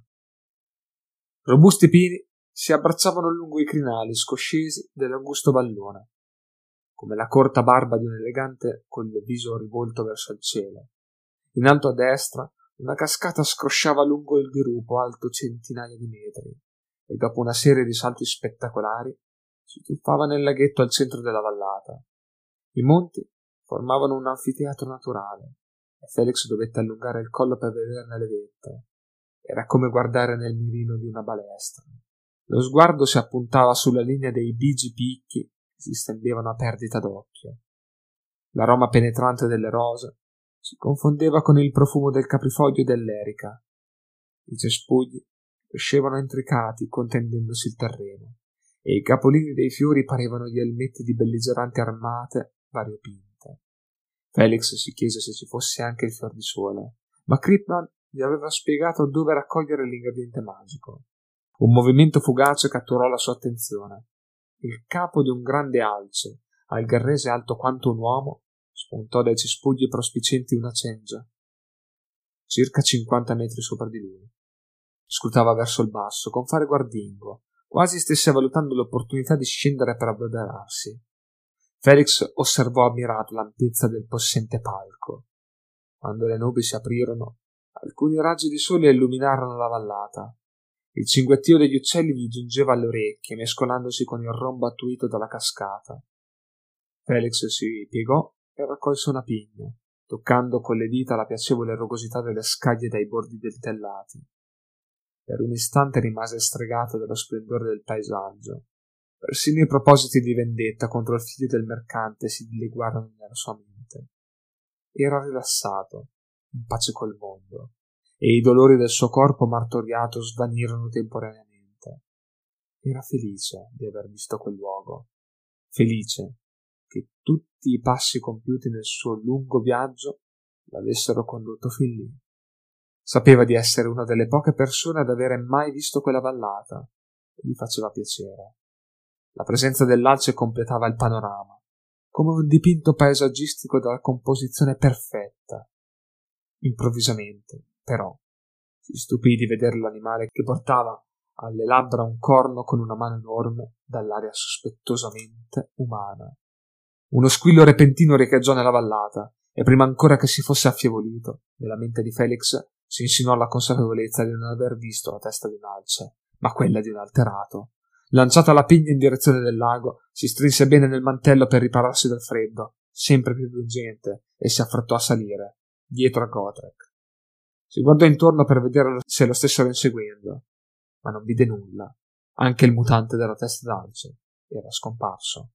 Robusti pini si abbracciavano lungo i crinali scoscesi dell'angusto vallone. come la corta barba di un elegante col viso rivolto verso il cielo. In alto a destra una cascata scrosciava lungo il dirupo alto centinaia di metri e dopo una serie di salti spettacolari si tuffava nel laghetto al centro della vallata. I monti formavano un anfiteatro naturale e Felix dovette allungare il collo per vederne le vette. Era come guardare nel mirino di una balestra. Lo sguardo si appuntava sulla linea dei bigi picchi che si stendevano a perdita d'occhio. L'aroma penetrante delle rose si confondeva con il profumo del caprifoglio e dell'erica. I cespugli crescevano intricati contendendosi il terreno e i capolini dei fiori parevano gli elmetti di belligeranti armate variopinte. Felix si chiese se ci fosse anche il fior di sole, ma Kripman gli aveva spiegato dove raccogliere l'ingrediente magico. Un movimento fugace catturò la sua attenzione. Il capo di un grande alce, al garrese alto quanto un uomo, spuntò dai cespugli prospicenti una cengia, circa 50 metri sopra di lui. Scrutava verso il basso, con fare guardingo, quasi stesse valutando l'opportunità di scendere per abbeverarsi. Felix osservò ammirato l'ampiezza del possente palco. Quando le nubi si aprirono, alcuni raggi di sole illuminarono la vallata. Il cinguettio degli uccelli gli giungeva alle orecchie, mescolandosi con il rombo attuito dalla cascata. Felix si piegò e raccolse una pigna, toccando con le dita la piacevole rugosità delle scaglie dai bordi dentellati. Per un istante rimase stregato dallo splendore del paesaggio. Persino i propositi di vendetta contro il figlio del mercante si dileguarono nella sua mente. Era rilassato, in pace col mondo, e i dolori del suo corpo martoriato svanirono temporaneamente. Era felice di aver visto quel luogo, felice che tutti i passi compiuti nel suo lungo viaggio l'avessero condotto fin lì. Sapeva di essere una delle poche persone ad avere mai visto quella vallata e gli faceva piacere. La presenza dell'alce completava il panorama, come un dipinto paesaggistico dalla composizione perfetta. Improvvisamente, però, si stupì di vedere l'animale che portava alle labbra un corno con una mano enorme dall'aria sospettosamente umana. Uno squillo repentino riecheggiò nella vallata e prima ancora che si fosse affievolito, nella mente di Felix si insinuò la consapevolezza di non aver visto la testa di un alce, ma quella di un alterato. Lanciata la pigna in direzione del lago, si strinse bene nel mantello per ripararsi dal freddo, sempre più urgente, e si affrettò a salire, dietro a Gotrek. Si guardò intorno per vedere se lo stessero inseguendo, ma non vide nulla. Anche il mutante della testa d'alce era scomparso.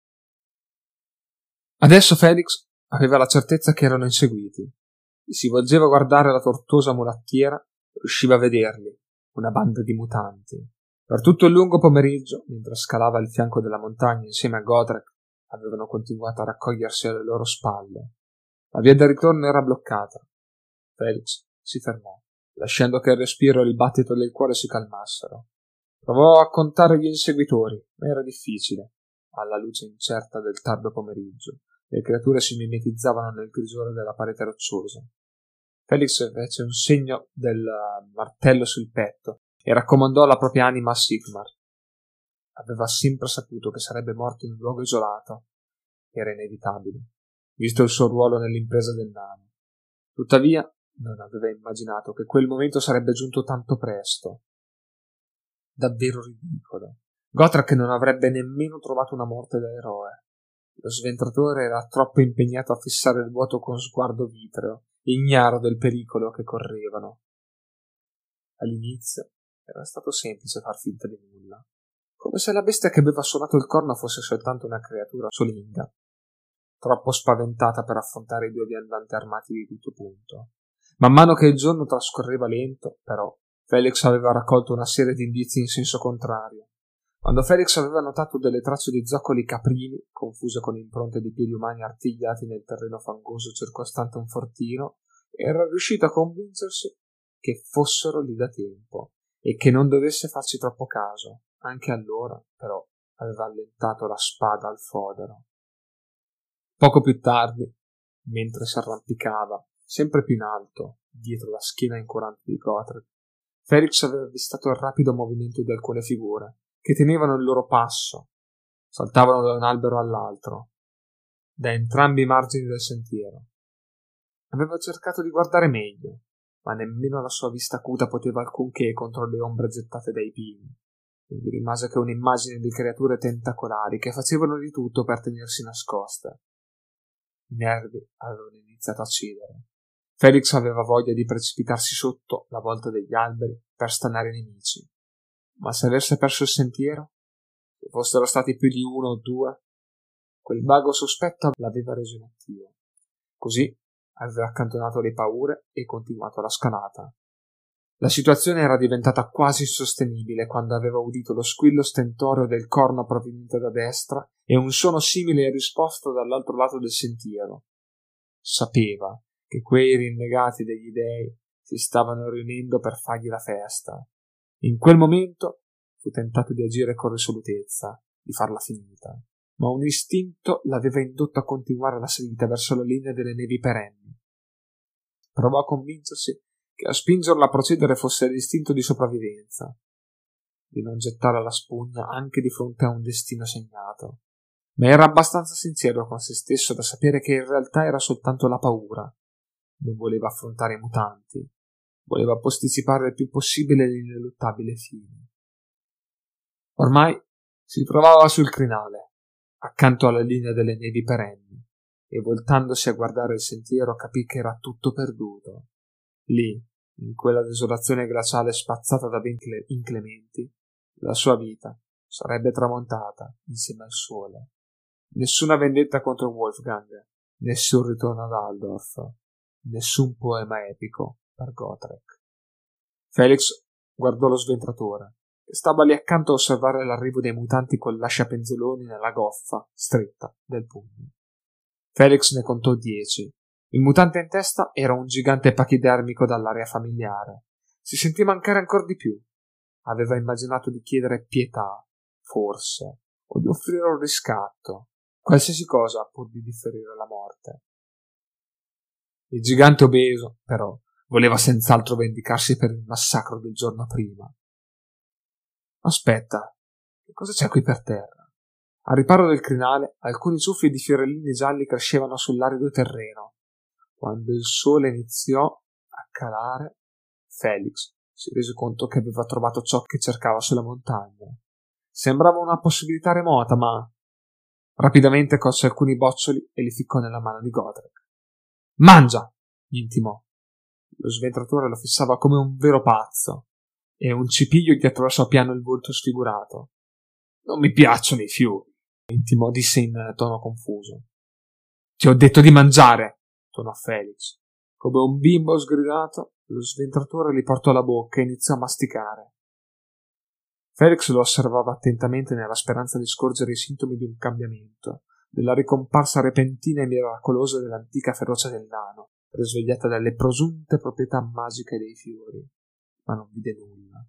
Adesso Felix aveva la certezza che erano inseguiti. Si volgeva a guardare la tortuosa mulattiera, riusciva a vederli, una banda di mutanti. Per tutto il lungo pomeriggio, mentre scalava il fianco della montagna insieme a Gotrek, avevano continuato a raccogliersi alle loro spalle. La via del ritorno era bloccata. Felix si fermò, lasciando che il respiro e il battito del cuore si calmassero. Provò a contare gli inseguitori, ma era difficile. Alla luce incerta del tardo pomeriggio, le creature si mimetizzavano nel grigiore della parete rocciosa. Felix fece un segno del martello sul petto e raccomandò la propria anima a Sigmar. Aveva sempre saputo che sarebbe morto in un luogo isolato. Era inevitabile, visto il suo ruolo nell'impresa del nano. Tuttavia, non aveva immaginato che quel momento sarebbe giunto tanto presto. Davvero ridicolo. Gotrek non avrebbe nemmeno trovato una morte da eroe. Lo sventratore era troppo impegnato a fissare il vuoto con sguardo vitreo, ignaro del pericolo che correvano. All'inizio era stato semplice far finta di nulla, come se la bestia che aveva suonato il corno fosse soltanto una creatura solinga, troppo spaventata per affrontare i due viandanti armati di tutto punto. Man mano che il giorno trascorreva lento, però, Felix aveva raccolto una serie di indizi in senso contrario. Quando Felix aveva notato delle tracce di zoccoli caprini, confuse con impronte di piedi umani artigliati nel terreno fangoso circostante un fortino, era riuscito a convincersi che fossero lì da tempo e che non dovesse farci troppo caso. Anche allora, però, aveva allentato la spada al fodero. Poco più tardi, mentre si arrampicava, sempre più in alto, dietro la schiena incurante di Gotrek, Felix aveva avvistato il rapido movimento di alcune figure, che tenevano il loro passo, saltavano da un albero all'altro, da entrambi i margini del sentiero. Aveva cercato di guardare meglio, ma nemmeno la sua vista acuta poteva alcunché contro le ombre gettate dai pini. Non gli rimase che un'immagine di creature tentacolari che facevano di tutto per tenersi nascoste. I nervi avevano iniziato a cedere. Felix aveva voglia di precipitarsi sotto la volta degli alberi per stanare i nemici. Ma se avesse perso il sentiero, se fossero stati più di uno o due, quel vago sospetto l'aveva reso inattivo. Così aveva accantonato le paure e continuato la scalata. La situazione era diventata quasi insostenibile quando aveva udito lo squillo stentoreo del corno proveniente da destra e un suono simile risposto dall'altro lato del sentiero. Sapeva che quei rinnegati degli dei si stavano riunendo per fargli la festa. In quel momento fu tentato di agire con risolutezza, di farla finita, ma un istinto l'aveva indotto a continuare la salita verso la linea delle nevi perenni. Provò a convincersi che a spingerlo a procedere fosse l'istinto di sopravvivenza, di non gettare la spugna anche di fronte a un destino segnato, ma era abbastanza sincero con se stesso da sapere che in realtà era soltanto la paura. Non voleva affrontare i mutanti, voleva posticipare il più possibile l'ineluttabile fine. Ormai si trovava sul crinale, accanto alla linea delle nevi perenni, e voltandosi a guardare il sentiero capì che era tutto perduto. Lì, in quella desolazione glaciale spazzata da venti inclementi, la sua vita sarebbe tramontata insieme al sole. Nessuna vendetta contro Wolfgang, nessun ritorno ad Aldorf, nessun poema epico per Gotrek. Felix guardò lo sventratore, che stava lì accanto a osservare l'arrivo dei mutanti con l'asciapenzoloni nella goffa stretta del pugno. Felix ne contò 10. Il mutante in testa era un gigante pachidermico dall'aria familiare. Si sentì mancare ancor di più. Aveva immaginato di chiedere pietà, forse, o di offrire un riscatto, qualsiasi cosa pur di differire la morte. Il gigante obeso, però, voleva senz'altro vendicarsi per il massacro del giorno prima. Aspetta, che cosa c'è qui per terra? Al riparo del crinale, alcuni ciuffi di fiorellini gialli crescevano sull'arido terreno. Quando il sole iniziò a calare, Felix si rese conto che aveva trovato ciò che cercava sulla montagna. Sembrava una possibilità remota, ma rapidamente colse alcuni boccioli e li ficcò nella mano di Gotrek. «Mangia!» gli intimò. Lo sventratore lo fissava come un vero pazzo, e un cipiglio gli attraversò piano il volto sfigurato. «Non mi piacciono i fiori», intimò, disse in tono confuso. «Ti ho detto di mangiare!» tonò Felix. Come un bimbo sgridato, lo sventratore li portò alla bocca e iniziò a masticare. Felix lo osservava attentamente nella speranza di scorgere i sintomi di un cambiamento, della ricomparsa repentina e miracolosa dell'antica ferocia del nano, risvegliata dalle presunte proprietà magiche dei fiori, ma non vide nulla.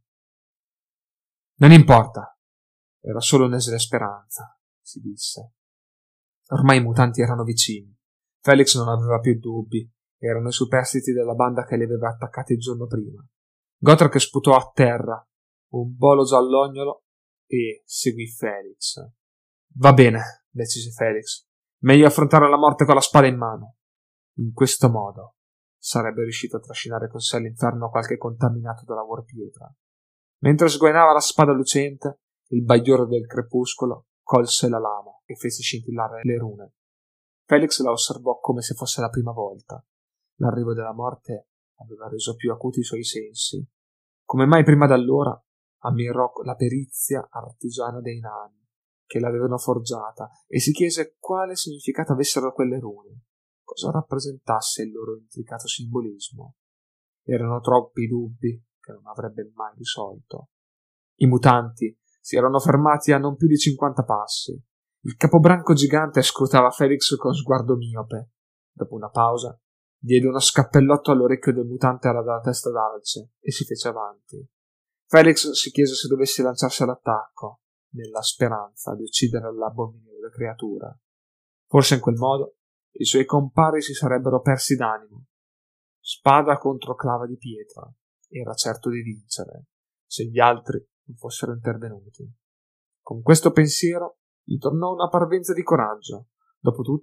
«Non importa, era solo un'esile speranza», si disse. Ormai i mutanti erano vicini. Felix non aveva più dubbi. Erano i superstiti della banda che li aveva attaccati il giorno prima. Gotrek sputò a terra un bolo giallognolo e seguì Felix. «Va bene», decise Felix. «Meglio affrontare la morte con la spada in mano». In questo modo sarebbe riuscito a trascinare con sé all'inferno qualche contaminato dalla Warpietra. Mentre sguainava la spada lucente, il bagliore del crepuscolo colse la lama e fece scintillare le rune. Felix la osservò come se fosse la prima volta. L'arrivo della morte aveva reso più acuti i suoi sensi. Come mai prima d'allora ammirò la perizia artigiana dei nani che l'avevano forgiata e si chiese quale significato avessero quelle rune, cosa rappresentasse il loro intricato simbolismo. Erano troppi dubbi che non avrebbe mai risolto. I mutanti si erano fermati a non più di 50 passi. Il capobranco gigante scrutava Felix con sguardo miope. Dopo una pausa, diede uno scappellotto all'orecchio del mutante dalla testa d'alce e si fece avanti. Felix si chiese se dovesse lanciarsi all'attacco, nella speranza di uccidere l'abominevole creatura. Forse in quel modo i suoi compari si sarebbero persi d'animo. Spada contro clava di pietra. Era certo di vincere, se gli altri non fossero intervenuti. Con questo pensiero gli tornò una parvenza di coraggio. Dopotutto,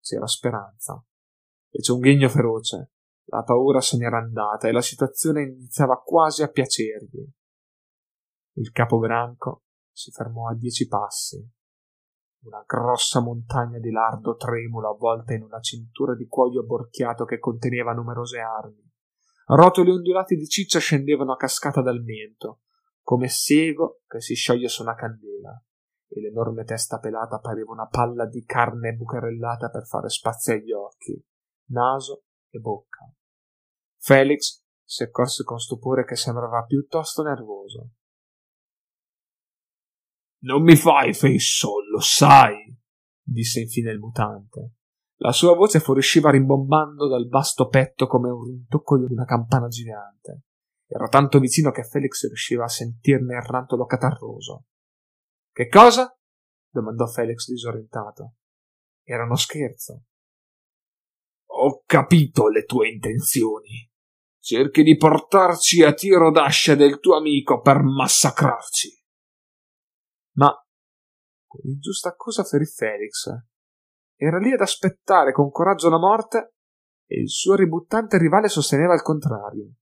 c'era speranza. Fece un ghigno feroce. La paura se n'era andata e la situazione iniziava quasi a piacergli. Il capobranco si fermò a 10 passi. Una grossa montagna di lardo tremulo avvolta in una cintura di cuoio abborchiato che conteneva numerose armi. Rotoli ondulati di ciccia scendevano a cascata dal mento, come sego che si scioglie su una candela, e l'enorme testa pelata pareva una palla di carne bucherellata per fare spazio agli occhi, naso e bocca. Felix si accorse con stupore che sembrava piuttosto nervoso. «Non mi fai face, lo sai», disse infine il mutante. La sua voce fuoriusciva rimbombando dal vasto petto come un rintocco di una campana gigante. Era tanto vicino che Felix riusciva a sentirne il rantolo catarroso. «Che cosa?» domandò Felix disorientato. Era uno scherzo. «Ho capito le tue intenzioni. Cerchi di portarci a tiro d'ascia del tuo amico per massacrarci». Ma quell'ingiusta accusa ferì Felix. Era lì ad aspettare con coraggio la morte e il suo ributtante rivale sosteneva il contrario.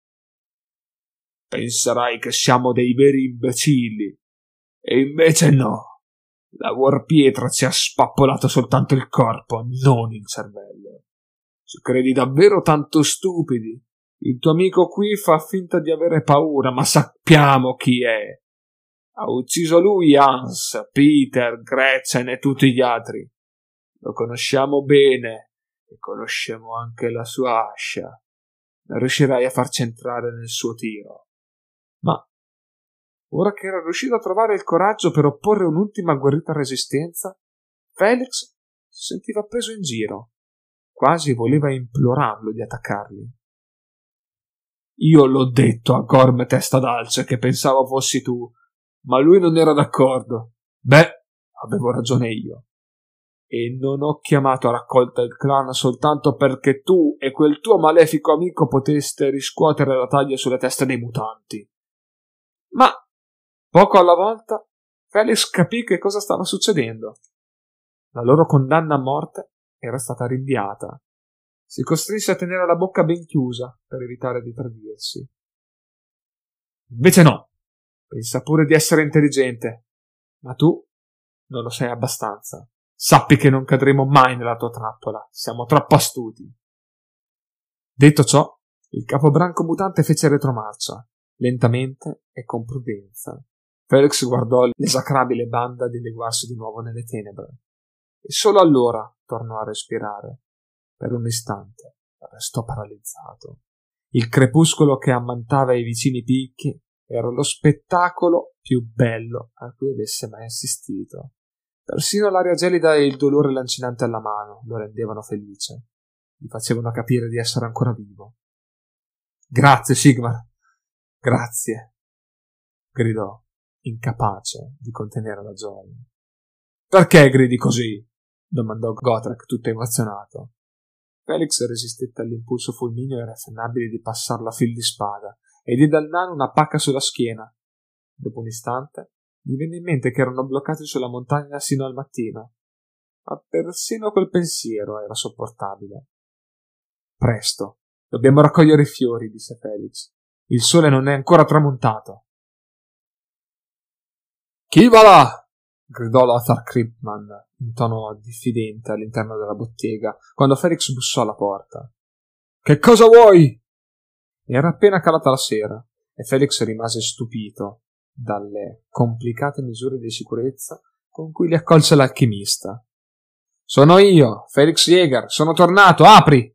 «Penserai che siamo dei veri imbecilli, e invece no. La War Pietra ci ha spappolato soltanto il corpo, non il cervello. Ci credi davvero tanto stupidi? Il tuo amico qui fa finta di avere paura, ma sappiamo chi è. Ha ucciso lui Hans, Peter, Gretchen e tutti gli altri. Lo conosciamo bene e conosciamo anche la sua ascia. Non riuscirai a farci entrare nel suo tiro». Ma ora che era riuscito a trovare il coraggio per opporre un'ultima agguerrita resistenza, Felix si sentiva preso in giro. Quasi voleva implorarlo di attaccarli. «Io l'ho detto a Gorm Testa d'Alce che pensavo fossi tu, ma lui non era d'accordo. Beh, avevo ragione io. E non ho chiamato a raccolta il clan soltanto perché tu e quel tuo malefico amico poteste riscuotere la taglia sulle teste dei mutanti». Ma, poco alla volta, Felix capì che cosa stava succedendo. La loro condanna a morte era stata rinviata. Si costrinse a tenere la bocca ben chiusa per evitare di tradirsi. «Invece no, pensa pure di essere intelligente, ma tu non lo sei abbastanza. Sappi che non cadremo mai nella tua trappola, siamo troppo astuti». Detto ciò, il capobranco mutante fece retromarcia, lentamente e con prudenza. Felix guardò l'esecrabile banda dileguarsi di nuovo nelle tenebre, e solo allora tornò a respirare. Per un istante restò paralizzato. Il crepuscolo che ammantava i vicini picchi era lo spettacolo più bello a cui avesse mai assistito. Persino l'aria gelida e il dolore lancinante alla mano lo rendevano felice. Gli facevano capire di essere ancora vivo. «Grazie, Sigmar, grazie», gridò, incapace di contenere la gioia. «Perché gridi così?» domandò Gotrek, tutto emozionato. Felix resistette all'impulso fulmineo e irrefrenabile di passarlo a fil di spada e diede al nano una pacca sulla schiena. Dopo un istante gli venne in mente che erano bloccati sulla montagna sino al mattino, ma persino quel pensiero era sopportabile. «Presto, dobbiamo raccogliere i fiori», disse Felix. «Il sole non è ancora tramontato». «Chi va là?» gridò Lothar Kripman in tono diffidente all'interno della bottega, quando Felix bussò alla porta. «Che cosa vuoi?» Era appena calata la sera e Felix rimase stupito dalle complicate misure di sicurezza con cui li accolse l'alchimista. «Sono io, Felix Jäger, sono tornato, apri!»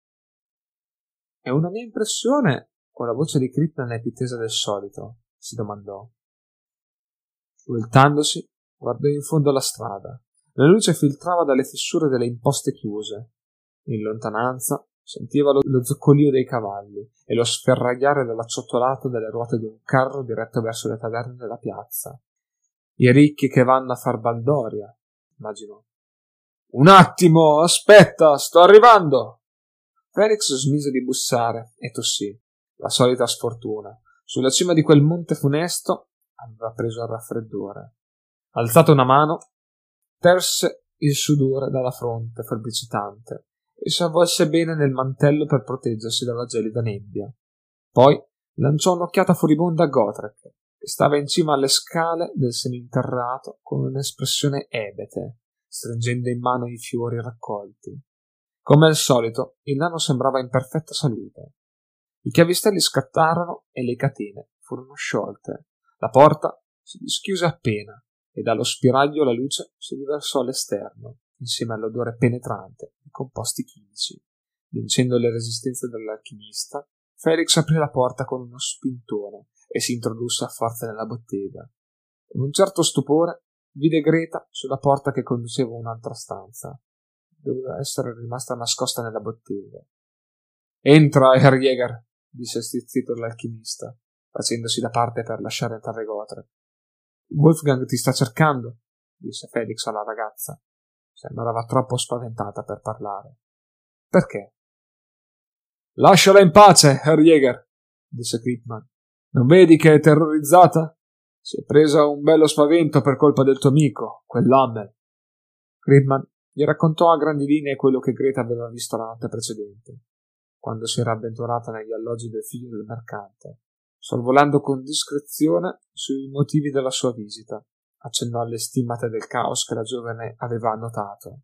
«È una mia impressione o la voce di Kripman è più tesa del solito?» si domandò. Voltandosi, guardò in fondo alla strada. La luce filtrava dalle fessure delle imposte chiuse. In lontananza sentiva lo zoccolio dei cavalli e lo sferragliare dell'acciottolato delle ruote di un carro diretto verso le taverne della piazza. I ricchi che vanno a far baldoria, immaginò. «Un attimo, aspetta, sto arrivando!» Felix smise di bussare e tossì. La solita sfortuna. Sulla cima di quel monte funesto aveva preso il raffreddore. Alzata una mano, terse il sudore dalla fronte febbricitante e si avvolse bene nel mantello per proteggersi dalla gelida nebbia. Poi lanciò un'occhiata furibonda a Gotrek, che stava in cima alle scale del seminterrato con un'espressione ebete, stringendo in mano i fiori raccolti. Come al solito, il nano sembrava in perfetta salute. I chiavistelli scattarono e le catene furono sciolte. La porta si dischiuse appena e dallo spiraglio la luce si riversò all'esterno, insieme all'odore penetrante di composti chimici. Vincendo le resistenze dell'alchimista, Felix aprì la porta con uno spintone e si introdusse a forza nella bottega. Con un certo stupore vide Greta sulla porta che conduceva a un'altra stanza. Doveva essere rimasta nascosta nella bottega. «Entra, Herr Jäger», disse stizzito l'alchimista, facendosi da parte per lasciare entrare Gotrek. «Wolfgang ti sta cercando», disse Felix alla ragazza. Sembrava troppo spaventata per parlare. «Perché?» «Lasciala in pace, Herr Jäger», disse Krippmann. «Non vedi che è terrorizzata? Si è presa un bello spavento per colpa del tuo amico, quell'Hammel». Krippmann gli raccontò a grandi linee quello che Greta aveva visto la notte precedente, quando si era avventurata negli alloggi del figlio del mercante. Sorvolando con discrezione sui motivi della sua visita, accennò alle stimmate del caos che la giovane aveva annotato.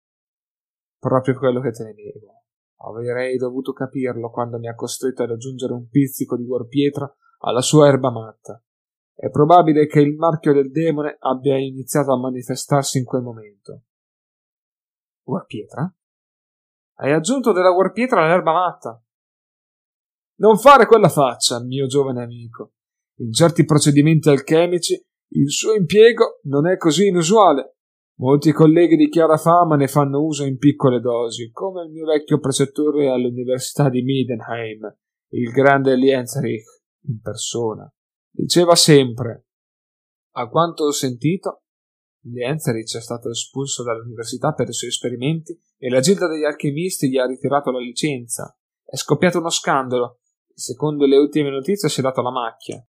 «Proprio quello che temevo. Avrei dovuto capirlo quando mi ha costretto ad aggiungere un pizzico di guarpietra alla sua erba matta. È probabile che il marchio del demone abbia iniziato a manifestarsi in quel momento». «Guarpietra? Hai aggiunto della guarpietra all'erba matta?» «Non fare quella faccia, mio giovane amico. In certi procedimenti alchemici il suo impiego non è così inusuale. Molti colleghi di chiara fama ne fanno uso in piccole dosi, come il mio vecchio precettore all'Università di Midenheim, il grande Lienzerich, in persona. Diceva sempre, a quanto ho sentito, Lienzerich è stato espulso dall'università per i suoi esperimenti e la gilda degli alchimisti gli ha ritirato la licenza. È scoppiato uno scandalo e secondo le ultime notizie si è dato la macchia.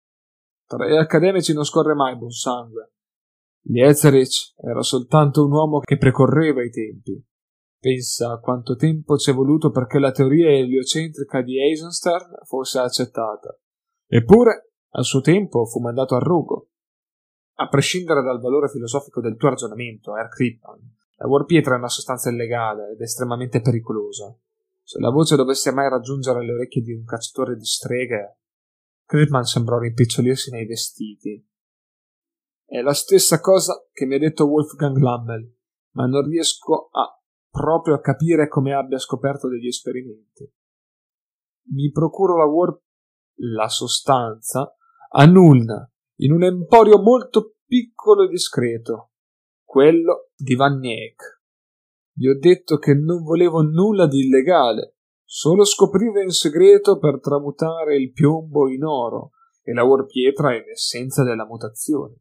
Tra gli accademici non scorre mai buon sangue. Lienzerich era soltanto un uomo che precorreva i tempi. Pensa a quanto tempo ci è voluto perché la teoria eliocentrica di Eisenstern fosse accettata. Eppure, al suo tempo, fu mandato a Rugo. A prescindere dal valore filosofico del tuo ragionamento, Herr Krippmann, la guarpietra è una sostanza illegale ed estremamente pericolosa. Se la voce dovesse mai raggiungere le orecchie di un cacciatore di streghe, Krippmann sembrò rimpicciolirsi nei vestiti. È la stessa cosa che mi ha detto Wolfgang Lammel, ma non riesco proprio a capire come abbia scoperto degli esperimenti. Mi procuro la sostanza a Nulna, in un emporio molto piccolo e discreto, quello di Van Eyck. Gli ho detto che non volevo nulla di illegale, solo scoprire in segreto per tramutare il piombo in oro e la guarpietra in essenza della mutazione.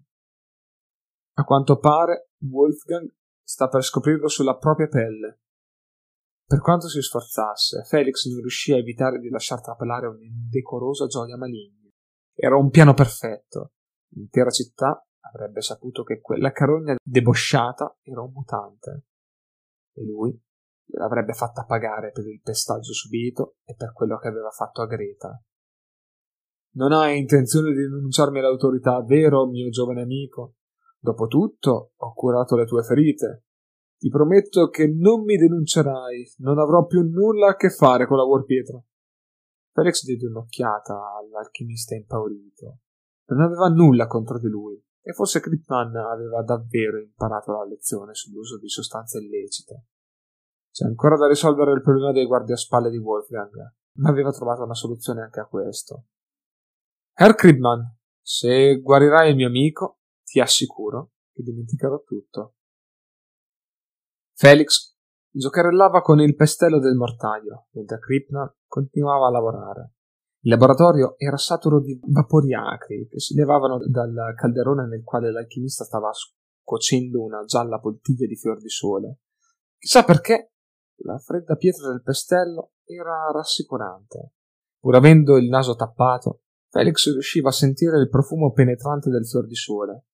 A quanto pare, Wolfgang sta per scoprirlo sulla propria pelle. Per quanto si sforzasse, Felix non riuscì a evitare di lasciar trapelare un'indecorosa gioia maligna. Era un piano perfetto. L'intera città avrebbe saputo che quella carogna debosciata era un mutante. E lui gliel'avrebbe fatta pagare per il pestaggio subito e per quello che aveva fatto a Greta. «Non hai intenzione di denunciarmi all'autorità, vero, mio giovane amico? Dopotutto ho curato le tue ferite. Ti prometto che non mi denuncerai, non avrò più nulla a che fare con la guarpietra». Felix diede un'occhiata all'alchimista impaurito. Non aveva nulla contro di lui, e forse Krippmann aveva davvero imparato la lezione sull'uso di sostanze illecite. C'è ancora da risolvere il problema dei guardiaspalle di Wolfgang, ma aveva trovato una soluzione anche a questo. «Herr Krippmann, se guarirai il mio amico, ti assicuro che dimenticherò tutto». Felix giocherellava con il pestello del mortaio, mentre Krippmann continuava a lavorare. Il laboratorio era saturo di vapori acri che si levavano dal calderone nel quale l'alchimista stava cuocendo una gialla poltiglia di fior di sole. Chissà perché, la fredda pietra del pestello era rassicurante. Pur avendo il naso tappato, Felix riusciva a sentire il profumo penetrante del fior di sole.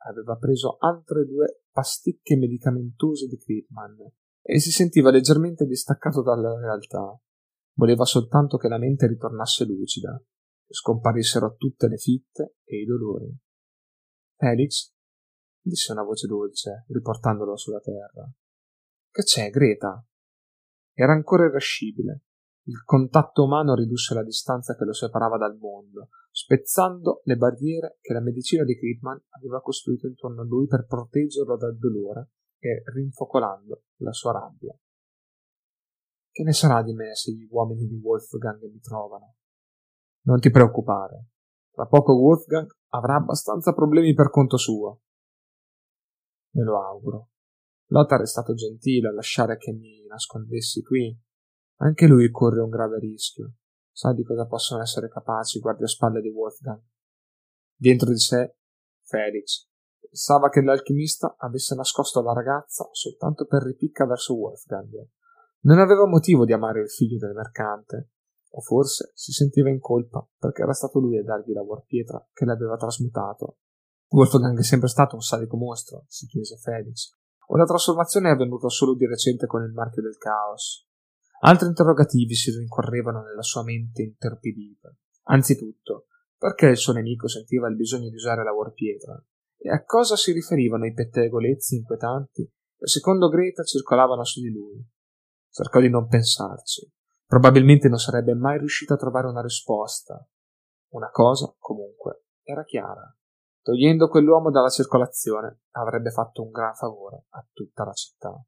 aveva preso altre 2 pasticche medicamentose di Creepman e si sentiva leggermente distaccato dalla realtà. Voleva soltanto che la mente ritornasse lucida, che scomparissero tutte le fitte e i dolori. Felix, disse una voce dolce, riportandolo sulla terra. Che c'è, Greta? Era ancora irascibile. Il contatto umano ridusse la distanza che lo separava dal mondo, spezzando le barriere che la medicina di Creepman aveva costruito intorno a lui per proteggerlo dal dolore e rinfocolando la sua rabbia. Che ne sarà di me se gli uomini di Wolfgang mi trovano? Non ti preoccupare. Tra poco Wolfgang avrà abbastanza problemi per conto suo. Me lo auguro. Lothar è stato gentile a lasciare che mi nascondessi qui. Anche lui corre un grave rischio. Sa di cosa possono essere capaci i guardaespalle di Wolfgang. Dentro di sé, Felix pensava che l'alchimista avesse nascosto la ragazza soltanto per ripicca verso Wolfgang. Non aveva motivo di amare il figlio del mercante, o forse si sentiva in colpa perché era stato lui a dargli la warpietra che l'aveva trasmutato. Wolfgang è sempre stato un sadico mostro, si chiese Felix, o la trasformazione è avvenuta solo di recente con il marchio del caos? Altri interrogativi si rincorrevano nella sua mente interpidita. Anzitutto, perché il suo nemico sentiva il bisogno di usare la warpietra? E a cosa si riferivano i pettegolezzi inquietanti che secondo Greta circolavano su di lui? Cercò di non pensarci. Probabilmente non sarebbe mai riuscito a trovare una risposta. Una cosa, comunque, era chiara. Togliendo quell'uomo dalla circolazione avrebbe fatto un gran favore a tutta la città.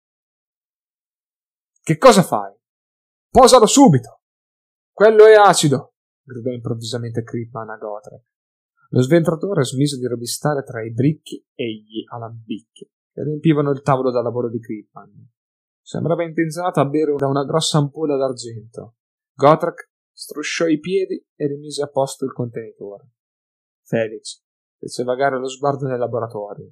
Che cosa fai? Posalo subito! Quello è acido! Gridò improvvisamente Creepman a Gotrek. Lo sventratore smise di rovistare tra i bricchi e gli alambicchi che riempivano il tavolo da lavoro di Creepman. Sembrava intenzionato a bere da una grossa ampolla d'argento. Gotrek strusciò i piedi e rimise a posto il contenitore. Felix fece vagare lo sguardo nel laboratorio.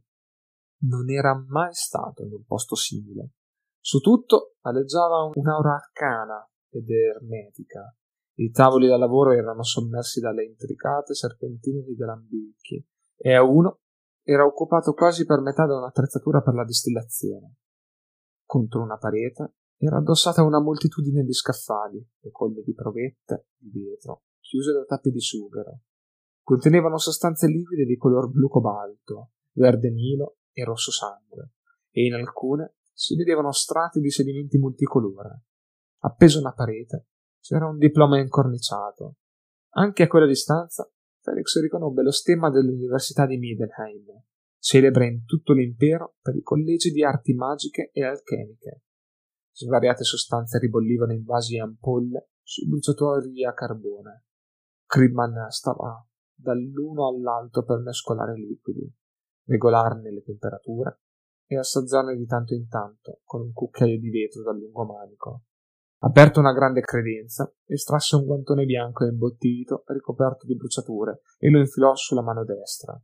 Non era mai stato in un posto simile. Su tutto aleggiava un'aura arcana ed ermetica. I tavoli da lavoro erano sommersi dalle intricate serpentine di galambicchi e a uno era occupato quasi per metà da un'attrezzatura per la distillazione. Contro una parete era addossata una moltitudine di scaffali e colli di provette di vetro chiuse da tappi di sughero. Contenevano sostanze liquide di color blu cobalto, verde nilo e rosso sangue, e in alcune si vedevano strati di sedimenti multicolore. Appeso a una parete c'era un diploma incorniciato. Anche a quella distanza Felix riconobbe lo stemma dell'Università di Middenheim, celebre in tutto l'impero per i collegi di arti magiche e alchemiche. Svariate sostanze ribollivano in vasi e ampolle sui bruciatori a carbone. Creepman stava dall'uno all'altro per mescolare i liquidi, regolarne le temperature e assaggiarne di tanto in tanto con un cucchiaio di vetro dal lungo manico. Aperto una grande credenza, estrasse un guantone bianco e imbottito ricoperto di bruciature e lo infilò sulla mano destra.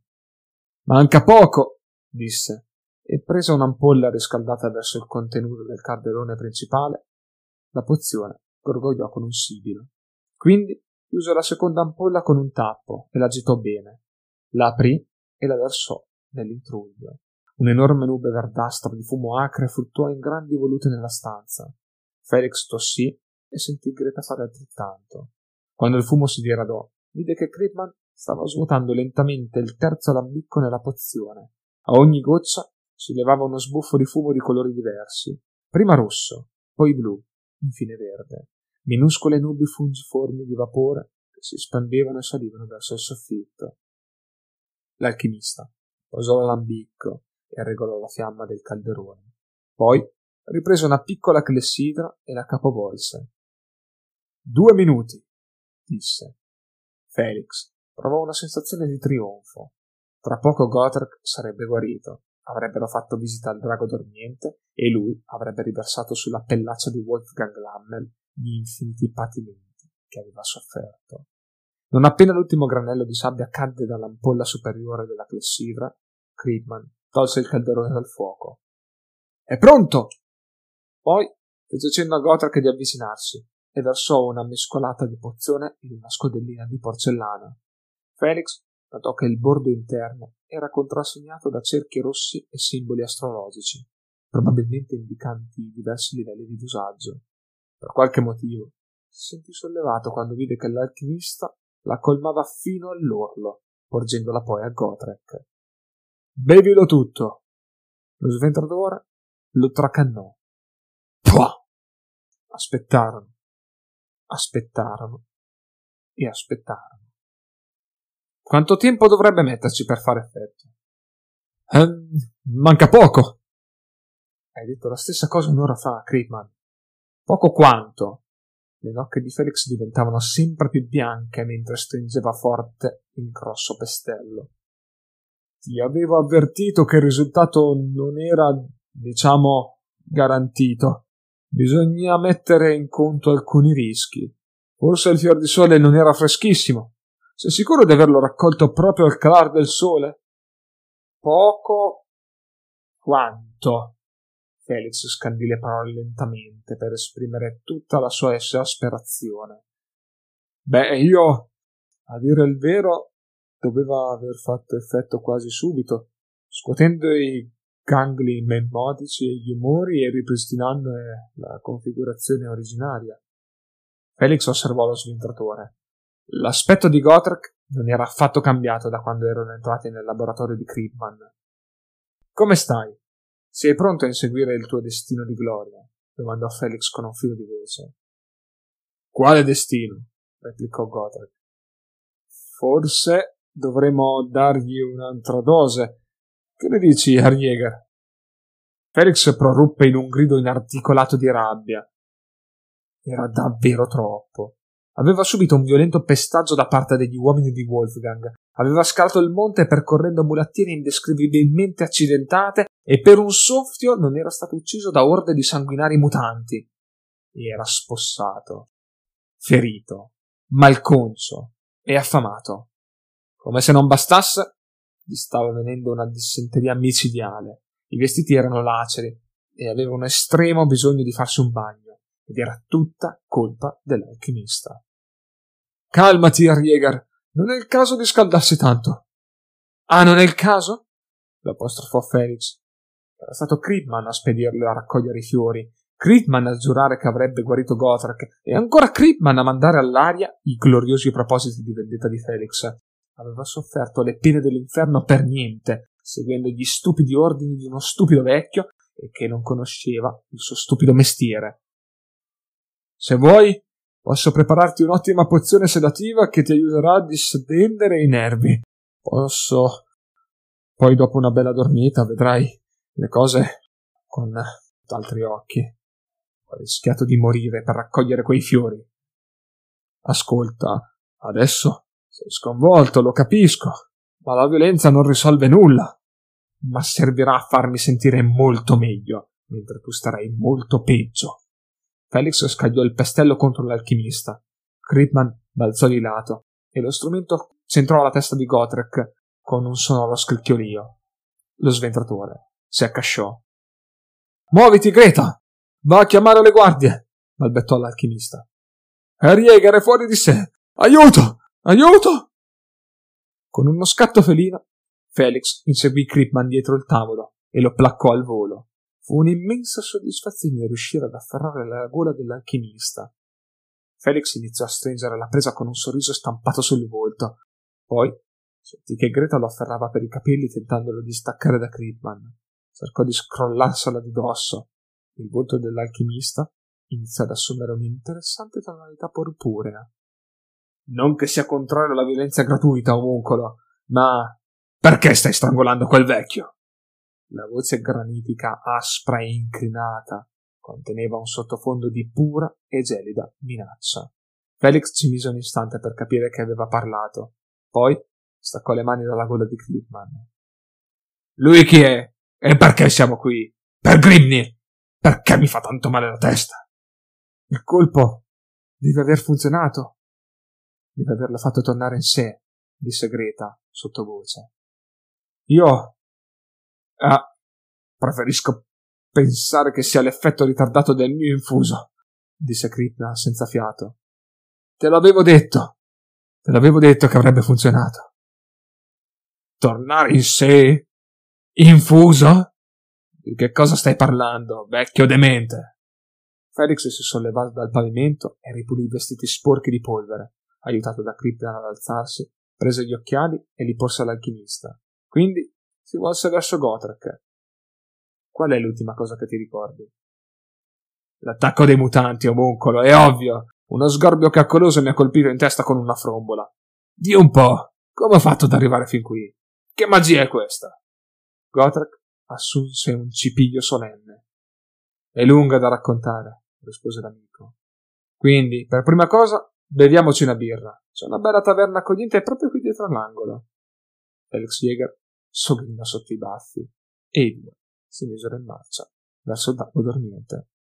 «Manca poco!» disse, e presa un'ampolla riscaldata verso il contenuto del calderone principale, la pozione gorgogliò con un sibilo. Quindi chiuse la seconda ampolla con un tappo e l'agitò bene. La aprì e la versò nell'intruglio. Un'enorme nube verdastra di fumo acre fluttuò in grandi volute nella stanza. Felix tossì e sentì Greta fare altrettanto. Quando il fumo si diradò, vide che Creepman stava svuotando lentamente il terzo alambicco nella pozione. A ogni goccia si levava uno sbuffo di fumo di colori diversi, prima rosso, poi blu, infine verde. Minuscole nubi fungiformi di vapore che si espandevano e salivano verso il soffitto. L'alchimista posò l'alambicco e regolò la fiamma del calderone. Poi riprese una piccola clessidra e la capovolse. 2 minuti, disse. Felix provò una sensazione di trionfo. Tra poco Gotrek sarebbe guarito, avrebbero fatto visita al drago dormiente e lui avrebbe riversato sulla pellaccia di Wolfgang Lammel gli infiniti patimenti che aveva sofferto. Non appena l'ultimo granello di sabbia cadde dall'ampolla superiore della clessidra, Creepman tolse il calderone dal fuoco. «È pronto!» Poi fece cenno a Gotrek di avvicinarsi e versò una mescolata di pozione in una scodellina di porcellana. Felix notò che il bordo interno era contrassegnato da cerchi rossi e simboli astrologici, probabilmente indicanti diversi livelli di dosaggio. Per qualche motivo si sentì sollevato quando vide che l'alchimista la colmava fino all'orlo, porgendola poi a Gotrek. «Bevilo tutto!» Lo sventratore lo tracannò. Pua! Aspettarono e aspettarono. Quanto tempo dovrebbe metterci per fare effetto? Manca poco. Hai detto la stessa cosa un'ora fa, Creepman. Poco quanto? Le nocche di Felix diventavano sempre più bianche mentre stringeva forte il grosso pestello. Ti avevo avvertito che il risultato non era, garantito. Bisogna mettere in conto alcuni rischi. Forse il fior di sole non era freschissimo. Sei sicuro di averlo raccolto proprio al calar del sole? Poco quanto? Felix scandì le parole lentamente per esprimere tutta la sua esasperazione. Io, a dire il vero, doveva aver fatto effetto quasi subito, scuotendo i gangli mnemonici e gli umori e ripristinando la configurazione originaria. Felix osservò lo sventratore. L'aspetto di Gotrek non era affatto cambiato da quando erano entrati nel laboratorio di Creepman. Come stai? Sei pronto a inseguire il tuo destino di gloria? Domandò Felix con un filo di voce. Quale destino? Replicò Gotrek. Forse dovremmo dargli un'altra dose. Che ne dici, Harjäger? Felix proruppe in un grido inarticolato di rabbia. Era davvero troppo. Aveva subito un violento pestaggio da parte degli uomini di Wolfgang. Aveva scalato il monte percorrendo mulattiere indescrivibilmente accidentate e per un soffio non era stato ucciso da orde di sanguinari mutanti. Era spossato, ferito, malconcio e affamato. Come se non bastasse, gli stava venendo una dissenteria micidiale. I vestiti erano laceri e aveva un estremo bisogno di farsi un bagno, ed era tutta colpa dell'alchimista. Calmati, Harjäger, non è il caso di scaldarsi tanto. Ah, non è il caso? L'apostrofò Felix. Era stato Creepman a spedirlo a raccogliere i fiori, Creepman a giurare che avrebbe guarito Gotrek, e ancora Creepman a mandare all'aria i gloriosi propositi di vendetta di Felix. Aveva sofferto le pene dell'inferno per niente, seguendo gli stupidi ordini di uno stupido vecchio e che non conosceva il suo stupido mestiere. Se vuoi, posso prepararti un'ottima pozione sedativa che ti aiuterà a distendere i nervi. Posso... Poi dopo una bella dormita vedrai le cose con altri occhi. Ho rischiato di morire per raccogliere quei fiori. Ascolta, adesso sei sconvolto, lo capisco, ma la violenza non risolve nulla. Ma servirà a farmi sentire molto meglio, mentre tu starai molto peggio. Felix scagliò il pestello contro l'alchimista. Creepman balzò di lato e lo strumento centrò la testa di Gotrek con un sonoro scricchiolio. Lo sventratore si accasciò. Muoviti, Greta! Va a chiamare le guardie! Balbettò l'alchimista. Harjäger è fuori di sé! Aiuto! Aiuto! Con uno scatto felino, Felix inseguì Creepman dietro il tavolo e lo placcò al volo. Fu un'immensa soddisfazione riuscire ad afferrare la gola dell'alchimista. Felix iniziò a stringere la presa con un sorriso stampato sul volto. Poi sentì che Greta lo afferrava per i capelli tentandolo di staccare da Creepman. Cercò di scrollarsela di dosso. Il volto dell'alchimista iniziò ad assumere un'interessante tonalità purpurea. Non che sia contrario alla violenza gratuita, omuncolo, ma perché stai strangolando quel vecchio? La voce granitica, aspra e incrinata, conteneva un sottofondo di pura e gelida minaccia. Felix ci mise un istante per capire che aveva parlato. Poi staccò le mani dalla gola di Creepman. Lui chi è? E perché siamo qui? Per Grimnir! Perché mi fa tanto male la testa? Il colpo deve aver funzionato. Deve averlo fatto tornare in sé, disse Greta sottovoce. Io... preferisco pensare che sia l'effetto ritardato del mio infuso, disse Creepman senza fiato. Te l'avevo detto che avrebbe funzionato. Tornare in sé? Infuso? Di che cosa stai parlando, vecchio demente? Felix si sollevò dal pavimento e ripulì i vestiti sporchi di polvere. Aiutato da Crippen ad alzarsi, prese gli occhiali e li porse all'alchimista. Quindi si volse verso Gotrek. Qual è l'ultima cosa che ti ricordi? L'attacco dei mutanti, omuncolo, è ovvio. Uno sgorbio caccoloso mi ha colpito in testa con una frombola. Dì un po', come ho fatto ad arrivare fin qui? Che magia è questa? Gotrek assunse un cipiglio solenne. È lunga da raccontare, rispose l'amico. Quindi, per prima cosa, beviamoci una birra. C'è una bella taverna accogliente proprio qui dietro l'angolo. Felix Jäger sogghignò sotto i baffi e i due si misero in marcia verso il lago dormiente.